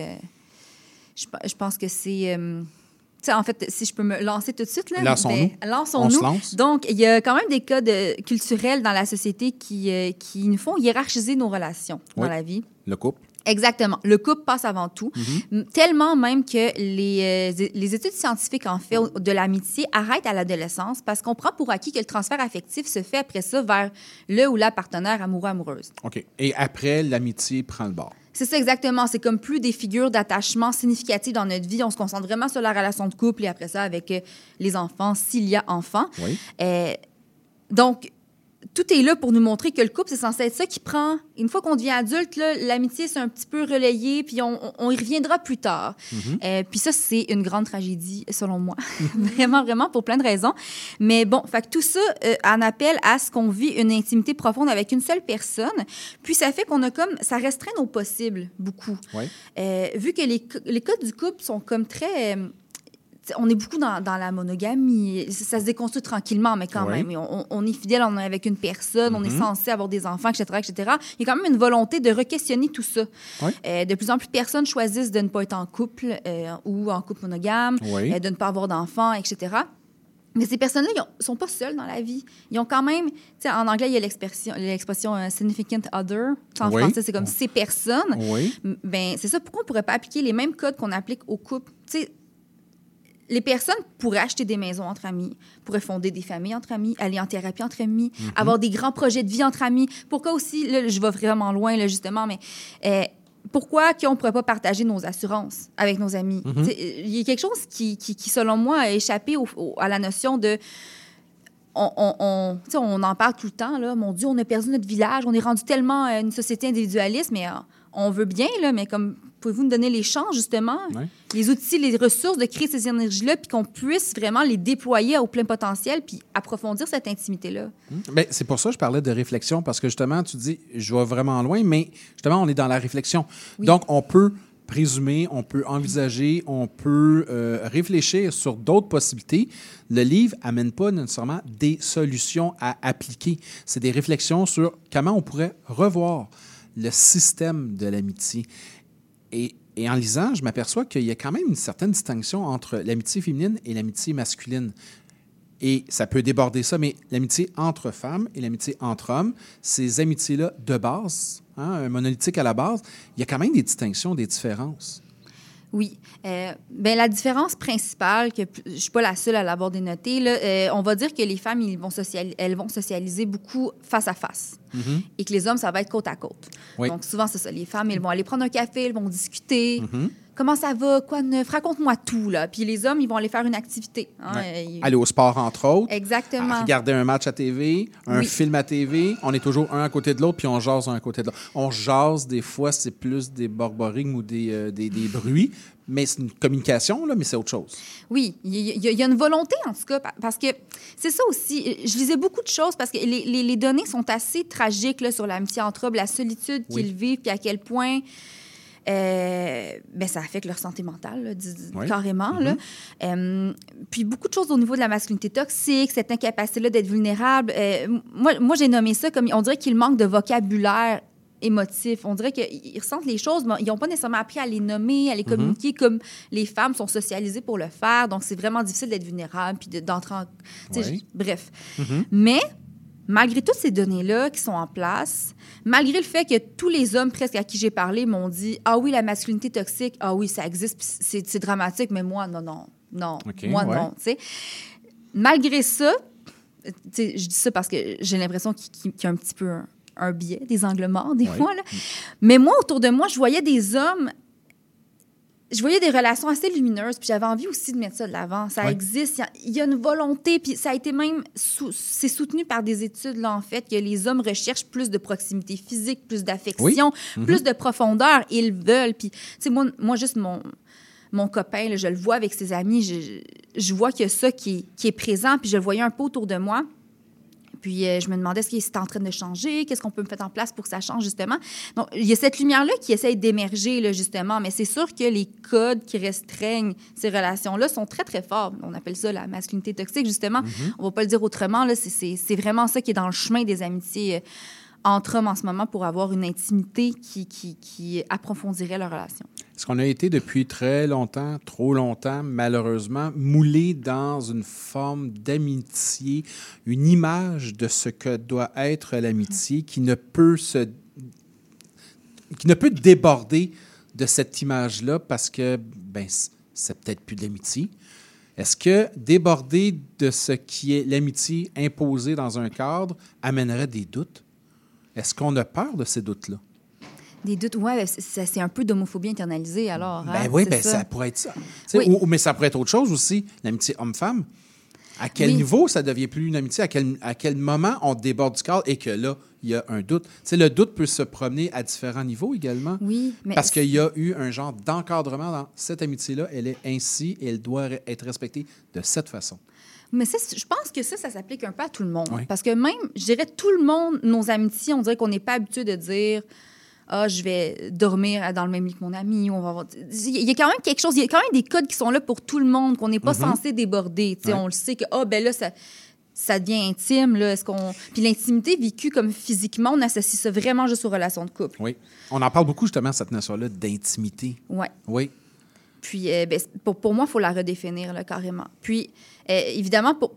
je, je pense que c'est... Euh, tu sais, en fait, si je peux me lancer tout de suite, là, lançons-nous. Ben, lançons-nous. On se lance. Donc, il y a quand même des codes euh, culturels dans la société qui, euh, qui nous font hiérarchiser nos relations oui. dans la vie. Le couple. Exactement. Le couple passe avant tout. Mm-hmm. Tellement même que les, euh, les études scientifiques, en fait, de l'amitié arrêtent à l'adolescence parce qu'on prend pour acquis que le transfert affectif se fait après ça vers le ou la partenaire amoureux-amoureuse. OK. Et après, l'amitié prend le bord. C'est ça, exactement. C'est comme plus des figures d'attachement significatives dans notre vie. On se concentre vraiment sur la relation de couple et après ça, avec euh, les enfants, s'il y a enfants. Oui. Euh, donc, tout est là pour nous montrer que le couple, c'est censé être ça qui prend... Une fois qu'on devient adulte, là, l'amitié, c'est un petit peu relayé, puis on, on, on y reviendra plus tard. Mm-hmm. Euh, puis ça, c'est une grande tragédie, selon moi. vraiment, vraiment, pour plein de raisons. Mais bon, fait que tout ça euh, en appelle à ce qu'on vit une intimité profonde avec une seule personne. Puis ça fait qu'on a comme... Ça restreint nos possibles, beaucoup. Oui. Euh, vu que les, les codes du couple sont comme très... Euh, on est beaucoup dans, dans la monogamie. Ça se déconstruit tranquillement, mais quand oui. même. On, on est fidèle, on est avec une personne, mm-hmm. on est censé avoir des enfants, et cetera, et cetera. Il y a quand même une volonté de re-questionner tout ça. Oui. Euh, de plus en plus de personnes choisissent de ne pas être en couple euh, ou en couple monogame, oui. euh, de ne pas avoir d'enfants, et cetera. Mais ces personnes-là, ils ne sont pas seules dans la vie. Ils ont quand même, tu sais, en anglais, il y a l'expression, l'expression uh, significant other. En oui. français, c'est comme ces personnes. Oui. Ben, c'est ça. Pourquoi on ne pourrait pas appliquer les mêmes codes qu'on applique aux couples? Tu sais, les personnes pourraient acheter des maisons entre amis, pourraient fonder des familles entre amis, aller en thérapie entre amis, mm-hmm. avoir des grands projets de vie entre amis. Pourquoi aussi, là, je vais vraiment loin, là, justement, mais euh, pourquoi qu'on ne pourrait pas partager nos assurances avec nos amis? Mm-hmm. Il y a quelque chose qui, qui, qui selon moi, a échappé au, au, à la notion de... On, on, on, on en parle tout le temps, là. Mon Dieu, on a perdu notre village, on est rendu tellement euh, une société individualiste, mais euh, on veut bien, là, mais comme... Pouvez-vous nous donner les chances, justement, ouais. les outils, les ressources de créer ces énergies-là, puis qu'on puisse vraiment les déployer au plein potentiel, puis approfondir cette intimité-là? Mmh. Bien, c'est pour ça que je parlais de réflexion, parce que justement, tu dis, je vais vraiment loin, mais justement, on est dans la réflexion. Oui. Donc, on peut présumer, on peut envisager, on peut euh, réfléchir sur d'autres possibilités. Le livre n'amène pas nécessairement des solutions à appliquer. C'est des réflexions sur comment on pourrait revoir le système de l'amitié. Et, et en lisant, je m'aperçois qu'il y a quand même une certaine distinction entre l'amitié féminine et l'amitié masculine. Et ça peut déborder ça, mais l'amitié entre femmes et l'amitié entre hommes, ces amitiés-là de base, hein, monolithiques à la base, il y a quand même des distinctions, des différences. Oui. Euh, ben, la différence principale, que je ne suis pas la seule à l'avoir dénotée, là, euh, on va dire que les femmes, ils vont sociali- elles vont socialiser beaucoup face à face. Mm-hmm. Et que les hommes, ça va être côte à côte. Oui. Donc, souvent, c'est ça. Les femmes, elles vont aller prendre un café, elles vont discuter. Mm-hmm. Comment ça va? Quoi de neuf? Raconte-moi tout, là. Puis les hommes, ils vont aller faire une activité. Hein? Ouais. Ils... Aller au sport, entre autres. Exactement. Regarder un match à T V, un oui. film à T V. On est toujours un à côté de l'autre, puis on jase un à côté de l'autre. On jase, des fois, c'est plus des borborigmes ou des, euh, des, des bruits. Mais c'est une communication, là, mais c'est autre chose. Oui, il y, y, y a une volonté, en tout cas, parce que c'est ça aussi. Je lisais beaucoup de choses parce que les, les, les données sont assez tragiques là, sur l'amitié entre hommes, la solitude oui. qu'ils vivent, puis à quel point euh, ben, ça affecte leur santé mentale, là, d- oui. carrément. Mm-hmm. Là. Euh, puis beaucoup de choses au niveau de la masculinité toxique, cette incapacité-là d'être vulnérable. Euh, moi, moi, j'ai nommé ça comme, on dirait qu'il manque de vocabulaire émotifs. On dirait qu'ils ressentent les choses, mais ils n'ont pas nécessairement appris à les nommer, à les communiquer mm-hmm. comme les femmes sont socialisées pour le faire. Donc, c'est vraiment difficile d'être vulnérable puis de, d'entrer en... Oui. Je, bref. Mm-hmm. Mais, malgré toutes ces données-là qui sont en place, malgré le fait que tous les hommes presque à qui j'ai parlé m'ont dit « Ah oui, la masculinité toxique, ah oui, ça existe, c'est, c'est dramatique, mais moi, non, non, non, okay, moi, ouais. non. » Malgré ça, je dis ça parce que j'ai l'impression qu'il, qu'il y a un petit peu... Un, un biais, des angles morts, des ouais. fois. Là. Mais moi, autour de moi, je voyais des hommes, je voyais des relations assez lumineuses, puis j'avais envie aussi de mettre ça de l'avant. Ça ouais. existe, il y, y a une volonté, puis ça a été même, sou- c'est soutenu par des études, là, en fait, que les hommes recherchent plus de proximité physique, plus d'affection, oui. mm-hmm. plus de profondeur, ils veulent. Puis, tu sais, moi, moi, juste mon... Mon copain, là, je le vois avec ses amis, je, je vois qu'il y a ça qui est, qui est présent, puis je le voyais un peu autour de moi. Puis euh, je me demandais, est-ce que c'est en train de changer? Qu'est-ce qu'on peut mettre en place pour que ça change, justement? Donc, il y a cette lumière-là qui essaie d'émerger, là, justement, mais c'est sûr que les codes qui restreignent ces relations-là sont très, très forts. On appelle ça la masculinité toxique, justement. Mm-hmm. On va pas le dire autrement, là, c'est, c'est, c'est vraiment ça qui est dans le chemin des amitiés euh, entre hommes en ce moment pour avoir une intimité qui, qui, qui approfondirait leur relation. Est-ce qu'on a été depuis très longtemps, trop longtemps, malheureusement, moulé dans une forme d'amitié, une image de ce que doit être l'amitié qui ne peut se, qui ne peut déborder de cette image-là parce que ben, c'est peut-être plus de l'amitié. Est-ce que déborder de ce qui est l'amitié imposée dans un cadre amènerait des doutes? Est-ce qu'on a peur de ces doutes-là? Des doutes, oui, c'est, c'est un peu d'homophobie internalisée, alors. Ben hein, oui, ben ça. ça pourrait être ça. Oui. Ou, mais ça pourrait être autre chose aussi, l'amitié homme-femme. À quel oui. niveau ça devient plus une amitié? À quel, à quel moment on déborde du cadre et que là, il y a un doute? T'sais, le doute peut se promener à différents niveaux également. Oui, mais... Parce qu'il y a eu un genre d'encadrement dans cette amitié-là. Elle est ainsi et elle doit être respectée de cette façon. Mais ça, je pense que ça, ça s'applique un peu à tout le monde. Oui. Parce que même, je dirais, tout le monde, nos amitiés, on dirait qu'on n'est pas habitué de dire « Ah, je vais dormir dans le même lit que mon ami. » On va avoir... Il y a quand même quelque chose, il y a quand même des codes qui sont là pour tout le monde, qu'on n'est pas mm-hmm. censé déborder. Oui. On le sait que, ah, ben là, ça, ça devient intime. Là. Est-ce qu'on... Puis l'intimité vécue comme physiquement, on associe ça vraiment juste aux relations de couple. Oui. On en parle beaucoup, justement, cette notion-là d'intimité. Oui. Oui. Puis, euh, ben, pour, pour moi, il faut la redéfinir, là, carrément. Puis, euh, évidemment, pour,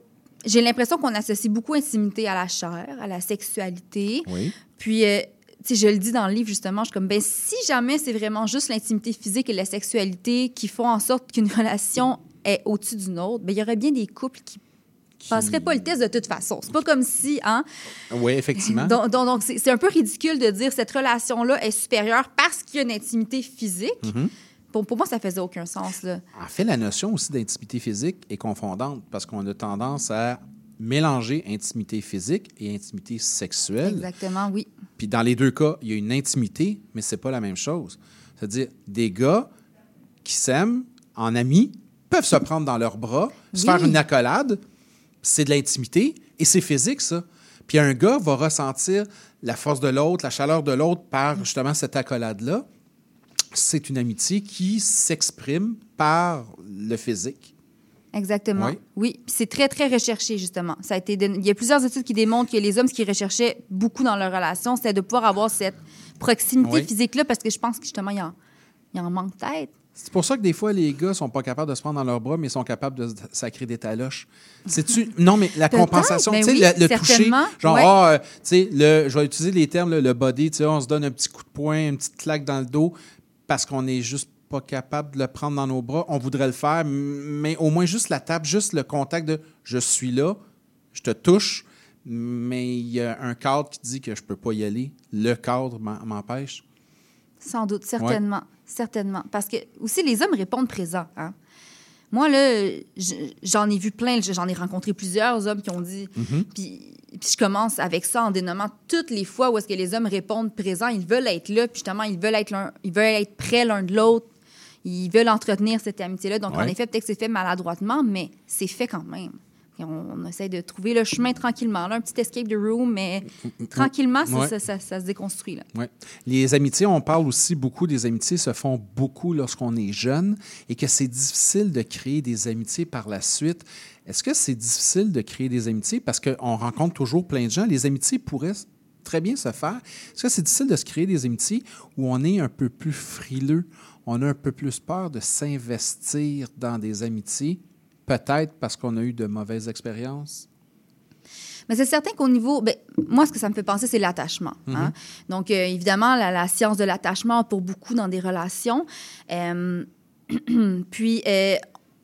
j'ai l'impression qu'on associe beaucoup intimité à la chair, à la sexualité. Oui. Puis, euh, tu sais, je le dis dans le livre, justement, je suis comme, ben si jamais c'est vraiment juste l'intimité physique et la sexualité qui font en sorte qu'une relation est au-dessus d'une autre, ben il y aurait bien des couples qui ne passeraient pas le test de toute façon. C'est pas comme si, hein? Oui, effectivement. Donc, donc, donc c'est, c'est un peu ridicule de dire cette relation-là est supérieure parce qu'il y a une intimité physique. Mm-hmm. Pour, pour moi, ça faisait aucun sens, là. En fait, la notion aussi d'intimité physique est confondante parce qu'on a tendance à mélanger intimité physique et intimité sexuelle. Exactement, oui. Puis dans les deux cas, il y a une intimité, mais c'est pas la même chose. C'est-à-dire, des gars qui s'aiment en amis peuvent se prendre dans leurs bras, oui. se faire une accolade, c'est de l'intimité et c'est physique, ça. Puis un gars va ressentir la force de l'autre, la chaleur de l'autre par justement cette accolade-là. C'est une amitié qui s'exprime par le physique. Exactement. Oui. Oui. Puis c'est très, très recherché, justement. Ça a été de... Il y a plusieurs études qui démontrent que les hommes, ce qu'ils recherchaient beaucoup dans leur relation, c'était de pouvoir avoir cette proximité oui. physique-là parce que je pense que, justement, il y en, il y en manque peut-être. C'est pour ça que des fois, les gars sont pas capables de se prendre dans leurs bras, mais sont capables de sacrer des taloches. C'est-tu... Non, mais la compensation, ben tu sais, oui, le, le toucher, genre, ouais. ah, euh, tu sais, le, je vais utiliser les termes, là, le body, tu sais, on se donne un petit coup de poing, une petite claque dans le dos, parce qu'on n'est juste pas capable de le prendre dans nos bras. On voudrait le faire, mais au moins juste la tape, juste le contact de « je suis là, je te touche », mais il y a un cadre qui dit que je peux pas y aller. Le cadre m'empêche. Sans doute, certainement. Ouais. Certainement. Parce que aussi, les hommes répondent présent. Hein? Moi, là, j'en ai vu plein. J'en ai rencontré plusieurs hommes qui ont dit... Mm-hmm. Puis, puis je commence avec ça en dénommant toutes les fois où est-ce que les hommes répondent présent. Ils veulent être là, puis justement, ils veulent être, l'un, ils veulent être près l'un de l'autre. Ils veulent entretenir cette amitié-là. Donc, ouais. en effet, peut-être que c'est fait maladroitement, mais c'est fait quand même. Et on, on essaie de trouver le chemin tranquillement. Là, un petit escape the room, mais tranquillement, ça, ouais. ça, ça, ça se déconstruit. Là. Ouais. Les amitiés, on parle aussi beaucoup des amitiés se font beaucoup lorsqu'on est jeune et que c'est difficile de créer des amitiés par la suite. Est-ce que c'est difficile de créer des amitiés? Parce qu'on rencontre toujours plein de gens. Les amitiés pourraient très bien se faire. Est-ce que c'est difficile de se créer des amitiés où on est un peu plus frileux? On a un peu plus peur de s'investir dans des amitiés? Peut-être parce qu'on a eu de mauvaises expériences? Mais c'est certain qu'au niveau... Ben, moi, ce que ça me fait penser, c'est l'attachement. Mm-hmm. Hein? Donc, euh, évidemment, la, la science de l'attachement pour beaucoup dans des relations. Euh, puis, euh,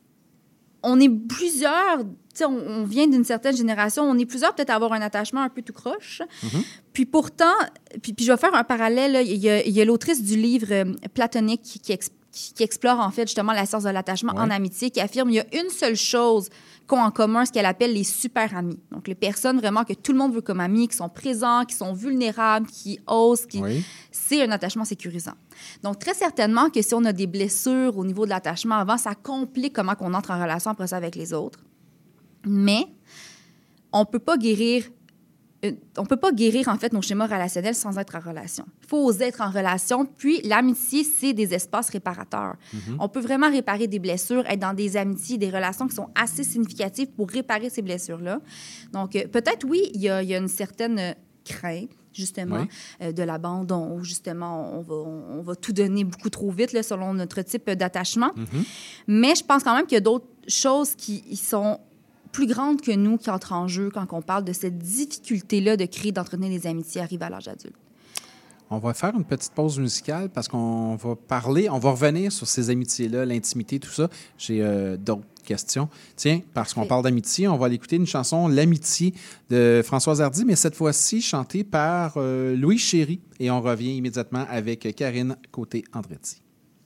on est plusieurs... On, on vient d'une certaine génération. On est plusieurs peut-être à avoir un attachement un peu tout croche. Mm-hmm. Puis pourtant... Puis, puis je vais faire un parallèle. Là. Il, y a, il y a l'autrice du livre euh, Platonique qui, qui explique Qui, qui explore, en fait, justement, la science de l'attachement ouais. en amitié, qui affirme qu'il y a une seule chose qu'ont en commun, ce qu'elle appelle les super amis. Donc, les personnes vraiment que tout le monde veut comme amis, qui sont présents, qui sont vulnérables, qui osent, qui... Oui. c'est un attachement sécurisant. Donc, très certainement que si on a des blessures au niveau de l'attachement avant, ça complique comment on entre en relation après ça avec les autres. Mais on ne peut pas guérir on ne peut pas guérir, en fait, nos schémas relationnels sans être en relation. Il faut oser être en relation. Puis, l'amitié, c'est des espaces réparateurs. Mm-hmm. On peut vraiment réparer des blessures, être dans des amitiés, des relations qui sont assez significatives pour réparer ces blessures-là. Donc, euh, peut-être, oui, il y a, y a une certaine crainte, justement, oui. euh, de l'abandon, où, justement, on va, on, on va tout donner beaucoup trop vite, là, selon notre type d'attachement. Mm-hmm. Mais je pense quand même qu'il y a d'autres choses qui sont plus grande que nous qui entre en jeu quand on parle de cette difficulté-là de créer, d'entretenir des amitiés arrivées à l'âge adulte. On va faire une petite pause musicale parce qu'on va parler, on va revenir sur ces amitiés-là, l'intimité, tout ça. J'ai euh, d'autres questions. Tiens, parce qu'on parle d'amitié, on va aller écouter une chanson, L'amitié de Françoise Hardy, mais cette fois-ci chantée par euh, Louis Chéry. Et on revient immédiatement avec Karine Côté-Andretti.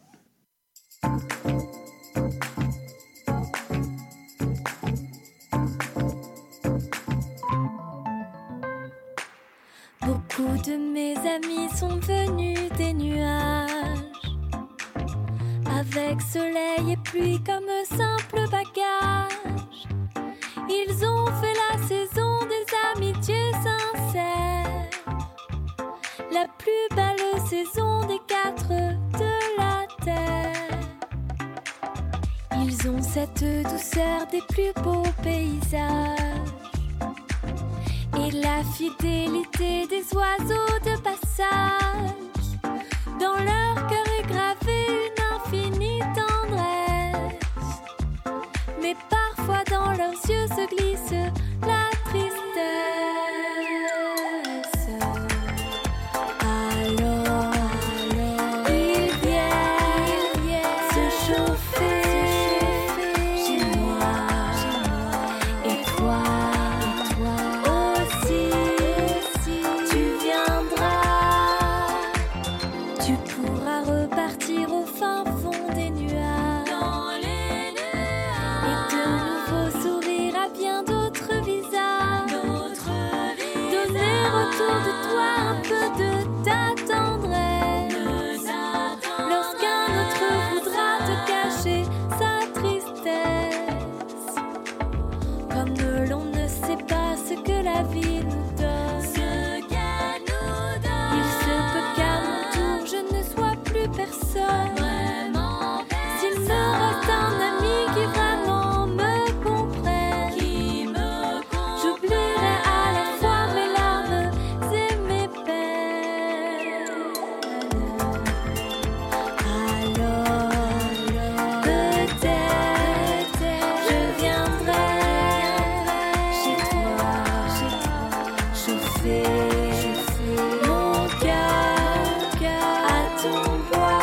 Beaucoup de mes amis sont venus des nuages, avec soleil et pluie comme simple bagage. Ils ont fait la saison des amitiés sincères, la plus belle saison des quatre de la terre. Ils ont cette douceur des plus beaux paysages et la fidélité des oiseaux de passage. Dans leur cœur est gravée une infinie tendresse, mais parfois dans leurs yeux se glisse mon cœur à ton doigt.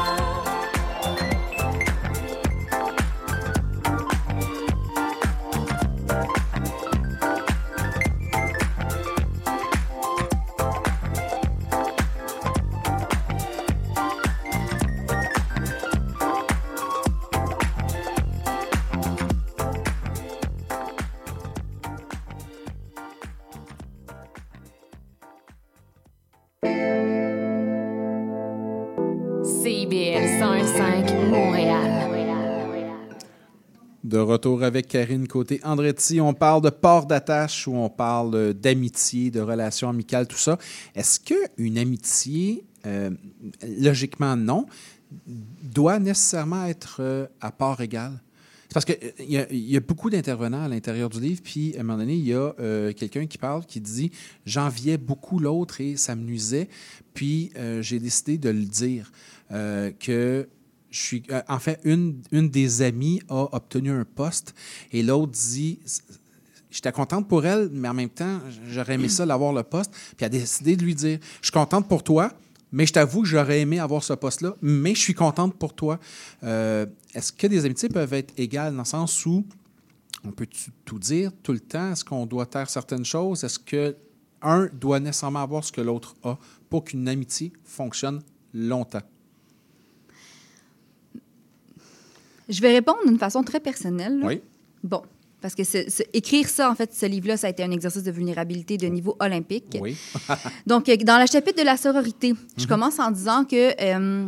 C I B L cent un virgule cinq Montréal. De retour avec Karine Côté-Andretti, on parle de port d'attache ou on parle d'amitié, de relations amicales, tout ça. Est-ce qu'une amitié, euh, logiquement non, doit nécessairement être euh, à part égale? C'est parce qu'il y, a, y a beaucoup d'intervenants à l'intérieur du livre, puis à un moment donné, il y a euh, quelqu'un qui parle, qui dit « J'enviais beaucoup l'autre et ça me nuisait, puis euh, j'ai décidé de le dire, euh, que je suis... Euh, en fait, une, une des amies a obtenu un poste et l'autre dit... J'étais contente pour elle, mais en même temps, j'aurais aimé ça l'avoir le poste, puis elle a décidé de lui dire « Je suis contente pour toi, mais je t'avoue que j'aurais aimé avoir ce poste-là, mais je suis contente pour toi. Euh, » Est-ce que des amitiés peuvent être égales dans le sens où on peut tout dire tout le temps? Est-ce qu'on doit taire certaines choses? Est-ce qu'un doit nécessairement avoir ce que l'autre a pour qu'une amitié fonctionne longtemps? Je vais répondre d'une façon très personnelle. Là. Oui. Bon. Parce que ce, ce, écrire ça, en fait, ce livre-là, ça a été un exercice de vulnérabilité de niveau olympique. Oui. Donc, dans le chapitre de la sororité, mm-hmm. je commence en disant que, euh,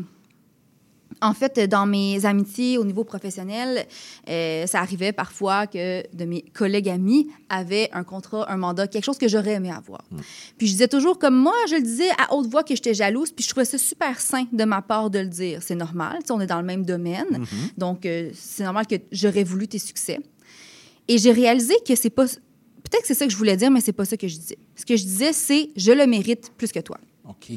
en fait, dans mes amitiés au niveau professionnel, euh, ça arrivait parfois que de mes collègues amis avaient un contrat, un mandat, quelque chose que j'aurais aimé avoir. Mm. Puis je disais toujours, comme moi, je le disais à haute voix que j'étais jalouse, puis je trouvais ça super sain de ma part de le dire. C'est normal, on est dans le même domaine, mm-hmm. donc euh, c'est normal que j'aurais voulu tes succès. Et j'ai réalisé que c'est pas... Peut-être que c'est ça que je voulais dire, mais c'est pas ça que je disais. Ce que je disais, c'est « je le mérite plus que toi ». OK.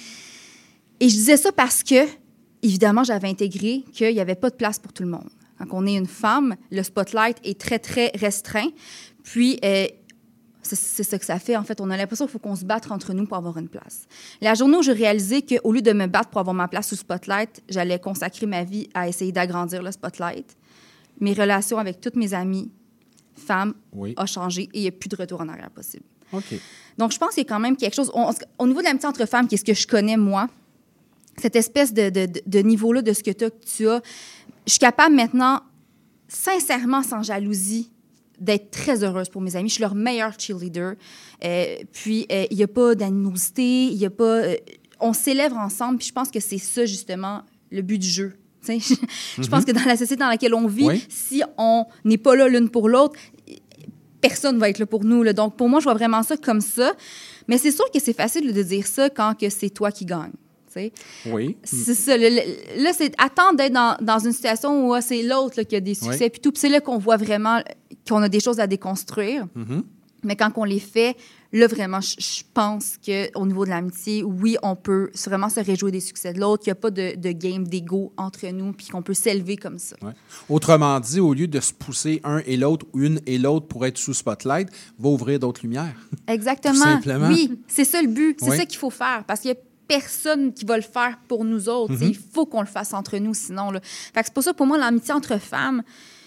Et je disais ça parce que, évidemment, j'avais intégré qu'il n'y avait pas de place pour tout le monde. Quand on est une femme, le spotlight est très, très restreint. Puis, euh, c'est, c'est ça que ça fait. En fait, on a l'impression qu'il faut qu'on se batte entre nous pour avoir une place. La journée où j'ai réalisé qu'au lieu de me battre pour avoir ma place sous le spotlight, j'allais consacrer ma vie à essayer d'agrandir le spotlight, mes relations avec toutes mes amies, femmes, oui. a changé et il n'y a plus de retour en arrière possible. OK. Donc, je pense qu'il y a quand même quelque chose... On, au niveau de l'amitié entre femmes, qui est ce que je connais, moi, cette espèce de, de, de niveau-là de ce que tu as, je suis capable maintenant, sincèrement, sans jalousie, d'être très heureuse pour mes amis. Je suis leur meilleure cheerleader. Euh, puis, il euh, n'y a pas d'animosité, il n'y a pas... Euh, on s'élève ensemble, puis je pense que c'est ça, justement, le but du jeu. Je mm-hmm. pense que dans la société dans laquelle on vit, oui. si on n'est pas là l'une pour l'autre, personne ne va être là pour nous. Là. Donc, pour moi, je vois vraiment ça comme ça. Mais c'est sûr que c'est facile de dire ça quand que c'est toi qui gagne. T'sais. Oui. C'est ça. Le, le, là, c'est attendre d'être dans, dans une situation où ah, c'est l'autre là, qui a des succès. Oui. Puis tout, puis c'est là qu'on voit vraiment qu'on a des choses à déconstruire. Mm-hmm. Mais quand on les fait, là, vraiment, je, je pense qu'au niveau de l'amitié, oui, on peut vraiment se réjouir des succès de l'autre, qu'il n'y a pas de, de game d'ego entre nous, puis qu'on peut s'élever comme ça. Ouais. Autrement dit, au lieu de se pousser un et l'autre, ou une et l'autre pour être sous spotlight, va ouvrir d'autres lumières. Exactement. Tout simplement. Oui, c'est ça le but. C'est oui. ça qu'il faut faire, parce qu'il y a personne qui va le faire pour nous autres. Mm-hmm. Il faut qu'on le fasse entre nous, sinon. Là. Fait que c'est pour ça, pour moi, l'amitié entre femmes...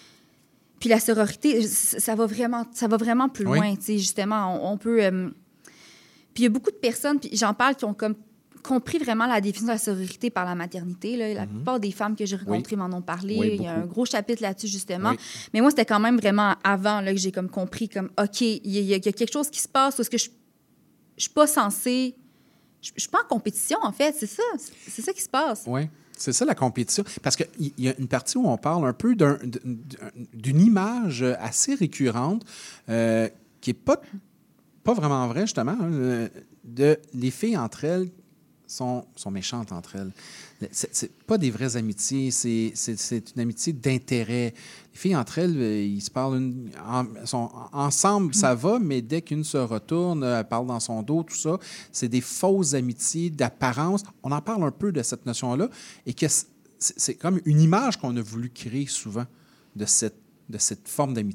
Puis la sororité, ça va vraiment, ça va vraiment plus loin, oui. tu sais, justement. On, on peut... Euh... Puis il y a beaucoup de personnes, puis j'en parle, qui ont comme compris vraiment la définition de la sororité par la maternité. Là. La mm-hmm. plupart des femmes que j'ai rencontrées oui. m'en ont parlé. Oui, il y a un gros chapitre là-dessus, justement. Oui. Mais moi, c'était quand même vraiment avant là, que j'ai comme compris, comme, OK, il y, y, y a quelque chose qui se passe parce que je ne suis pas censée... Je ne suis pas en compétition, en fait. C'est ça. C'est ça qui se passe. Oui. C'est ça, la compétition. Parce qu'il y a une partie où on parle un peu d'un, d'une image assez récurrente euh, qui n'est pas, pas vraiment vraie, justement. Hein, de, les filles entre elles sont, sont méchantes entre elles. C'est, c'est pas des vraies amitiés, c'est, c'est, c'est une amitié d'intérêt. Les filles entre elles, ils se parlent une, en, sont, ensemble, ça va, mais dès qu'une se retourne, elle parle dans son dos, tout ça. C'est des fausses amitiés d'apparence. On en parle un peu de cette notion-là et que c'est, c'est comme une image qu'on a voulu créer souvent de cette, de cette forme d'amitié.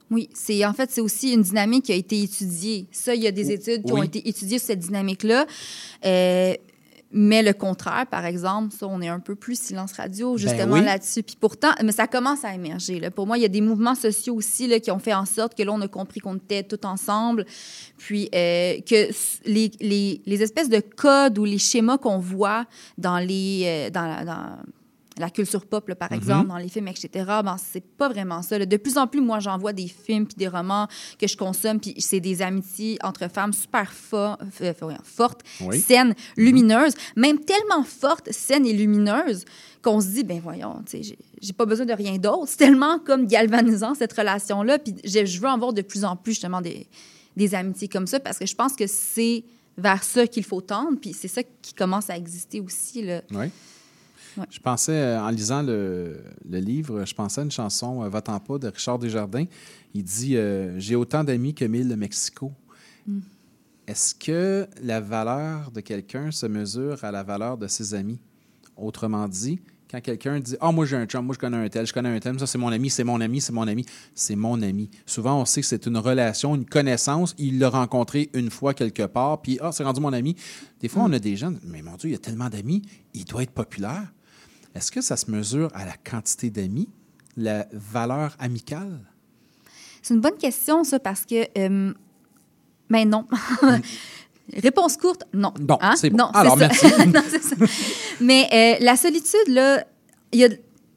Oui, c'est en fait, c'est aussi une dynamique qui a été étudiée. Ça, il y a des études qui oui. ont été étudiées sur cette dynamique-là. Euh, mais le contraire, par exemple, ça, on est un peu plus silence radio, justement, ben oui. là-dessus. Puis pourtant, mais ça commence à émerger. Là. Pour moi, il y a des mouvements sociaux aussi là, qui ont fait en sorte que là, on a compris qu'on était tous ensemble. Puis euh, que les, les, les espèces de codes ou les schémas qu'on voit dans les... Euh, dans, la, dans la culture pop, là, par mm-hmm. exemple, dans les films, et cetera, ben, c'est pas vraiment ça. Là. De plus en plus, moi, j'en vois des films puis des romans que je consomme, puis c'est des amitiés entre femmes super fo- euh, fortes, oui. saines, lumineuses, même tellement fortes, saines et lumineuses, qu'on se dit, ben voyons, tu sais, j'ai, j'ai pas besoin de rien d'autre. C'est tellement comme galvanisant, cette relation-là, puis je, je veux en voir de plus en plus, justement, des, des amitiés comme ça, parce que je pense que c'est vers ça qu'il faut tendre, puis c'est ça qui commence à exister aussi, là. Oui. Ouais. Je pensais, euh, en lisant le, le livre, je pensais à une chanson, euh, Va-t'en pas, de Richard Desjardins. Il dit euh, « J'ai autant d'amis que mille le Mexico. Mm. » Est-ce que la valeur de quelqu'un se mesure à la valeur de ses amis? Autrement dit, quand quelqu'un dit « Ah, oh, moi j'ai un chum, moi je connais un tel, je connais un tel, ça c'est mon ami, c'est mon ami, c'est mon ami. » C'est mon ami. Souvent, on sait que c'est une relation, une connaissance. Il l'a rencontré une fois quelque part, puis « Ah, oh, c'est rendu mon ami. » Des fois, mm. on a des gens « Mais mon Dieu, il y a tellement d'amis, il doit être populaire. » Est-ce que ça se mesure à la quantité d'amis, la valeur amicale? C'est une bonne question, ça, parce que... Euh, ben non. Mm. Réponse courte, non. Bon, hein? c'est bon. Non, Alors, c'est merci. non, c'est ça. Mais euh, la solitude, là, il y a...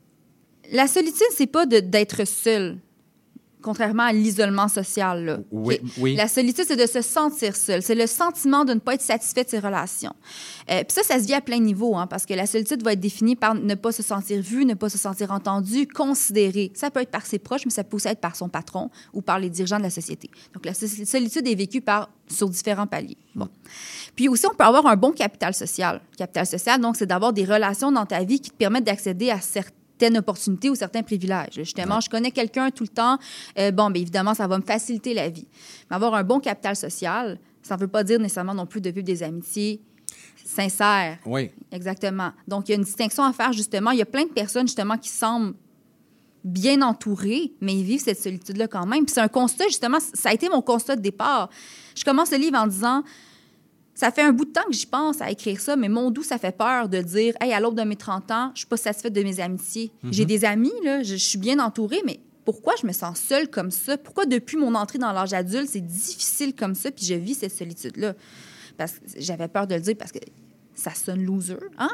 La solitude, c'est pas de, d'être seul, contrairement à l'isolement social. Là. Oui, oui. La solitude, c'est de se sentir seul. C'est le sentiment de ne pas être satisfait de ses relations. Euh, Puis ça, ça se vit à plein niveaux, hein, parce que la solitude va être définie par ne pas se sentir vu, ne pas se sentir entendu, considéré. Ça peut être par ses proches, mais ça peut aussi être par son patron ou par les dirigeants de la société. Donc, la solitude est vécue par, sur différents paliers. Bon. Puis aussi, on peut avoir un bon capital social. Le capital social, donc, c'est d'avoir des relations dans ta vie qui te permettent d'accéder à certains certaines opportunités ou certains privilèges. Justement, ouais. je connais quelqu'un tout le temps, euh, bon, bien évidemment, ça va me faciliter la vie. Mais avoir un bon capital social, ça ne veut pas dire nécessairement non plus de vivre des amitiés sincères. Oui. Exactement. Donc, il y a une distinction à faire, justement. Il y a plein de personnes, justement, qui semblent bien entourées, mais ils vivent cette solitude-là quand même. Puis c'est un constat, justement, ça a été mon constat de départ. Je commence le livre en disant... Ça fait un bout de temps que j'y pense à écrire ça, mais mon doux, ça fait peur de dire « Hey, à l'aube de mes trente ans, je suis pas satisfaite de mes amitiés. Mm-hmm. J'ai des amis, là, je, je suis bien entourée, mais pourquoi je me sens seule comme ça? Pourquoi depuis mon entrée dans l'âge adulte, c'est difficile comme ça, puis je vis cette solitude-là? » Parce que j'avais peur de le dire parce que ça sonne loser, hein?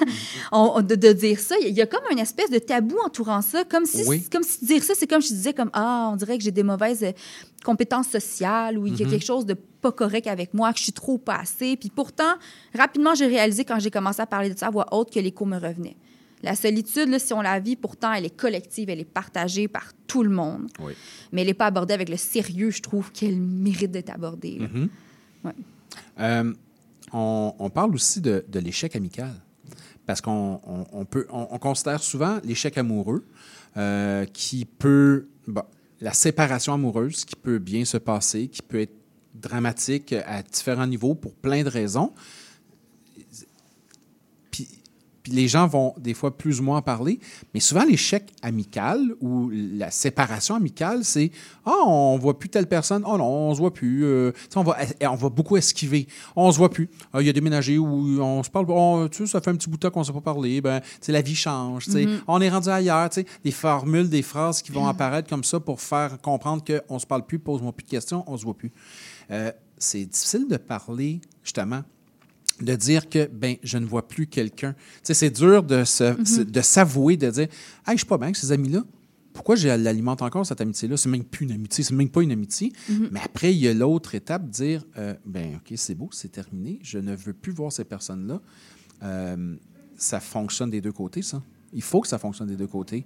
on, de, de dire ça. Il y a comme une espèce de tabou entourant ça, comme si, oui. comme si dire ça, c'est comme je disais, comme « Ah, on dirait que j'ai des mauvaises compétences sociales ou il y a mm-hmm. quelque chose de pas correct avec moi, que je suis trop pas assez. » Puis pourtant, rapidement, j'ai réalisé quand j'ai commencé à parler de ça à voix haute que l'écho me revenait. La solitude, là, si on la vit, pourtant, elle est collective, elle est partagée par tout le monde. Oui. Mais elle n'est pas abordée avec le sérieux, je trouve, qu'elle mérite d'être abordée. Mm-hmm. Ouais. Euh, on, on parle aussi de, de l'échec amical. Parce qu'on on, on peut, on, on considère souvent l'échec amoureux euh, qui peut... Bon, la séparation amoureuse qui peut bien se passer, qui peut être dramatique à différents niveaux pour plein de raisons. Puis, puis les gens vont des fois plus ou moins en parler, mais souvent l'échec amical ou la séparation amicale, c'est « Ah, oh, on ne voit plus telle personne. Oh non, on ne se voit plus. Euh, on, va, on va beaucoup esquiver. On ne se voit plus. Il y a déménagé où on se parle. Oh, tu sais, ça fait un petit bout de temps qu'on ne s'est pas parlé. Ben, la vie change. Mm-hmm. On est rendu ailleurs. Des formules, des phrases qui vont mm-hmm. apparaître comme ça pour faire comprendre qu'on ne se parle plus, pose-moi plus de questions, on ne se voit plus. Euh, c'est difficile de parler, justement, de dire que, ben, je ne vois plus quelqu'un. Tu sais, c'est dur de, se, mm-hmm. de s'avouer, de dire « Hey, je suis pas bien avec ces amis-là. Pourquoi je l'alimente encore, cette amitié-là? C'est même plus une amitié, c'est même pas une amitié. Mm-hmm. » Mais après, il y a l'autre étape, de dire euh, « Ben, OK, c'est beau, c'est terminé. Je ne veux plus voir ces personnes-là. Euh, » Ça fonctionne des deux côtés, ça. Il faut que ça fonctionne des deux côtés.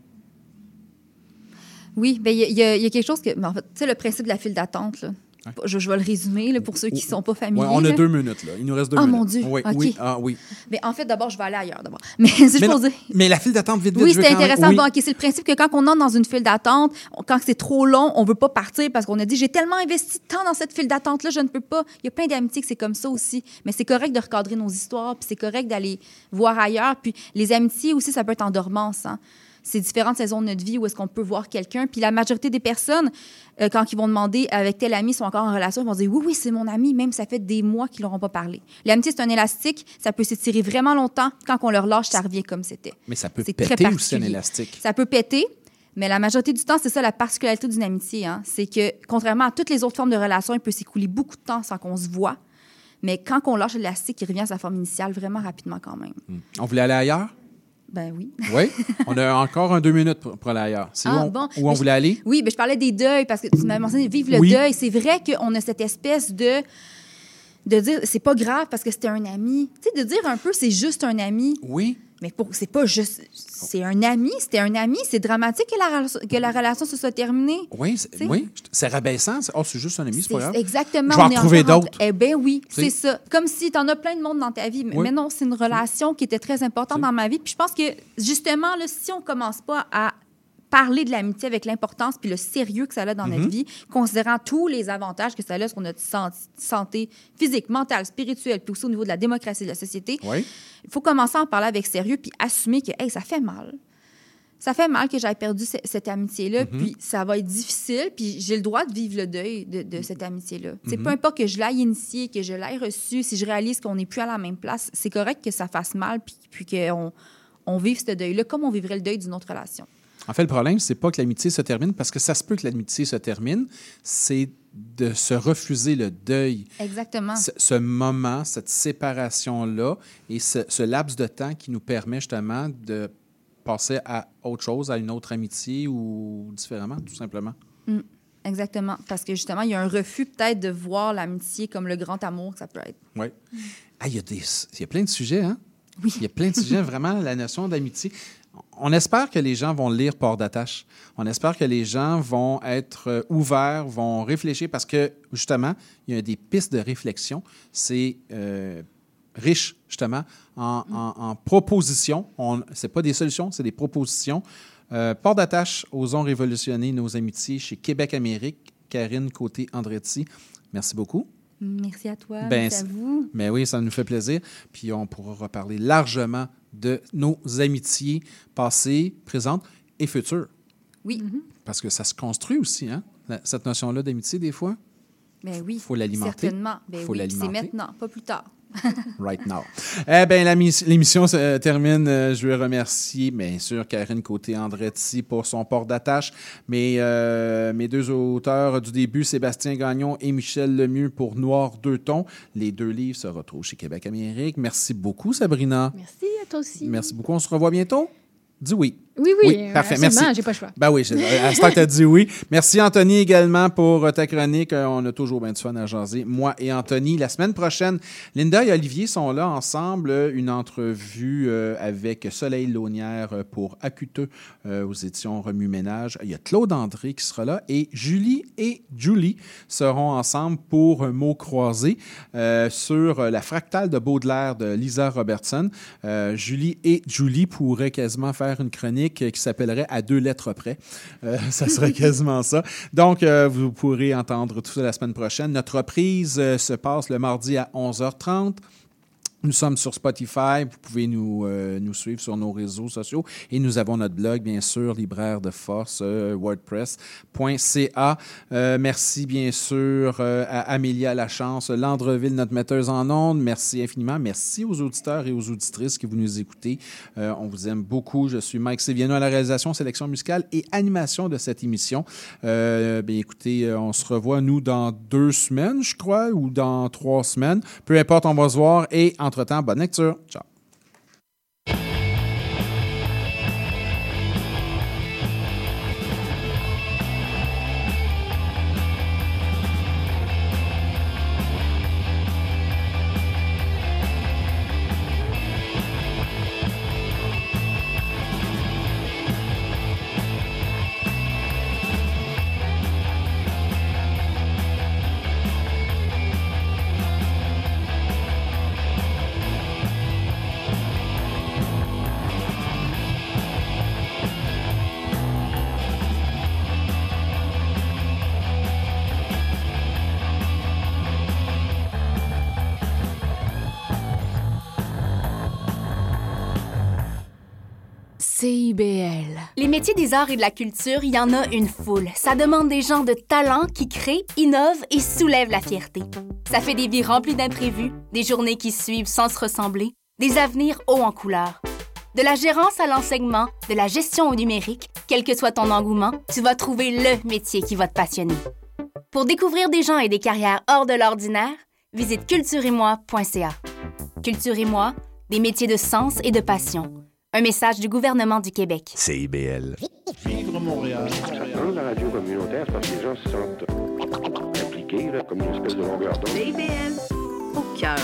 Oui, bien, il y, y, y a quelque chose que... En fait, tu sais, le principe de la file d'attente, là. Je, je vais le résumer là, pour ceux qui ne sont pas familiers. Ouais, on a là. deux minutes. Là. Il nous reste deux oh, minutes. Oh mon Dieu. Oui, okay. oui, ah, oui. Mais en fait, d'abord, je vais aller ailleurs d'abord. Mais c'est juste pour dire. Mais la file d'attente, vite, vite. Oui, c'est intéressant. Oui. Bon, okay, c'est le principe que quand on entre dans une file d'attente, quand c'est trop long, on ne veut pas partir parce qu'on a dit j'ai tellement investi de temps dans cette file d'attente-là, je ne peux pas. Il y a plein d'amitiés que c'est comme ça aussi. Mais c'est correct de recadrer nos histoires, puis c'est correct d'aller voir ailleurs. Puis les amitiés aussi, ça peut être en dormance. Hein. c'est différentes saisons de notre vie où est-ce qu'on peut voir quelqu'un. Puis la majorité des personnes, euh, quand ils vont demander avec tel ami, sont encore en relation, ils vont dire oui, oui, c'est mon ami, même ça fait des mois qu'ils n'auront pas parlé. L'amitié, c'est un élastique, ça peut s'étirer vraiment longtemps. Quand on le relâche, ça revient comme c'était. Mais ça peut C'est péter très aussi un particulier. élastique. Ça peut péter, mais la majorité du temps, c'est ça la particularité d'une amitié. Hein? C'est que, contrairement à toutes les autres formes de relations, il peut s'écouler beaucoup de temps sans qu'on se voit. Mais quand on lâche l'élastique, il revient à sa forme initiale vraiment rapidement quand même. Hmm. On voulait aller ailleurs? Ben oui. Oui. On a encore un deux minutes pour, pour aller ailleurs. C'est Ah, où on, bon. où on Mais voulait je- aller? Oui, ben je parlais des deuils parce que tu m'avais mentionné vivre le Oui. deuil. C'est vrai qu'on a cette espèce de de dire c'est pas grave parce que c'était un ami. Tu sais, de dire un peu c'est juste un ami. Oui. Mais pour, c'est pas juste. C'est un ami, c'était un ami. C'est dramatique que la, rela- que la relation se soit terminée. Oui, c'est, T'sais? oui. C'est rabaissant. C'est, oh, c'est juste un ami, c'est, pas grave. Exactement. Je vais en on est trouver encore entre- d'autres. Eh bien oui, T'sais? c'est ça. Comme si tu en as plein de monde dans ta vie. Mais, Oui. mais non, c'est une relation qui était très importante dans ma vie. Puis je pense que, justement, là, si on commence pas à parler de l'amitié avec l'importance puis le sérieux que ça a dans Mhm. notre vie, considérant tous les avantages que ça a sur notre san- santé physique, mentale, spirituelle, puis aussi au niveau de la démocratie de la société, Oui. il faut commencer à en parler avec sérieux puis assumer que hey, ça fait mal. Ça fait mal que j'aie perdu ce- cette amitié-là, Mhm. puis ça va être difficile, puis j'ai le droit de vivre le deuil de, de cette amitié-là. C'est Mhm. peu importe que je l'aille initiée, que je l'aille reçue, si je réalise qu'on n'est plus à la même place, c'est correct que ça fasse mal, puis, puis qu'on on vive ce deuil-là comme on vivrait le deuil d'une autre relation. En fait, le problème, c'est pas que l'amitié se termine, parce que ça se peut que l'amitié se termine, c'est de se refuser le deuil. Exactement. Ce, ce moment, cette séparation-là et ce, ce laps de temps qui nous permet justement de passer à autre chose, à une autre amitié ou différemment, tout simplement. Mm, exactement. Parce que justement, il y a un refus peut-être de voir l'amitié comme le grand amour que ça peut être. Oui. Ah, il y a des, il y a plein de sujets, hein? Oui. Il y a plein de sujets, vraiment, la notion d'amitié. On espère que les gens vont lire Port d'attache. On espère que les gens vont être euh, ouverts, vont réfléchir parce que, justement, il y a des pistes de réflexion. C'est euh, riche, justement, en, en, en propositions. Ce n'est pas des solutions, c'est des propositions. Euh, Port d'attache, osons révolutionner nos amitiés chez Québec-Amérique. Karine Côté-Andretti, merci beaucoup. Merci à toi, Ben, merci à vous. Mais oui, ça nous fait plaisir. Puis on pourra reparler largement de nos amitiés passées, présentes et futures. Oui. Parce que ça se construit aussi, hein, la- cette notion-là d'amitié, des fois. Ben oui. Il faut l'alimenter. Certainement. Ben Faut oui, puis c'est l'alimenter. maintenant, pas plus tard. Right now. Eh bien, la mis- l'émission se euh, termine. Euh, je veux remercier, bien sûr, Karine Côté-Andretti pour son port d'attache, mais euh, mes deux auteurs du début, Sébastien Gagnon et Michel Lemieux pour Noir deux tons. Les deux livres se retrouvent chez Québec-Amérique. Merci beaucoup, Sabrina. Merci à toi aussi. Merci beaucoup. On se revoit bientôt? Dis oui. Oui, oui, euh, parfait. absolument, Merci. j'ai pas le choix. Ben oui, c'est- à ce temps que tu as dit oui. Merci, Anthony, également, pour euh, ta chronique. Euh, On a toujours bien du fun à jaser, moi et Anthony. La semaine prochaine, Linda et Olivier sont là ensemble. euh, Une entrevue euh, avec Soleil Launière euh, pour Acuteux euh, aux éditions Remue-Ménage. Il y a Claude André qui sera là et Julie et Julie seront ensemble pour un mot croisé euh, sur euh, la fractale de Baudelaire de Lisa Robertson. Euh, Julie et Julie pourraient quasiment faire une chronique qui s'appellerait À deux lettres près. Euh, ça serait quasiment ça. Donc, euh, vous pourrez entendre tout ça la semaine prochaine. Notre reprise euh, se passe le mardi à onze heures trente. Nous sommes sur Spotify. Vous pouvez nous, euh, nous suivre sur nos réseaux sociaux. Et nous avons notre blog, bien sûr, Libraire de Force, euh, wordpress point c a. Euh, merci, bien sûr, euh, à Amélia Lachance, Landreville, notre metteuse en ondes. Merci infiniment. Merci aux auditeurs et aux auditrices qui vous nous écoutez. Euh, on vous aime beaucoup. Je suis Mike Séviano à la réalisation, sélection musicale et animation de cette émission. Euh, bien, écoutez, euh, on se revoit, nous, dans deux semaines, je crois, ou dans trois semaines. Peu importe, on va se voir. Et entre-temps, bonne lecture. Ciao. C I B L. Les métiers des arts et de la culture, il y en a une foule. Ça demande des gens de talent qui créent, innovent et soulèvent la fierté. Ça fait des vies remplies d'imprévus, des journées qui suivent sans se ressembler, des avenirs hauts en couleurs. De la gérance à l'enseignement, de la gestion au numérique, quel que soit ton engouement, tu vas trouver le métier qui va te passionner. Pour découvrir des gens et des carrières hors de l'ordinaire, visite culture et moi point c a. Culture et moi, des métiers de sens et de passion. Un message du gouvernement du Québec. C I B L. Vivre Montréal. Dans la radio communautaire, c'est parce que les gens se sentent impliqués, là, comme une espèce de longueur d'onde. C I B L, au cœur